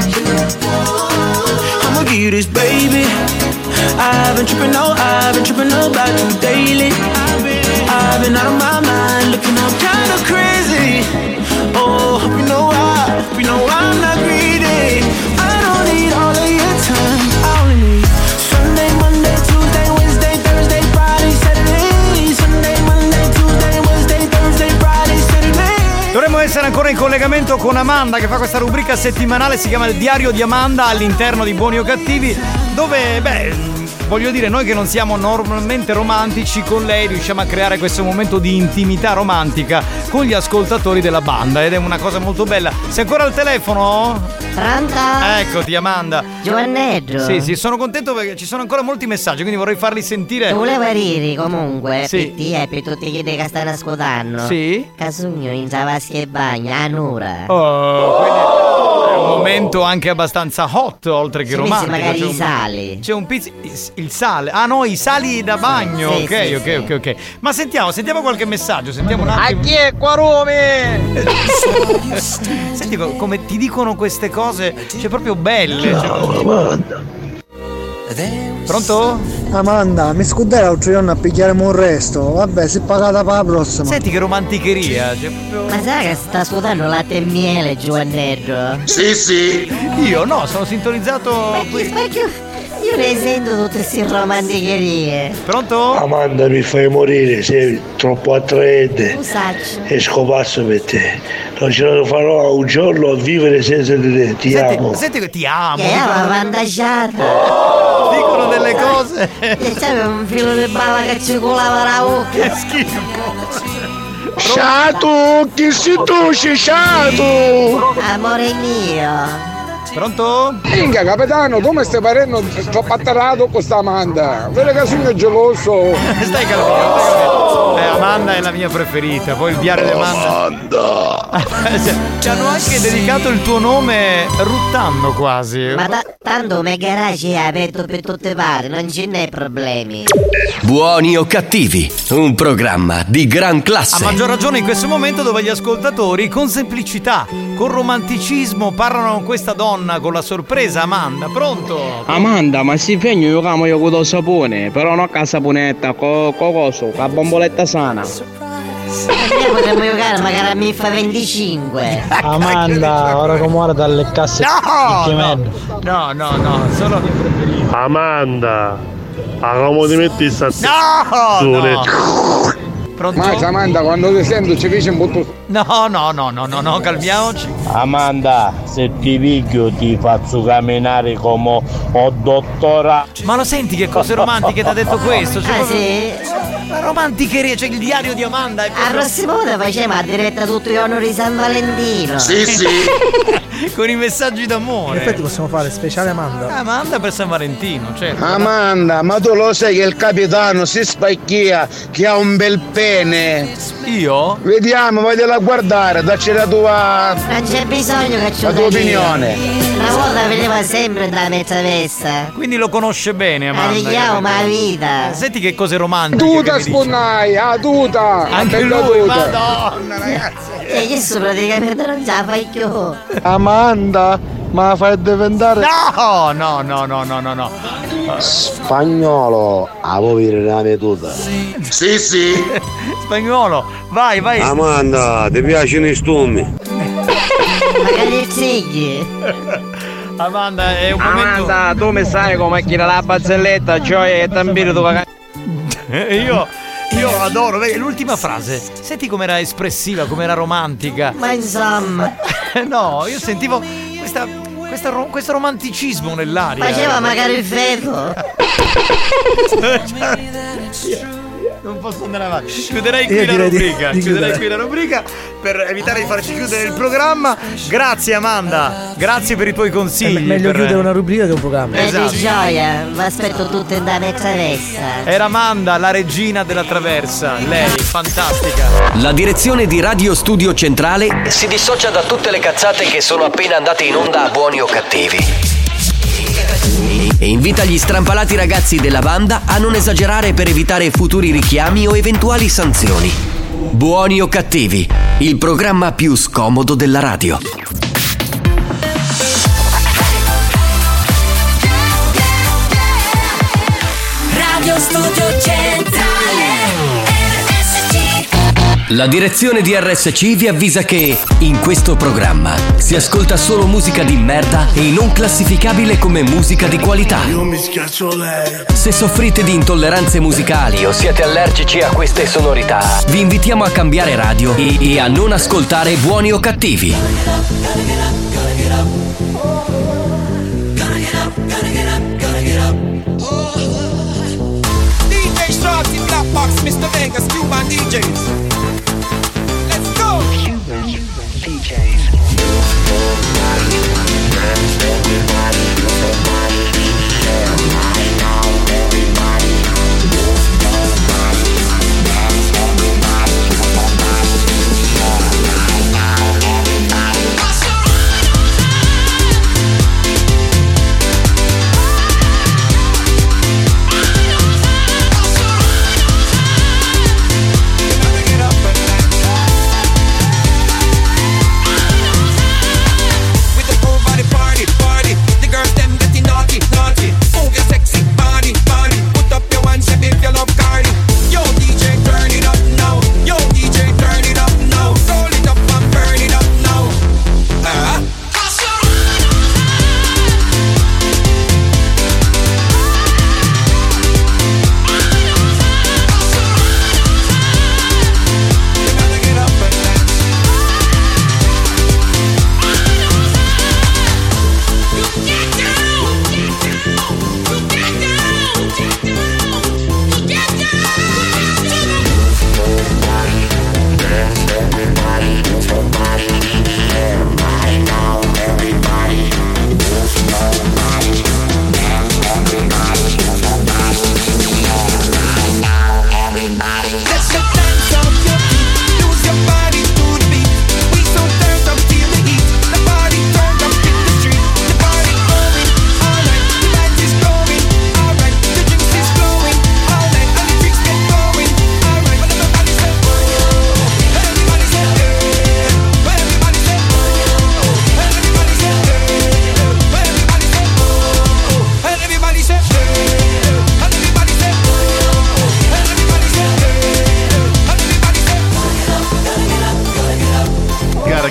I'ma give you this, baby. I've been tripping, oh, I've been tripping about you daily. I've been out of my mind, looking all kind of crazy. Oh, hope you know I, hope you know I'm not greedy. I don't need all of your time, I only need Sunday, Monday, Tuesday, Wednesday, Thursday, Friday, Saturday. Sunday, Monday, Tuesday, Wednesday, Thursday, Friday, Saturday. Dovremmo essere ancora in collegamento con Amanda che fa questa rubrica settimanale, si chiama Il Diario di Amanda, all'interno di Buoni o Cattivi, dove, beh, voglio dire, noi che non siamo normalmente romantici, con lei riusciamo a creare questo momento di intimità romantica con gli ascoltatori della banda ed è una cosa molto bella. Sei ancora al telefono? Pronto? Eccoti, Amanda. Giovannetto. Sì, sì, sono contento perché ci sono ancora molti messaggi, quindi vorrei farli sentire. Ti volevo dire comunque, Sì. per te e per tutti quelli che stanno ascoltando. Sì? Casugno in Zavaschi e Bagna, a Nura. Oh, quindi è un momento anche abbastanza hot, oltre che Ci romantico. messi magari C'è i un- sali. C'è un pizzi- il sale. Ah no, i sali da bagno. Sì, ok, sì, ok, sì. ok, ok. Ma sentiamo, sentiamo qualche messaggio, sentiamo un A attimo. chi è qua Rome? Senti co- come ti dicono queste cose, cioè proprio belle. Cioè, Pronto? Amanda, mi scudai l'altro giorno a pigliarmi un resto. Vabbè, si è pagata per la prossima. Senti che romanticheria. Cioè, proprio... Ma sai che sta scudando latte e miele, Giovannello? Sì, sì. Io no, sono sintonizzato. Ma che, ma che, io ne sento tutte queste romanticherie. Pronto? Amanda, mi fai morire, sei troppo attraente. Usaccio. E scopasso per te. Non ce la farò un giorno a vivere senza di te. Ti senti, amo. Senti che ti amo. Che è la vandaggiata. Oh, dicono delle cose. E c'aveva un filo di balla che ci colava la bocca. Che schifo. Sciato, chi si tu, sciato? Amore mio. Pronto? Minchia capitano, come stai parendo troppo attarato con sta Amanda? Vede che sono geloso. Stai calmo. Eh, Amanda è la mia preferita. Poi il diario di Amanda. Amanda. Ci hanno anche dedicato il tuo nome ruttando quasi. Ma da, tanto me garage è aperto per tutte parti, non ce n'è problemi. Buoni o cattivi, un programma di gran classe. A maggior ragione in questo momento dove gli ascoltatori con semplicità, con romanticismo parlano con questa donna, con la sorpresa. Amanda, pronto? Amanda, ma si fegno io camo io con il sapone, però non con la saponetta, con co coso, con la bomboletta sana. Noi potremmo giocare magari a Miffa venticinque. Amanda, ora come ora dalle casse. No, no, no, no, no, solo la mia preferita. Amanda, a come ti metti sta No, no. Pronto? Ma Amanda, quando ti sento ci dice un po'. No, no, no, no, no, no, calmiamoci. Amanda, se ti piglio ti faccio camminare come o dottora. Ma lo senti che cose romantiche ti ha detto questo? Cioè, Ah sì? la romanticheria, cioè il diario di Amanda. È A prossima volta facciamo a diretta tutti gli onori di San Valentino. Sì, sì. Con i messaggi d'amore. In effetti possiamo fare speciale Amanda. Amanda per San Valentino, certo. Amanda, ma tu lo sai che il capitano si spacchia, che ha un bel pene. Io? Vediamo, vagliela a guardare, dacci la tua. Non c'è bisogno che ci La tua opinione. Una volta vedeva sempre da mezzavesta. Quindi lo conosce bene Amanda. Arriviamo ma vita. Senti che cose romantiche. Tuta sponnai, a tuta. Anche bella lui, tuta. madonna ragazzi. E io praticamente non ce la fai più. Amanda, ma la fai diventare. No, no, no, no, no, no, no. Spagnolo, a voi la mia tuta. Sì, sì. Spagnolo, vai, vai. Amanda, ti piacciono i stumi? Magari il zighi. Amanda, è un momento. Amanda, tu mi sai come chi la barzelletta, cioè tambiro tu cagare. Io Io adoro, vedi, l'ultima frase. Senti com'era espressiva, com'era romantica. Ma insomma. No, io sentivo questa, questa, questo romanticismo nell'aria. Faceva magari il feto. Non posso andare avanti. Chiuderei qui Io la direi di- rubrica. di Chiuderei chiudere. qui la rubrica per evitare di farci chiudere il programma. Grazie Amanda. Grazie per i tuoi È consigli. me- meglio per- chiudere una rubrica che un programma. E Esatto. di gioia, vi aspetto tutte da mezzavesta. Era Amanda, la regina della traversa. Lei, fantastica. La direzione di Radio Studio Centrale si dissocia da tutte le cazzate che sono appena andate in onda a Buoni o Cattivi e invita gli strampalati ragazzi della banda a non esagerare per evitare futuri richiami o eventuali sanzioni. Buoni o Cattivi, il programma più scomodo della radio. Radio Studio Centrale R S C. La direzione di R S C vi avvisa che in questo programma si ascolta solo musica di merda e non classificabile come musica di qualità. Io mi schiaccio lei. Se soffrite di intolleranze musicali o siete allergici a queste sonorità, vi invitiamo a cambiare radio e, e a non ascoltare Buoni o Cattivi. D J Sharks in Black Box, mister Vegas, Cuban D Js. Let's go! Cuban D Js.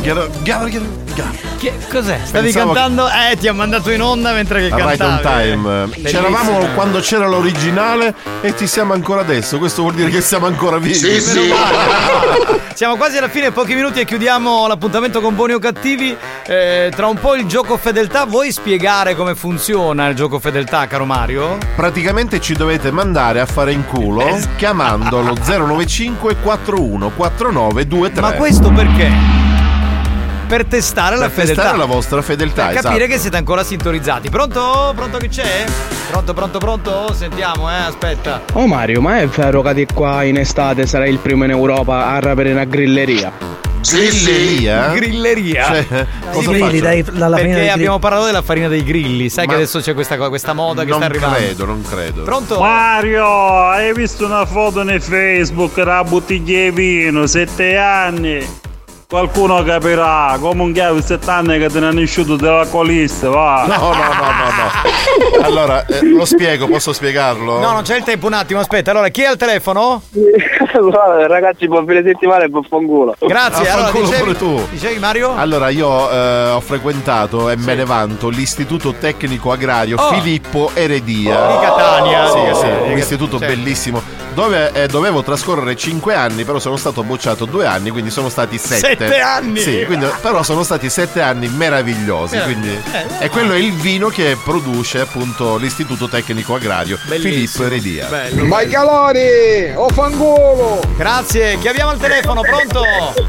Gabriel, Gabriel, Che cos'è? Stavi Pensavo cantando? Eh, ti ha mandato in onda mentre che Right on cantavi. time. Bellissimo. C'eravamo quando c'era l'originale e ci siamo ancora adesso. Questo vuol dire che siamo ancora vivi. Sì, sì. Siamo quasi alla fine, pochi minuti e chiudiamo l'appuntamento con Buoni o Cattivi. Eh, tra un po' il gioco fedeltà. Vuoi spiegare come funziona il gioco fedeltà, caro Mario? Praticamente ci dovete mandare a fare in culo Eh. chiamando lo zero nove cinque quattro uno quattro nove due tre. Ma questo perché? Per testare Per la fedeltà. testare la vostra fedeltà, Per capire esatto. che siete ancora sintonizzati. Pronto? Pronto che c'è? Pronto, pronto, pronto? Sentiamo, eh, aspetta. Oh Mario, ma è vero che di qua in estate sarai il primo in Europa a rapere una grilleria? Grilleria? Grilleria? Cioè, cosa grilli, dai, dalla farina Perché dei abbiamo grilli. parlato della farina dei grilli. Sai Ma- che adesso c'è questa, co- questa moda che non sta arrivando. credo, non credo. Pronto? Mario, hai visto una foto nel Facebook della bottiglia di vino, sette anni? Qualcuno capirà, come un chiave sette anni che te ne hanno uscito dell'alcolista, va. No, no, no, no, no. Allora, eh, lo spiego, posso spiegarlo? No, non c'è il tempo, un attimo, aspetta. Allora, chi è al telefono? Guarda, ragazzi, buon fine settimana e buon fanculo. Grazie, allora Affanculo dicevi, pure tu. dicevi Mario? Allora, io eh, ho frequentato e me ne vanto l'Istituto Tecnico Agrario Oh. Filippo Eredia. Di Catania. Sì, Di sì, Catania. un istituto Certo. bellissimo. Dove eh, dovevo trascorrere cinque anni, però sono stato bocciato due anni, quindi sono stati sette. Sette anni? Sì, quindi, però sono stati sette anni meravigliosi. Eh, Quindi, eh, e quello è il vino che produce appunto l'Istituto Tecnico Agrario Filippo Eredia. Bello. Ma i calori! Oh fangolo! Grazie, chi abbiamo al telefono? Pronto?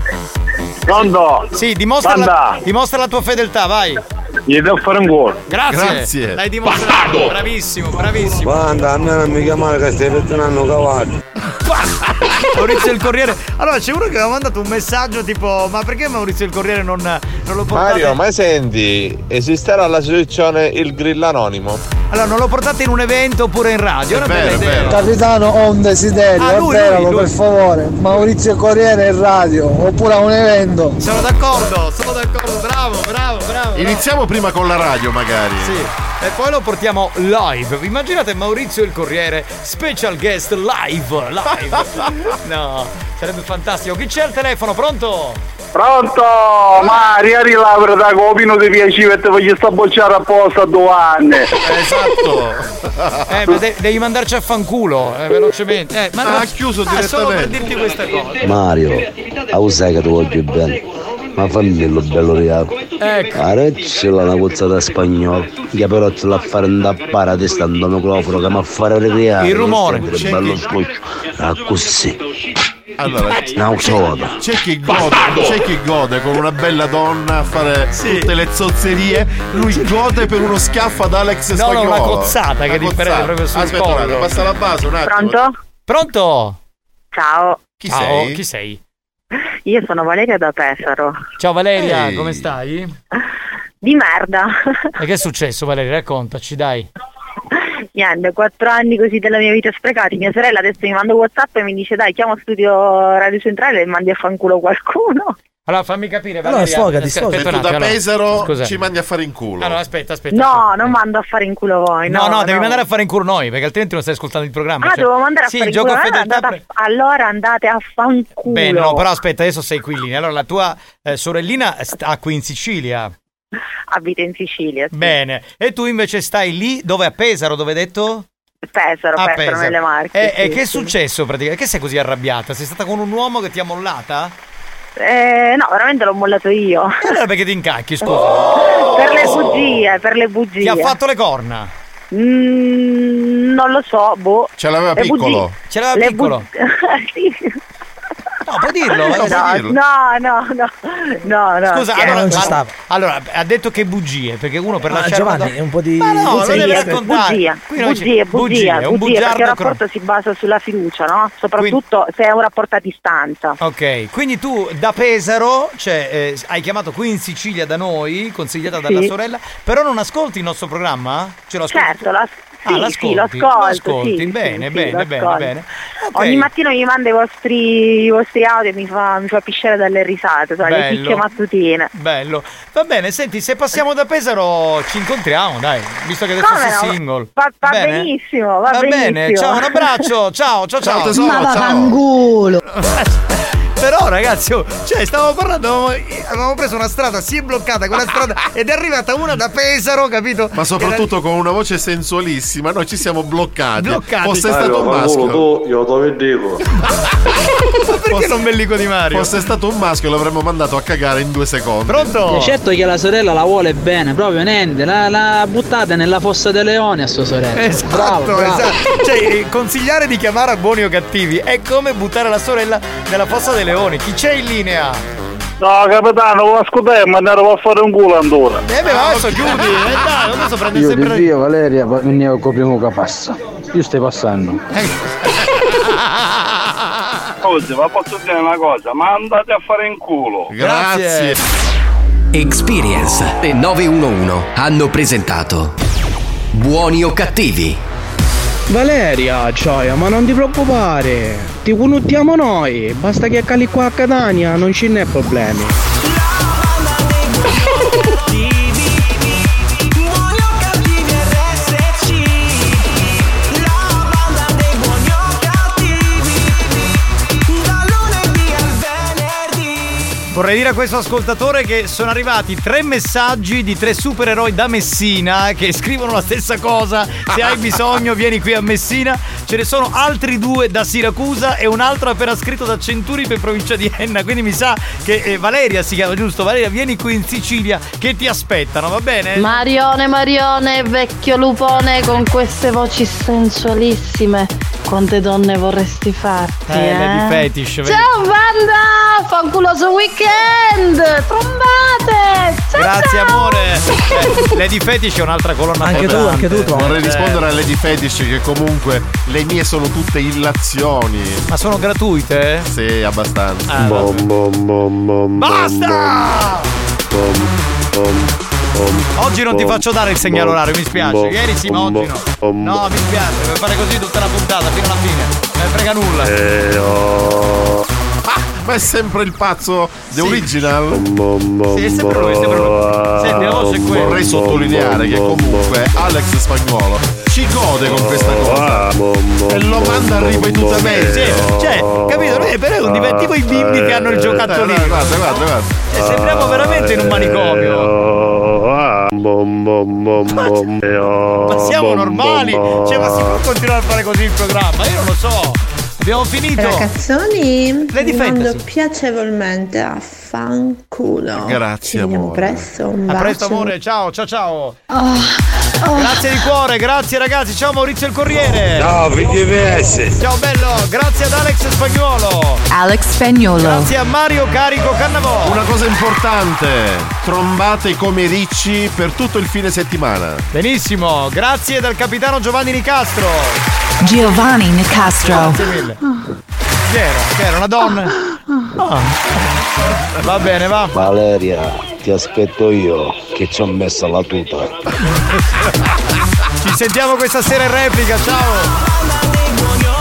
Pronto? Sì, dimostra la, dimostra la tua fedeltà, vai. Gli devo fare un gol. Grazie. Grazie. L'hai dimostrato. Bravissimo, bravissimo. Guarda, a me non mi chiamare che stai pettinando cavalli. Maurizio il Corriere. Allora c'è uno che aveva mandato un messaggio tipo: ma perché Maurizio il Corriere non, non lo portate? Mario, ma senti, esisterà l'associazione Il Grill Anonimo? Allora non lo portate in un evento oppure in radio? È una bella idea. Capitano, ho un desiderio, Ah, lui, avveralo, lui, lui. per favore. Maurizio Corriere in radio, oppure a un evento. Sono d'accordo, sono d'accordo, bravo, bravo, bravo. Iniziamo prima con la radio, magari. Sì, e poi lo portiamo live. Immaginate Maurizio il Corriere, special guest live, live. No, sarebbe fantastico. Chi c'è al telefono? Pronto? Pronto? Mario, eri là per da copino di piacere e ti voglio sta bocciare apposta a due anni. Esatto. Eh, ma de- devi mandarci a fanculo, eh, velocemente. Eh, ma Ah, no- ha chiuso ah, solo per direttamente. dirti questa cosa. Mario, a lo sai che ti voglio bene, ma fammi lo bello regalo. Ecco. Adesso la una cozzata spagnola, che però te la fare indappare a testa un microfono che mi fa fare regalo. Il rumore. Sempre bello scoccio. Ah, così. Allora, No, soda. c'è chi gode, c'è chi gode con una bella donna a fare tutte le zozzerie. Lui gode per uno schiaffo ad Alex No, Spagnolo. no, una cozzata che Una ti prende cozzata. proprio sul Aspetta, un collo. attimo, passa la base un attimo. Pronto? Pronto? Ciao. Chi Ciao, sei? chi sei? Io sono Valeria da Pesaro. Ciao Valeria, Ehi. come stai? Di merda. E che è successo Valeria? Raccontaci, dai. Niente, quattro anni così della mia vita sprecati. Mia sorella adesso mi manda WhatsApp e mi dice dai chiamo studio Radio Centrale e mandi a fanculo qualcuno. Allora fammi capire Allora, Valeria. sfogati, Aspetta, sfogati. aspetta Se un tu da attimo, allora. Pesaro Scusa. ci mandi a fare in culo. Allora aspetta, aspetta. No, aspetta. non mando a fare in culo voi. No, No, no, devi no. mandare a fare in culo noi, perché altrimenti non stai ascoltando il programma. Ah, cioè- devo mandare a sì, fare in gioco culo. a Allora fedeltà. andate a, allora andate a fanculo. Bene, no, però aspetta, adesso sei qui in linea. Allora la tua eh, sorellina sta qui in Sicilia. Abita in Sicilia. Sì. Bene. E tu invece stai lì, dove a Pesaro, dove hai detto? Pesaro, A Pesaro, nelle Marche. E, e sì, che è sì. successo praticamente? Che sei così arrabbiata? Sei stata con un uomo che ti ha mollata? Eh, no, veramente l'ho mollato io. E allora perché ti incacchi, scusa? Per le bugie, per le bugie. Ti ha fatto le corna? Mm, non lo so, boh. Ce l'aveva Le piccolo. bugie- Ce l'aveva le piccolo? bu- sì. No, puoi dirlo, No, puoi dirlo. no, no, no, no, no. Scusa, scherzo. allora, non ci ma- stava. allora, ha detto che bugie, perché uno per Ma lasciare Giovanni, una do- è un po' di Ma no, non Bugie, deve raccontare. bugia, Qui non c'è- bugie, bugia, è un bugie, perché bugiardo il rapporto si basa sulla fiducia, no? Soprattutto se è un rapporto a distanza. Ok, quindi tu da Pesaro, cioè eh, hai chiamato qui in Sicilia da noi, consigliata dalla Sì. sorella, però non ascolti il nostro programma? Ce lo ascolti? Certo, la, Ah, sì, l'ascolti, sì, lo ascolto. lo ascolti, sì, bene, sì, bene, sì, lo bene, ascolto. bene. Ok. Ogni mattina mi manda i vostri, i vostri audio e mi fa, mi fa pisciare dalle risate, cioè le Bello. picche mattutine. Bello. Va bene, senti, se passiamo da Pesaro ci incontriamo, dai, visto che adesso Come sei no? single. Va, va Bene? benissimo, va, Va benissimo. bene, ciao, un abbraccio, ciao, ciao, ciao. Ciao, tesoro, Ma ciao. fanculo! Però ragazzi, oh, cioè stavamo parlando, avevamo, avevamo preso una strada, si è bloccata quella strada ed è arrivata una da Pesaro, capito? Ma soprattutto Era... con una voce sensualissima, noi ci siamo bloccati. bloccati. Fosse Mario, stato un maschio. Tu, io te dico. Ma perché Fosse... non bellico di Mario? Fosse stato un maschio l'avremmo mandato a cagare in due secondi. Pronto? E certo che la sorella la vuole bene, proprio niente, la, la buttate nella fossa dei leoni a sua sorella. Esatto, bravo, bravo. esatto. Cioè, consigliare di chiamare a buoni o cattivi è come buttare la sorella nella fossa dei leoni. Chi c'è in linea? No, capitano, lo ascoltai, ma andavo a fare un culo ancora. Eh beh, ma adesso chiudi, eh dai, adesso prende io sempre. Io ti zio Valeria, ne ho coprimo che passa. Io stai passando. Scusi, ma posso dire una cosa? Ma andate a fare in culo. Grazie. Experience e nove uno uno hanno presentato Buoni o cattivi. Valeria, Gioia, ma non ti preoccupare, ti conosciamo noi, basta che calli qua a Catania, non ce n'è problemi. Vorrei dire a questo ascoltatore che sono arrivati tre messaggi di tre supereroi da Messina che scrivono la stessa cosa. Se hai bisogno vieni qui a Messina. Ce ne sono altri due da Siracusa e un altro appena scritto da Centuri per provincia di Enna. Quindi mi sa che eh, Valeria si chiama, giusto? Valeria, vieni qui in Sicilia che ti aspettano, va bene? Marione, Marione, vecchio lupone con queste voci sensualissime. Quante donne vorresti farti, eh? Eh, Lady Fetish. Vedi? Ciao banda, fanculoso weekend, trombate. Ciao, grazie ciao. amore. Eh, Lady Fetish è un'altra colonna anche tu, anche tu, tu. Vorrei rispondere a Lady Fetish che comunque le mie sono tutte illazioni. Ma sono gratuite? Eh? Sì, abbastanza. Ah, bom, bom, bom, bom, basta! Bom, bom. Oggi non ti faccio dare il segnale orario, mi spiace. Ieri sì, ma oggi no. No, mi spiace, devo fare così tutta la puntata fino alla fine. Non me frega nulla. Eh, oh. Ah, ma è sempre il pazzo The sì. Original. Sì, è sempre lui, è sempre lui. Senti, la voce è quella. Vorrei sottolineare che comunque Alex Spagnuolo ci gode con questa cosa e lo manda ripetutamente. Sì, cioè, capito? Lui è però un tipo i bimbi che hanno il giocattolino. Guarda, guarda, guarda. E sembriamo veramente in un manicomio. Ma, ma siamo normali? Cioè, ma si può continuare a fare così il programma? Io non lo so. Abbiamo finito. Ragazzoni, Lady vi mando Fantasy. piacevolmente a fanculo. Grazie, Ci vediamo amore. presto. Un A bacio. presto amore, ciao, ciao, ciao. Oh, oh. Grazie di cuore, grazie ragazzi. Ciao Maurizio il Corriere. Ciao V D S. Ciao bello, grazie ad Alex Spagnuolo. Alex Spagnuolo. Grazie a Mario Carico Cannavò. Una cosa importante, trombate come ricci per tutto il fine settimana. Benissimo, grazie dal capitano Giovanni Nicastro. Giovanni Nicastro. Grazie mille. Chi era? Chi era? Una donna? Ah. Va bene, va. Valeria, ti aspetto io che ci ho messo la tuta. Ci sentiamo questa sera in replica, ciao.